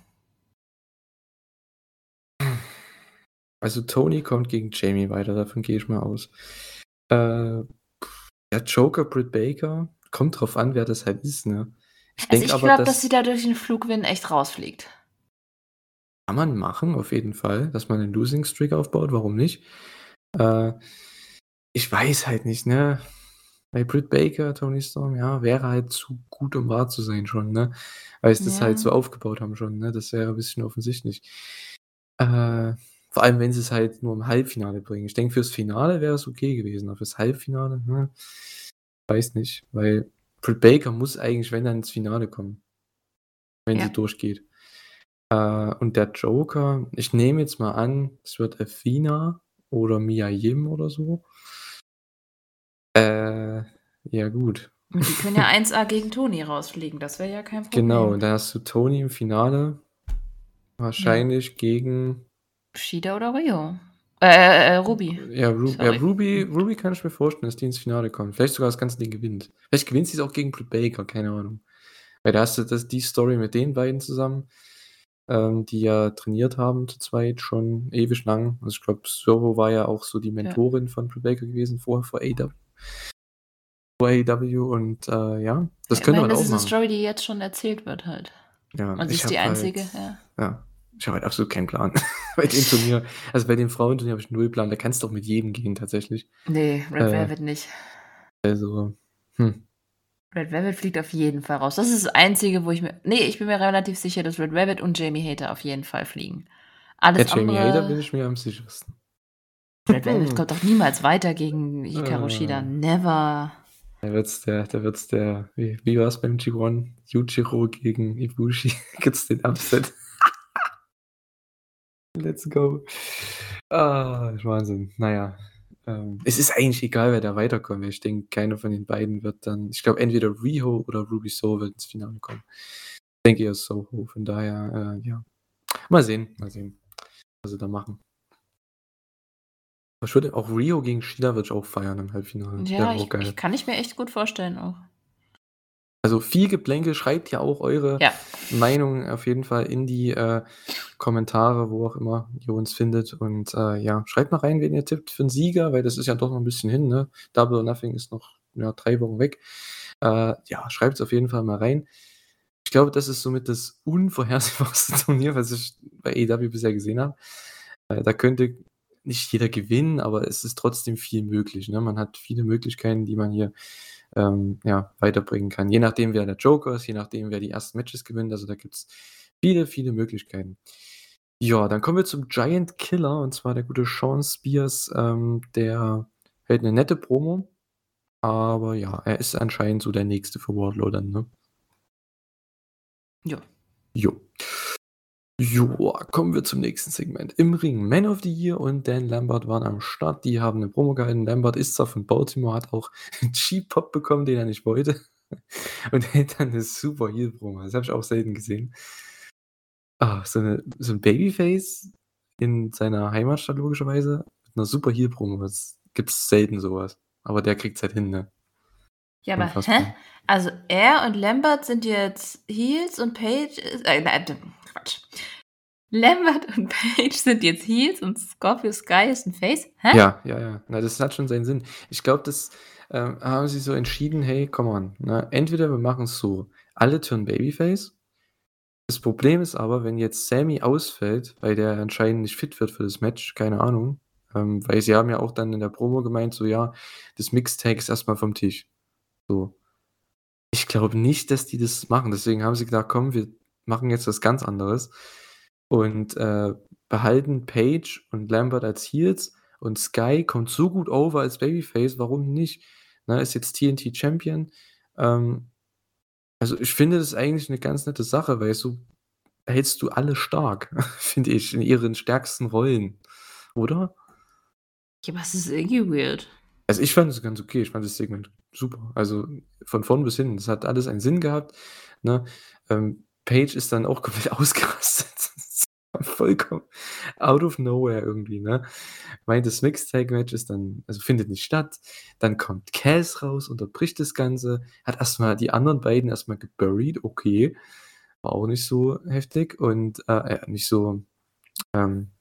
Also, Toni kommt gegen Jamie weiter, davon gehe ich mal aus. Äh, ja, Joker, Britt Baker, kommt drauf an, wer das halt ist, ne? Ich Also, denke ich aber, glaube, dass sie das da durch den Flugwin echt rausfliegt. kann man machen, auf jeden Fall, dass man 'nen Losing Streak aufbaut, warum nicht? Äh, ich weiß halt nicht, ne? Bei Britt Baker, Toni Storm, ja, wäre halt zu gut, um wahr zu sein schon, ne? Weil sie das halt Ja, so aufgebaut haben schon, ne? Das wäre 'n bisschen offensichtlich. Äh, vor allem, wenn sie's halt nur im Halbfinale bringen. Ich denke, fürs Finale wäre es okay gewesen, aber fürs Halbfinale, hm, weiß nicht, weil Britt Baker muss eigentlich, wenn dann ins Finale kommen, wenn sie ja. durchgeht. Äh, und der Joker, ich nehme jetzt mal an, es wird Athena oder Mia Yim oder so. Äh, ja gut. Und die können ja eins a gegen Toni rausfliegen, das wäre ja kein Genau, Problem. und dann hast du Toni im Finale, Ja, wahrscheinlich gegen Shida oder Rio. Äh, äh, äh, Ruby. ja, Ru ja, Sorry. Ruby Hm. Ruby kann ich mir vorstellen, dass die ins Finale kommt. Vielleicht sogar das ganze Ding gewinnt. Vielleicht gewinnt sie's auch gegen Britt Baker, keine Ahnung. Weil da hast du das die Story mit den beiden zusammen, ähm, die ja trainiert haben zu zweit schon ewig lang. Also, ich glaube, Soro war ja auch so die Ja. Mentorin von Britt Baker gewesen vorher vor A E W vor A E W und, äh, ja, Ja, das könnte immerhin man ist auch es 'ne machen. Story, die jetzt schon erzählt wird halt. Ja, Und sie ich ist die habe halt Einzige, ja. ja, ich habe halt absolut keinen Plan bei dem Turnier. Also, bei dem Frauenturnier habe ich null Plan. Da kannst du auch mit jedem gehen tatsächlich. Ne, Red Äh, Velvet nicht. also, hm, Red Velvet fliegt auf jeden Fall raus. Das ist das Einzige, wo ich mir ne, ich bin mir relativ sicher, dass Red Velvet und Jamie Hayter auf jeden Fall fliegen. ja, Alles Jamie Hader bin andere ich mir am sichersten. Red Velvet kommt doch niemals weiter gegen Hikaru Shida. Äh, Never. da wird's der da wird's der wie wie war's beim G eins? Yujiro gegen Ibushi. Gibt's den Upset. Let's go. Ah, Wahnsinn. Na ja, ähm, es ist eigentlich egal, wer da weiterkommt. Ich denke, keiner von den beiden wird dann ich glaube, entweder Riho oder Ruby Soho wird ins Finale kommen. Ich denke eher Soho, von daher, äh, ja. Mal sehen, mal sehen, was sie da machen. Aber ich würde auch Riho gegen Shida würde ich auch feiern im Halbfinale. Ja, Wäre auch ich geil. ich kann ich mir echt gut vorstellen auch. Also, viel Geplänkel, schreibt ja auch eure Ja. Meinung auf jeden Fall in die, äh, Kommentare, wo auch immer ihr uns findet und, äh, ja, schreibt mal rein, wen ihr tippt für 'n Sieger, weil das ist ja doch noch 'n bisschen hin, ne? Double or Nothing ist noch, ja, drei Wochen weg. Äh, ja, schreibt's auf jeden Fall mal rein. Ich glaube, das ist somit das unvorhersehbarste Turnier, was ich bei A E W bisher gesehen habe. Äh, da könnte nicht jeder gewinnen, aber es ist trotzdem viel möglich, ne? Man hat viele Möglichkeiten, die man hier, ähm, ja, weiterbringen kann. Je nachdem, wer der Joker ist, je nachdem, wer die ersten Matches gewinnt. Also, da gibt's viele, viele Möglichkeiten. Ja, dann kommen wir zum Giant Killer und zwar der gute Shawn Spears, ähm, der hält 'ne nette Promo, aber ja, er ist anscheinend so der Nächste für Wardlow dann, ne? Ja. Jo. Joa, kommen wir zum nächsten Segment. Im Ring Man of the Year und Dan Lambert waren am Start. Die haben 'ne Promo gehalten. Lambert ist zwar von Baltimore, hat auch 'n G-Pop bekommen, den er nicht wollte und hält dann 'ne super Heel-Promo. Das habe ich auch selten gesehen. Ah, so 'ne so 'n Babyface in seiner Heimatstadt logischerweise mit 'ner super Heel-Promo. Das gibt's selten so was. Aber der kriegt's halt hin, ne? Ja, aber hä? Unfassbar. Also, er und Lambert sind jetzt Heels und Page ist äh, na, d Quatsch. Lambert und Page sind jetzt Heels und Scorpio Sky ist 'n Face? Hä? Ja, ja, ja. Na, das hat schon seinen Sinn. Ich glaube, das, ähm, haben sie so entschieden: „Hey, come on, ne? Entweder wir machen's so, alle turnen Babyface.“ Das Problem ist aber, wenn jetzt Sami ausfällt, weil der anscheinend nicht fit wird für das Match, keine Ahnung, ähm, weil sie haben ja auch dann in der Promo gemeint, so: „Ja, das Mixed Tag ist erst mal vom Tisch.“ So. Ich glaube nicht, dass die das machen. Deswegen haben sie gedacht: „Komm, wir machen jetzt was ganz anderes und, äh, behalten Page und Lambert als Heels und Sky kommt so gut over als Babyface, warum nicht?“ Ne, ist jetzt T N T Champion. Ähm, also, ich finde das eigentlich 'ne ganz nette Sache, weil so hältst du alle stark, finde ich, in ihren stärksten Rollen, oder? Ja, aber es ist irgendwie weird. Also, ich fand es ganz okay. Ich fand das Segment super. Also, von vorn bis hinten. Das hat alles einen Sinn gehabt, ne? Ähm, Page ist dann auch komplett ausgerastet. Vollkommen out of nowhere irgendwie, ne? Meint, das Mixed Tag Match ist dann also, findet nicht statt. Dann kommt Cass raus, unterbricht das Ganze, hat erst mal die anderen beiden erst mal geburied, okay. War auch nicht so heftig und, äh, äh, nicht so, ähm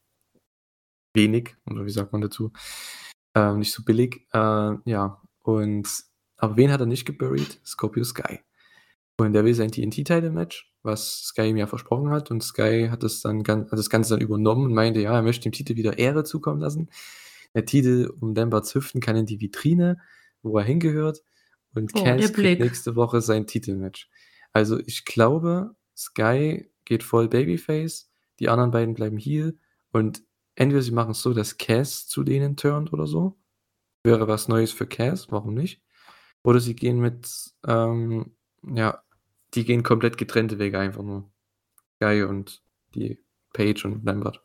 wenig oder wie sagt man dazu? Äh, nicht so billig. Äh, ja, und aber wen hat er nicht geburied? Scorpio Sky. Und der will sein T N T Title Match, was Sky ihm ja versprochen hat und Sky hat das dann gan hat das Ganze dann übernommen und meinte, ja, er möchte dem Titel wieder Ehre zukommen lassen. Der Titel um Lamberts Hüften kann in die Vitrine, wo er hingehört und Oh, der Cass kriegt Blick. nächste Woche sein Titelmatch. Also, ich glaube, Sky geht voll Babyface, die anderen beiden bleiben Heel und entweder sie machen's so, dass Cass zu denen turnt oder so. Wäre was Neues für Cass, warum nicht? Oder sie gehen mit, ähm ja, die gehen komplett getrennte Wege einfach nur. Sky und die Page und Lambert.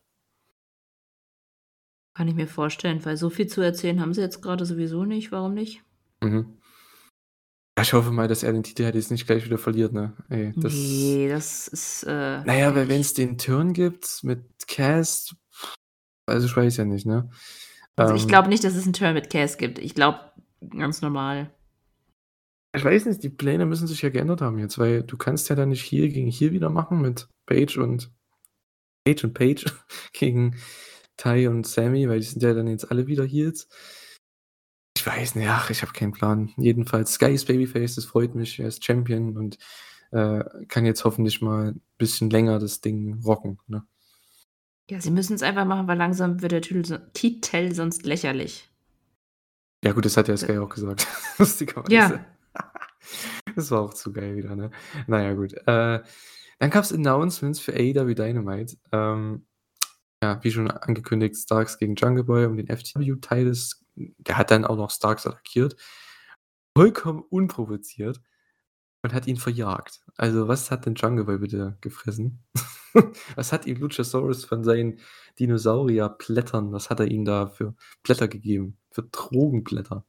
Kann ich mir vorstellen, weil so viel zu erzählen haben sie jetzt grade sowieso nicht. Warum nicht? Mhm. Ja, ich hoffe mal, dass er den Titel halt jetzt nicht gleich wieder verliert, ne? Ey, das Ne, das ist, äh, na ja, weil ich wenn's den Turn gibt mit Cass, also, ich weiß ja nicht, ne? Also, ich Ähm glaube nicht, dass es 'n Turn mit Cass gibt. Ich glaube, ganz normal. Ich weiß nicht, die Pläne müssen sich ja geändert haben jetzt, weil du kannst ja dann nicht Heel gegen Heel wieder machen mit Page und Page und Page gegen Ty und Sami, weil die sind ja dann jetzt alle wieder Heels. Ich weiß nicht, ach, ich habe keinen Plan. Jedenfalls Sky ist Babyface, das freut mich. Er ist Champion und, äh, kann jetzt hoffentlich mal bisschen länger das Ding rocken, ne? Ja, sie müssen's einfach machen, weil langsam wird der Tüdel so Titel sonst lächerlich. Ja gut, das hat ja D Sky auch gesagt, lustigerweise. Ja. Das war auch zu geil wieder, ne? Na ja, gut. Äh, dann gab's Announcements für A E W Dynamite. Ähm, ja, wie schon angekündigt, Starks gegen Jungle Boy um den F T W-Title. Der hat dann auch noch Starks attackiert. Vollkommen unprovoziert und hat ihn verjagt. Also, was hat denn Jungle Boy bitte gefressen? Was hat ihm Luchasaurus von seinen Dinosaurierblättern was hat er ihm da für Blätter gegeben? Für Drogenblätter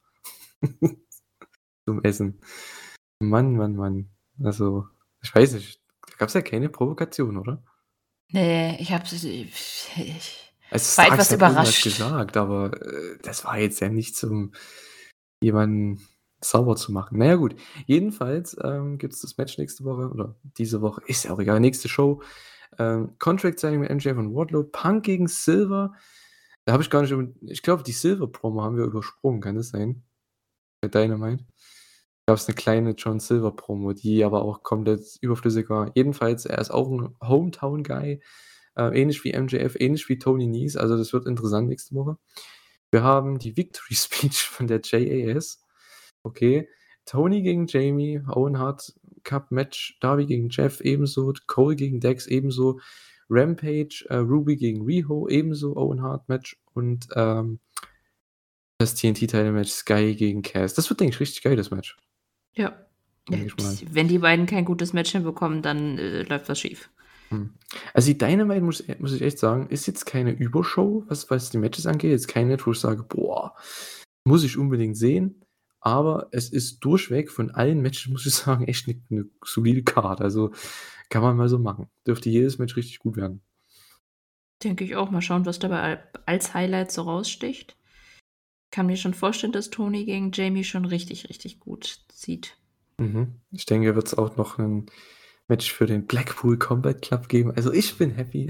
zum Essen. Mann, Mann, Mann. Also, ich weiß nicht, da gab's ja keine Provokation, oder? Ne, ich habe es ich Also, war Starks etwas hat irgendwas überrascht. gesagt, aber, äh, das war jetzt ja nicht zum jemanden sauer zu machen. Na ja, gut. Jedenfalls, ähm, gibt's das Match nächste Woche oder diese Woche, ist ja auch egal, nächste Show. Ähm, Contract Signing mit M J F und Wardlow, Punk gegen Silver. Da habe ich gar nicht über ich glaube, die Silver-Promo haben wir übersprungen, kann das sein? Bei Dynamite? Gab's 'ne kleine John Silver-Promo, die aber auch komplett überflüssig war. Jedenfalls, er ist auch 'n Hometown-Guy, äh, ähnlich wie M J F, ähnlich wie Tony Nese, also, das wird interessant nächste Woche. Wir haben die Victory Speech von der J A S. Okay. Tony gegen Jamie, Owen Hart Cup-Match, Darby gegen Jeff ebenso, Cole gegen Dax ebenso, Rampage, äh, Ruby gegen Riho ebenso, Owen Hart Match und, ähm das T N T-Title-Match Sky gegen Cass. Das wird, denke ich, richtig geil, das Match. Ja. Ja, Denke ich mal. wenn die beiden kein gutes Match hinbekommen, dann, äh, läuft was schief. Hm. Also die Dynamite, muss e muss ich echt sagen, ist jetzt keine Übershow, was was die Matches angeht. Jetzt keine, wo ich sage: „Boah, muss ich unbedingt sehen." Aber es ist durchweg von allen Matches, muss ich sagen, echt 'ne 'ne solide Card. Also, kann man mal so machen. Dürfte jedes Match richtig gut werden. Denke ich auch. Mal schauen, was dabei al als Highlight so raussticht. Kann mir schon vorstellen, dass Toni gegen Jamie schon richtig, richtig gut zieht. Mhm. Ich denke, wird's auch noch 'nen Match für den Blackpool Combat Club geben. Also, ich bin happy.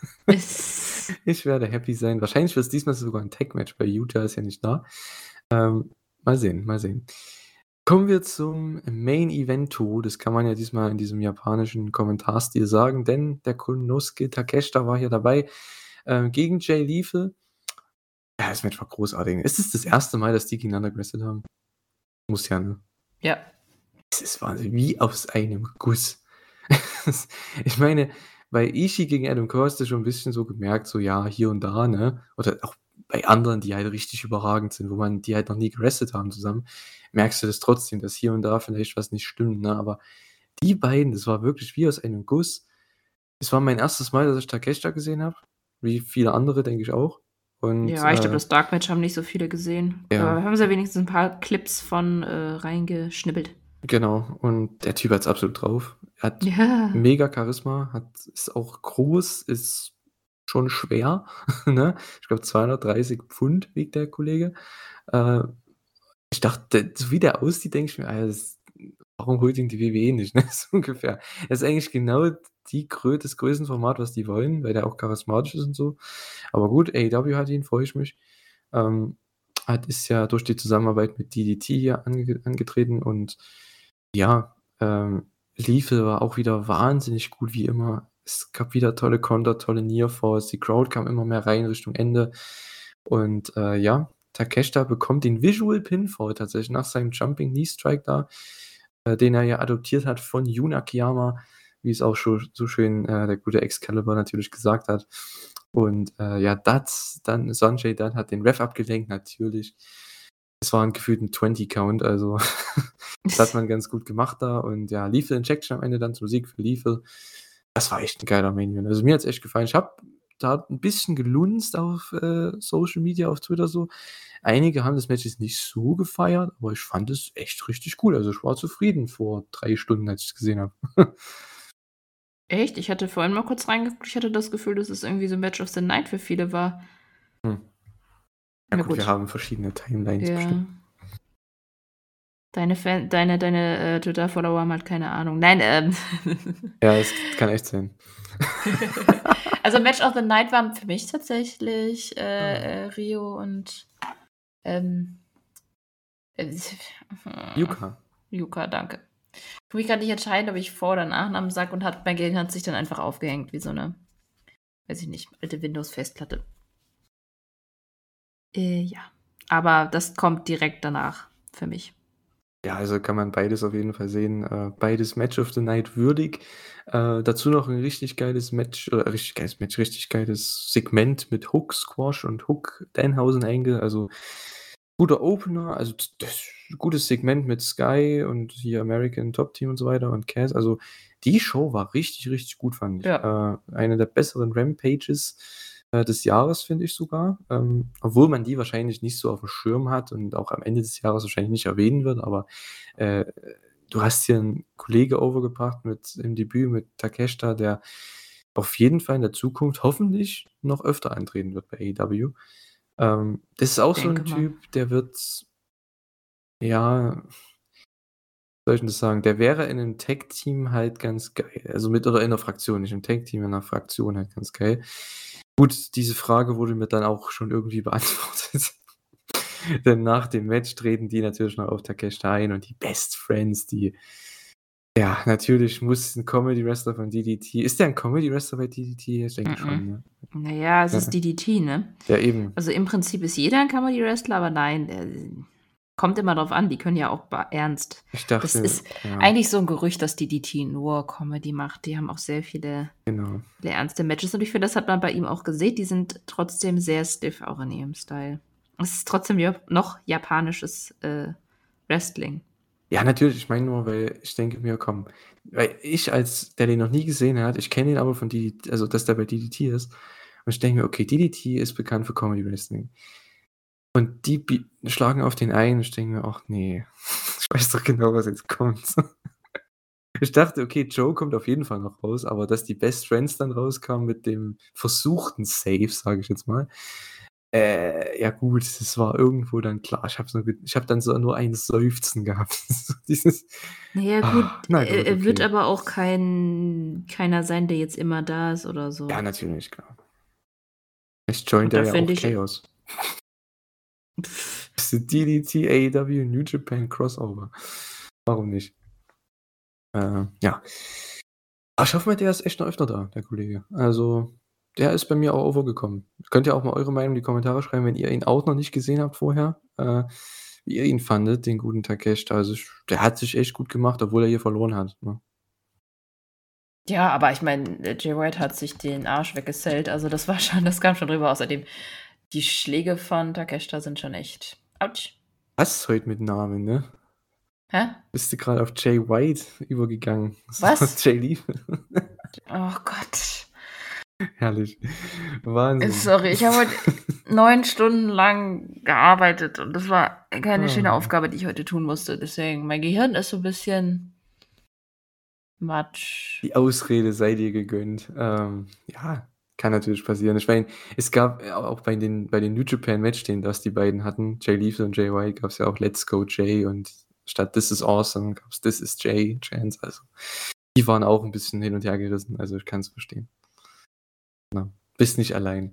Es Ich werde happy sein. Wahrscheinlich wird's diesmal sogar 'n Tag-Match, weil Yuta ist ja nicht da. Ähm, mal sehen, mal sehen. Kommen wir zum Main Evento. Das kann man ja diesmal in diesem japanischen Kommentarstil sagen, denn der Konosuke Takeshita war hier dabei, äh, gegen Jay Lethal. Ja, das Match war großartig. Ist es das erste Mal, dass die gegeneinander gewrestelt haben? Muss ja, ne? Ja. Es ist Wahnsinn, wie aus einem Guss. Ich meine, bei Ishii gegen Adam Cole hast du schon 'n bisschen so gemerkt, so ja, hier und da, ne? Oder auch bei anderen, die halt richtig überragend sind, wo man die halt noch nie gewrestelt haben zusammen, merkst du das trotzdem, dass hier und da vielleicht was nicht stimmt, ne? Aber die beiden, das war wirklich wie aus einem Guss. Es war mein erstes Mal, dass ich Takeshita gesehen habe, wie viele andere, denke ich auch. Und, Ja, ich glaube, äh das Dark Match haben nicht so viele gesehen. Ja. Da haben sie ja wenigstens 'n paar Clips von, äh, reingeschnippelt. Genau, und der Typ hat's absolut drauf. Er hat Ja. mega Charisma, hat ist auch groß, ist schon schwer, ne? Ich glaube, zweihundertdreißig Pfund wiegt der Kollege. Äh, ich dachte, so wie der aussieht, denke ich mir: „Ah, das warum holt ihn die W W E nicht", ne, so ungefähr. Er ist eigentlich genau die Grö das Größenformat, was die wollen, weil der auch charismatisch ist und so. Aber gut, A E W hat ihn, freue ich mich. Ähm, hat ist ja durch die Zusammenarbeit mit D D T hier ange angetreten und ja, ähm, Lethal war auch wieder wahnsinnig gut wie immer. Es gab wieder tolle Konter, tolle Near Falls. Die Crowd kam immer mehr rein Richtung Ende. Und, äh, ja, Takeshita bekommt den Visual Pinfall tatsächlich nach seinem Jumping Knee Strike da, äh, den er ja adoptiert hat von Jun Akiyama, wie es auch scho so schön, äh, der gute Excalibur natürlich gesagt hat. Und, äh, ja, Dutt dann Sonjay Dutt hat den Ref abgelenkt, natürlich. Es war 'n gefühlten twenty Count, also das hat man ganz gut gemacht da und ja, Lethal Injection am Ende dann zum Sieg für Lethal. Das war echt 'n geiler Main Event. Also, mir hat's echt gefallen. Ich habe da 'n bisschen gelunzt auf, äh, Social Media, auf Twitter so. Einige haben das Match jetzt nicht so gefeiert, aber ich fand es echt richtig cool. Also, ich war zufrieden vor drei Stunden, als ich's gesehen habe. Echt? Ich hatte vorhin mal kurz reingeguckt. Ich hatte das Gefühl, dass es irgendwie so Match of the Night für viele war. Hm. Ja Na gut, wir gut. haben verschiedene Timelines bestimmt. Ja. Deine Fan deine deine, äh, Twitter-Follower haben halt keine Ahnung. Nein, ähm Ja, es kann echt sein. Also, Match of the Night waren für mich tatsächlich, Mhm. äh, äh, Riho und, ähm Yuka. Yuka, danke. Ich kann mich grad nicht entscheiden, ob ich Vor oder Nachnamen sage und hat mein Gehirn hat sich dann einfach aufgehängt wie so 'ne, weiß ich nicht, alte Windows-Festplatte. Äh, ja, aber das kommt direkt danach für mich. Ja, also kann man beides auf jeden Fall sehen. Äh, beides Match of the Night würdig. Äh, dazu noch 'n richtig geiles Match oder richtig geiles Match, richtig geiles Segment mit Hook Squash und Hook Danhausen Angle. Also, guter Opener, also d das gutes Segment mit Sky und hier American Top Team und so weiter und Cass. Also, die Show war richtig, richtig gut, fand ich. Ja. Äh, eine der besseren Rampages, äh, des Jahres, finde ich sogar. Ähm, obwohl man die wahrscheinlich nicht so aufm Schirm hat und auch am Ende des Jahres wahrscheinlich nicht erwähnen wird, aber, äh, du hast hier 'n Kollege over gebracht mit im Debüt mit Takeshita, der auf jeden Fall in der Zukunft hoffentlich noch öfter antreten wird bei A E W. Ähm, das ist auch so Denke 'n mal. Typ, der wird ja wie soll ich 'n das sagen? Der wäre in 'nem Tag-Team halt ganz geil. Also, mit oder in 'ner Fraktion, nicht im Tag-Team, in 'ner Fraktion halt ganz geil. Gut, diese Frage wurde mir dann auch schon irgendwie beantwortet. Denn nach dem Match treten die natürlich noch auf Takeshita ein und die Best Friends, die ja, natürlich muss 'n Comedy-Wrestler von D D T ist der 'n Comedy-Wrestler bei D D T? Ich denke schon, M-m. ne? Na ja, es ist Ja. D D T, ne? Ja, eben. Also, im Prinzip ist jeder 'n Comedy-Wrestler, aber nein, äh, kommt immer drauf an, die können ja auch ba ernst. Ich Das dachte, ist ja. eigentlich so 'n Gerücht, dass D D T nur Comedy macht. Die haben auch sehr viele Genau. viele ernste Matches und ich finde, das hat man bei ihm auch gesehen. Die sind trotzdem sehr stiff auch in ihrem Style. Es ist trotzdem jap noch japanisches, äh, Wrestling. Ja, natürlich, ich meine nur, weil ich denke mir, komm, weil ich als der den noch nie gesehen hat, ich kenne ihn aber von D D T, also dass der bei D D T ist. Und ich denke mir, okay, D D T ist bekannt für Comedy Wrestling. Und die bie schlagen auf den ein. Ich denke mir: „Ach ne, ich weiß doch genau, was jetzt kommt." Ich dachte, okay, Joe kommt auf jeden Fall noch raus, aber dass die Best Friends dann rauskamen mit dem versuchten Save, sage ich jetzt mal, äh, ja gut, das war irgendwo dann klar. Ich habe so ge ich habe dann so nur ein Seufzen gehabt. So dieses Na ja, gut, ah, na er gut, er wird okay. aber auch kein keiner sein, der jetzt immer da ist oder Ja, so. natürlich, klar. Vielleicht joint Und er da ja finde auch ich Chaos. Das ist D D T, A E W, New Japan Crossover. Warum nicht? Äh, ja. Aber ich hoffe mal, der ist echt noch öfter da, der Kollege. Also, der ist bei mir auch overgekommen. Könnt ihr auch mal eure Meinung in die Kommentare schreiben, wenn ihr ihn auch noch nicht gesehen habt vorher, äh, wie ihr ihn fandet, den guten Takeshita. Also, ich der hat sich echt gut gemacht, obwohl er hier verloren hat, ne? Ja, aber ich meine, äh, Jay White hat sich den Arsch weggesellt, also das war schon das kam schon rüber. Außerdem, die Schläge von Takeshita sind schon echt Autsch. Was ist heute mit Namen, ne? Hä? Bist du gerade auf Jay White übergegangen? Das ist doch Was? Jay Lethal. Oh Gott. Herrlich. Äh, Wahnsinn. sorry, ich habe heute neun Stunden lang gearbeitet und das war keine schöne Ah. Aufgabe, die ich heute tun musste. Deswegen, mein Gehirn ist so 'n bisschen Matsch. Die Ausrede sei dir gegönnt. Ähm, ja, kann natürlich passieren. Ich meine, es gab äh, auch bei den bei den New Japan Match, den das die beiden hatten, Jay Lethal und Jay White, gab's ja auch „Let's go Jay" und statt „This is awesome" gab's „This is Jay" Chants. Also, die waren auch 'n bisschen hin und her gerissen. Also, ich kann's verstehen. Ne? Bist nicht allein.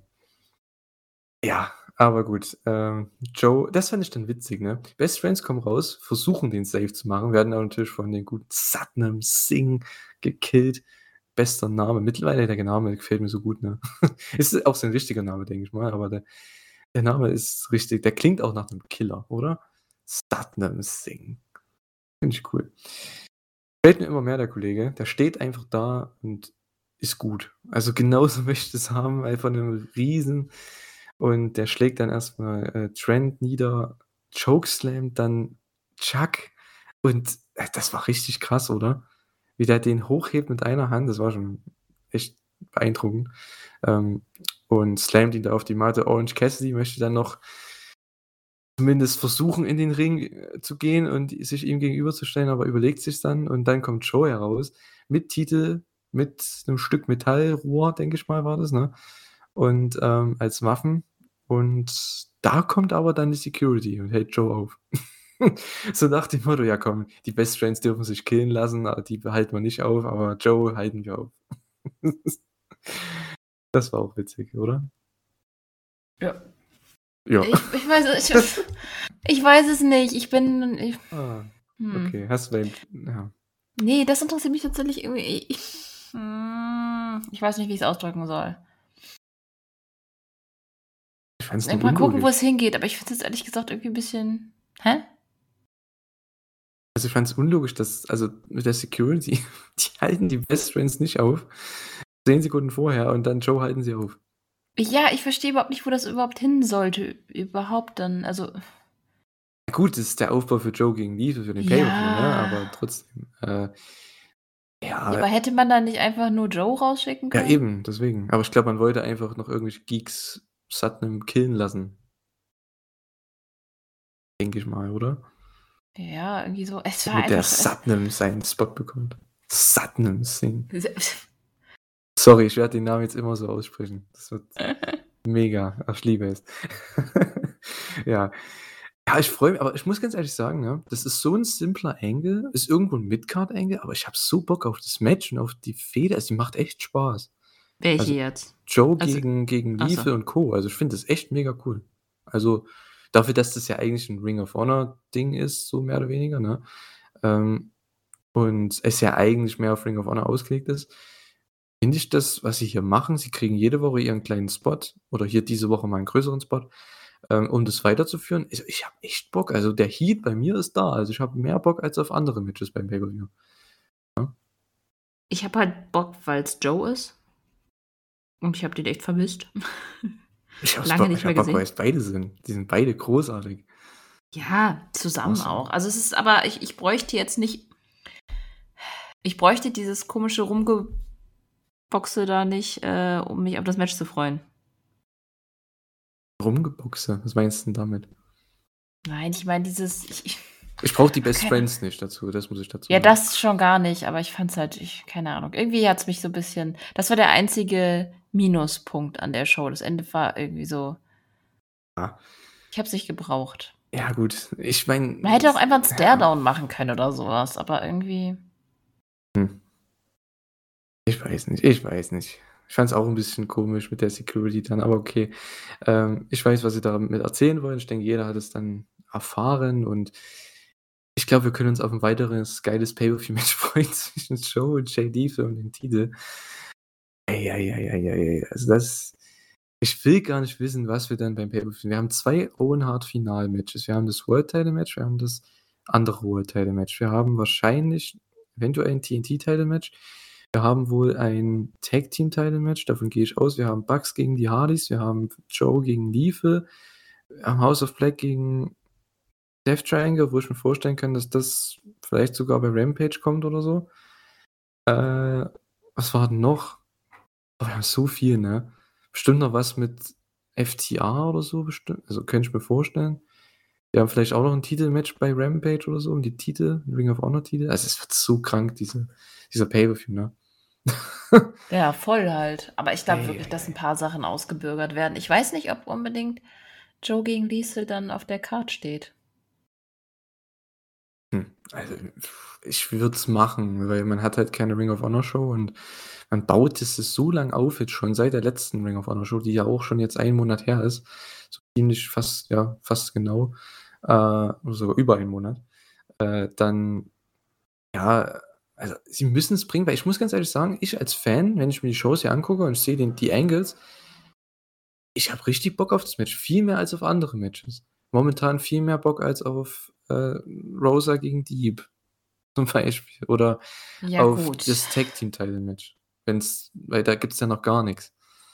Ja, aber gut. Ähm, Joe das fand ich dann witzig, ne? Best Friends kommen raus, versuchen den Save zu machen, werden aber natürlich von den guten Satnam Singh gekillt. Bester Name. Mittlerweile der Name gefällt mir so gut, ne? Ist auch sein richtiger Name, denke ich mal, aber der der Name ist richtig der klingt auch nach 'nem Killer, oder? Satnam Singh. Finde ich cool. Gefällt mir immer mehr, der Kollege. Der steht einfach da und ist gut. Also, genauso möchte ich es haben, einfach 'nen Riesen und der schlägt dann erst mal, äh, Trent nieder, chokeslammt dann Chuck und, äh, das war richtig krass, oder? Wie der den hochhebt mit einer Hand, das war schon echt beeindruckend, ähm, und slammt ihn da auf die Matte. Orange Cassidy möchte dann noch zumindest versuchen, in den Ring, äh, zu gehen und sich ihm gegenüberzustellen, aber überlegt sich's dann und dann kommt Joe heraus mit Titel, mit 'nem Stück Metallrohr, denke ich mal, war das, ne? Und, ähm, als Waffen und da kommt aber dann die Security und hält Joe auf. So nach dem Motto: „Ja komm, die Best Friends dürfen sich killen lassen, aber die halten wir nicht auf, aber Joe halten wir auf." Das war auch witzig, oder? Ja. Ja. Ich ich weiß es ich ich weiß es nicht. Ich bin ich Ah, hm. okay, hast du beim ja. Ne, das interessiert mich tatsächlich irgendwie ich hm, ich weiß nicht, wie ich's ausdrücken soll. Ich fand's Äh, nur mal gucken, wo unlogisch. es hingeht, aber ich finde es jetzt ehrlich gesagt irgendwie 'n bisschen hä? Also, ich fand's unlogisch, dass also, mit der Security, die halten die Best Friends nicht auf, zehn Sekunden vorher und dann Joe halten sie auf. Ja, ich verstehe überhaupt nicht, wo das überhaupt hin sollte überhaupt dann, also Gut, das ist der Aufbau für Joe gegen Lethal für den Pay-per-View, ne, aber Ja. trotzdem, äh, Ja, ja aber hätte man da nicht einfach nur Joe rausschicken Ja, können? eben, deswegen. Aber ich glaube, man wollte einfach noch irgendwelche Geeks Satnam killen lassen. Denke ich mal, oder? Ja, irgendwie so. Es war Damit der einfach es Satnam seinen Spot bekommt. Satnam Singh. Sorry, ich werde den Namen jetzt immer so aussprechen. Das wird mega. Ach, ich liebe es. Ja. Ja, ich freue mich aber ich muss ganz ehrlich sagen, ne, das ist so 'n simpler Angle, ist irgendwo 'n Midcard-Angle, aber ich habe so Bock auf das Match und auf die Fehde. Also, die macht echt Spaß. Welche Also, jetzt? Joe Also gegen gegen ach so. Lethal und Co. Also, ich finde das echt mega cool. Also, dafür, dass das ja eigentlich 'n Ring of Honor Ding ist, so mehr oder weniger, ne? Ähm, und es ja eigentlich mehr auf Ring of Honor ausgelegt ist, finde ich das, was sie hier machen sie kriegen jede Woche ihren kleinen Spot oder hier diese Woche mal 'n größeren Spot, ähm, um das weiterzuführen. Also, ich habe echt Bock. Also, der Heat bei mir ist da. Also, ich habe mehr Bock als auf andere Matches beim Pay-per-View. Ja. Ich habe halt Bock, weil's Joe ist. Und ich habe den echt vermisst. Ich habe Lange Bock nicht ich mehr habe Bock, gesehen. weil's beide sind. Die sind beide großartig. Ja, Ach zusammen so. auch. Also, es ist aber ich ich bräuchte jetzt nicht ich bräuchte dieses komische Rumgeboxe da nicht, äh, um mich auf das Match zu freuen. Rumgeboxe, was meinst 'n damit? Nein, ich meine dieses ich ich Ich brauche die ach, Best keine Friends nicht dazu, das muss ich dazu Ja, sagen. das schon gar nicht, aber ich fand's halt ich keine Ahnung. Irgendwie hat's mich so bisschen das war der einzige Minuspunkt an der Show. Das Ende war irgendwie so Ah. ich habe es nicht gebraucht. Ja gut, ich meine, Man hätte auch es einfach 'n ja. Staredown machen können oder so was, aber irgendwie Hm. Ich weiß nicht, ich weiß nicht. Ich fand's auch 'n bisschen komisch mit der Security dann, aber okay. Ähm, ich weiß, was sie damit erzählen wollen. Ich denke, jeder hat es dann erfahren und ich glaube, wir können uns auf 'n weiteres geiles Pay-per-view-Match freuen zwischen Joe und Jay Lethal um den Titel. Ei, ei, ei, ei, ei, ei. Also, das ich will gar nicht wissen, was wir dann beim Pay-per-view wir haben zwei Owen Hart Final-Matches. Wir haben das World Title Match, wir haben das andere World Title Match. Wir haben wahrscheinlich eventuell ein T N T Title Match. Wir haben wohl ein Tag Team Title Match, davon gehe ich aus. Wir haben Bucks gegen die Hardys, wir haben Joe gegen Lethal, wir haben House of Black gegen Death Triangle, wo ich mir vorstellen kann, dass das vielleicht sogar bei Rampage kommt oder so. Äh, was war denn noch? Oh, wir haben so viel, ne? Bestimmt noch was mit F T R oder so bestimmt. Also, könnte ich mir vorstellen. Wir haben vielleicht auch noch 'n Titelmatch bei Rampage oder so um die Titel, Ring of Honor Titel. Also, es wird so krank, diese dieser Pay-per-view, ne? Ja, voll halt. Aber ich glaube Ei, wirklich, ei, dass 'n ei. paar Sachen ausgebürgert werden. Ich weiß nicht, ob unbedingt Joe gegen Lethal dann auf der Card steht. Hm, also, ich würde es machen, weil man hat halt keine Ring of Honor Show und man baut das so lang auf jetzt schon seit der letzten Ring of Honor Show, die ja auch schon jetzt einen Monat her ist, so ziemlich fast ja, fast genau, äh, oder sogar über einen Monat. Äh, dann ja, also, sie müssen's bringen, weil ich muss ganz ehrlich sagen, ich als Fan, wenn ich mir die Shows hier angucke und ich sehe den die Angles ich habe richtig Bock auf das Match, viel mehr als auf andere Matches. Momentan viel mehr Bock als auf, äh, Rosa gegen Deeb zum Beispiel oder Ja auf gut. das Tag Team Title Match, wenn's weil da gibt's ja noch gar nix.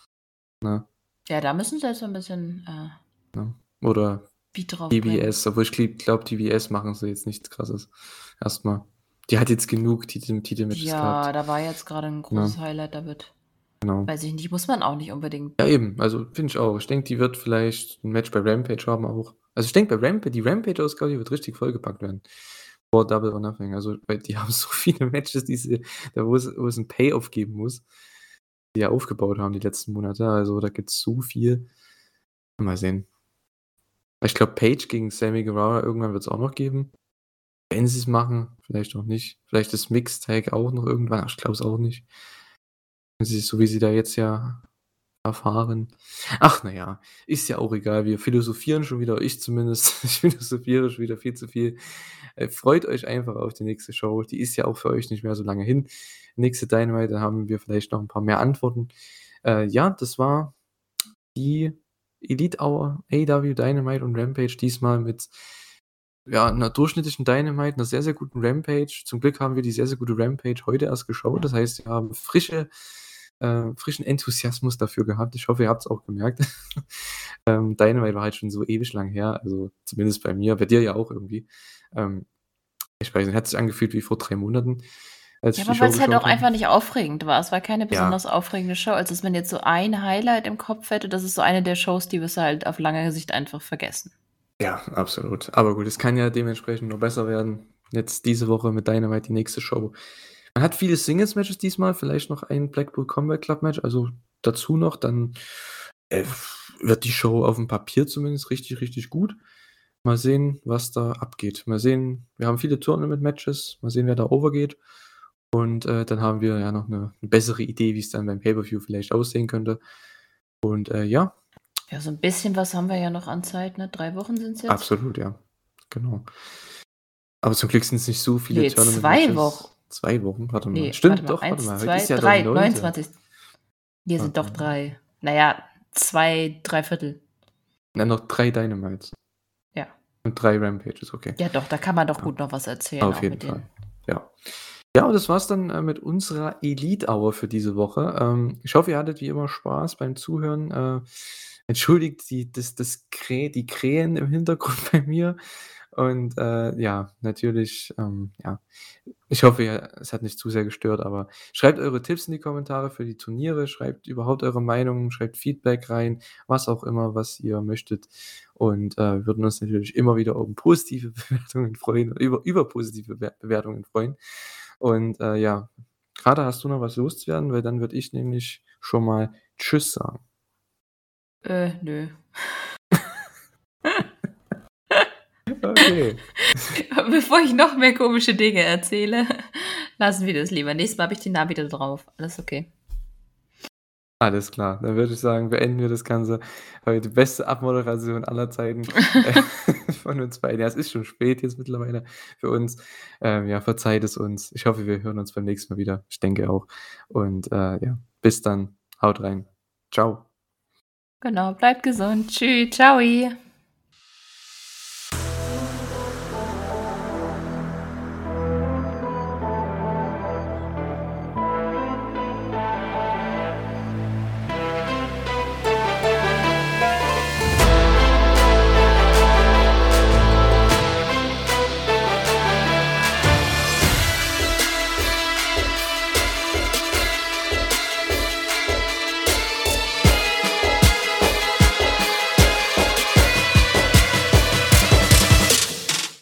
Ne? Ja, da müssen sie jetzt so 'n bisschen, äh Ne? Oder Beat draufbringen. TBS, obwohl ich glie glaube, TBS machen sie jetzt nichts Krasses erst mal. Die hat jetzt genug Titel Titelmatches Ja, gehabt. da war jetzt grade 'n Ne? großes Highlight damit. Genau. Weiß ich nicht, muss man auch nicht unbedingt Ja eben, also, finde ich auch. Ich denke, die wird vielleicht 'n Match bei Rampage haben auch. Also, ich denke, bei Rampa die Rampage-Ausgabe, die wird richtig vollgepackt werden vor Double or Nothing. Also, weil die haben so viele Matches, die sie da wo es wo es 'n Payoff geben muss, die ja aufgebaut haben die letzten Monate. Also, da gibt's so viel. Mal sehen. Ich glaube, Page gegen Sammy Guevara irgendwann wird's auch noch geben. Wenn sie's machen, vielleicht auch nicht. Vielleicht das Mixed Tag auch noch irgendwann, aber ich glaube es auch nicht. Sie so wie sie da jetzt ja erfahren. Ach, na ja, ist ja auch egal. Wir philosophieren schon wieder, ich zumindest. Ich philosophiere schon wieder viel zu viel. Äh, freut euch einfach auf die nächste Show. Die ist ja auch für euch nicht mehr so lange hin. Nächste Dynamite, da haben wir vielleicht noch 'n paar mehr Antworten. Äh, ja, das war die Elite Hour A E W Dynamite und Rampage diesmal mit, ja, 'ner durchschnittlichen Dynamite, 'ner sehr, sehr guten Rampage. Zum Glück haben wir die sehr, sehr gute Rampage heute erst geschaut. Das heißt, wir haben frische äh, frischen Enthusiasmus dafür gehabt. Ich hoffe, ihr habt's auch gemerkt. Ähm, Dynamite war halt schon so ewig lang her, also, zumindest bei mir, bei dir ja auch irgendwie. Ähm, ich weiß nicht, hat sich angefühlt wie vor drei Monaten, als Ja, ich die aber Show weil's halt auch geschaut habe. einfach nicht aufregend war. Es war keine Ja. besonders aufregende Show, als dass man jetzt so ein Highlight im Kopf hätte. Das ist so eine der Shows, die wirst du halt auf lange Sicht einfach vergessen. Ja, absolut. Aber gut, es kann ja dementsprechend nur besser werden. Jetzt diese Woche mit Dynamite die nächste Show. Man hat viele Singles-Matches diesmal, vielleicht noch ein Blackpool Combat Club Match, also, dazu noch, dann, äh, wird die Show aufm Papier zumindest richtig, richtig gut. Mal sehen, was da abgeht. Mal sehen wir haben viele Tournament-Matches. Mal sehen, wer da over geht. Und, äh, dann haben wir ja noch 'ne 'ne bessere Idee, wie's dann beim Pay-per-view vielleicht aussehen könnte. Und, äh, ja. Ja, so 'n bisschen was haben wir ja noch an Zeit, ne? drei Wochen sind's jetzt? Absolut, ja. Genau. Aber zum Glück sind's nicht so viele Ne, zwei Woch Tournament-Matches. zwei Wochen? Warte mal. Ne, warte Stimmt mal. doch, warte eins, mal. Heute ist zwei, ja der drei, neunte. neunundzwanzig Ne, sind Warte doch mal. drei. Na ja, zwei, drei Viertel. Ja, noch drei Dynamites. Ja. Und drei Rampages, okay. Ja doch, da kann man doch Ja. gut noch was erzählen, Auf auch jeden mit Fall. den Ja. Ja, und das war's dann, äh, mit unserer Elite Hour für diese Woche. Ähm, ich hoffe, ihr hattet wie immer Spaß beim Zuhören. Äh entschuldigt die das das Krä die Krähen im Hintergrund bei mir und, äh, ja, natürlich, ähm, ja, ich hoffe, ja, es hat nicht zu sehr gestört, aber schreibt eure Tipps in die Kommentare für die Turniere, schreibt überhaupt eure Meinungen, schreibt Feedback rein, was auch immer, was ihr möchtet und, äh, würden uns natürlich immer wieder um positive Bewertungen freuen über über positive Bewer Bewertungen freuen und, äh, ja, grade hast du noch was loszuwerden? Weil dann würde ich nämlich schon mal tschüss sagen. Äh, nö. Okay. Bevor ich noch mehr komische Dinge erzähle, lassen wir das lieber. Nächstes Mal habe ich den Namen wieder drauf. Alles okay. Alles klar, dann würde ich sagen, beenden wir das Ganze. Heute beste Abmoderation aller Zeiten, äh, von uns beiden. Ja, es ist schon spät jetzt mittlerweile für uns. Ähm, ja, verzeiht es uns. Ich hoffe, wir hören uns beim nächsten Mal wieder. Ich denke auch. Und, äh, ja, bis dann. Haut rein. Tschau. Genau, bleibt gesund. Tschü Tschau.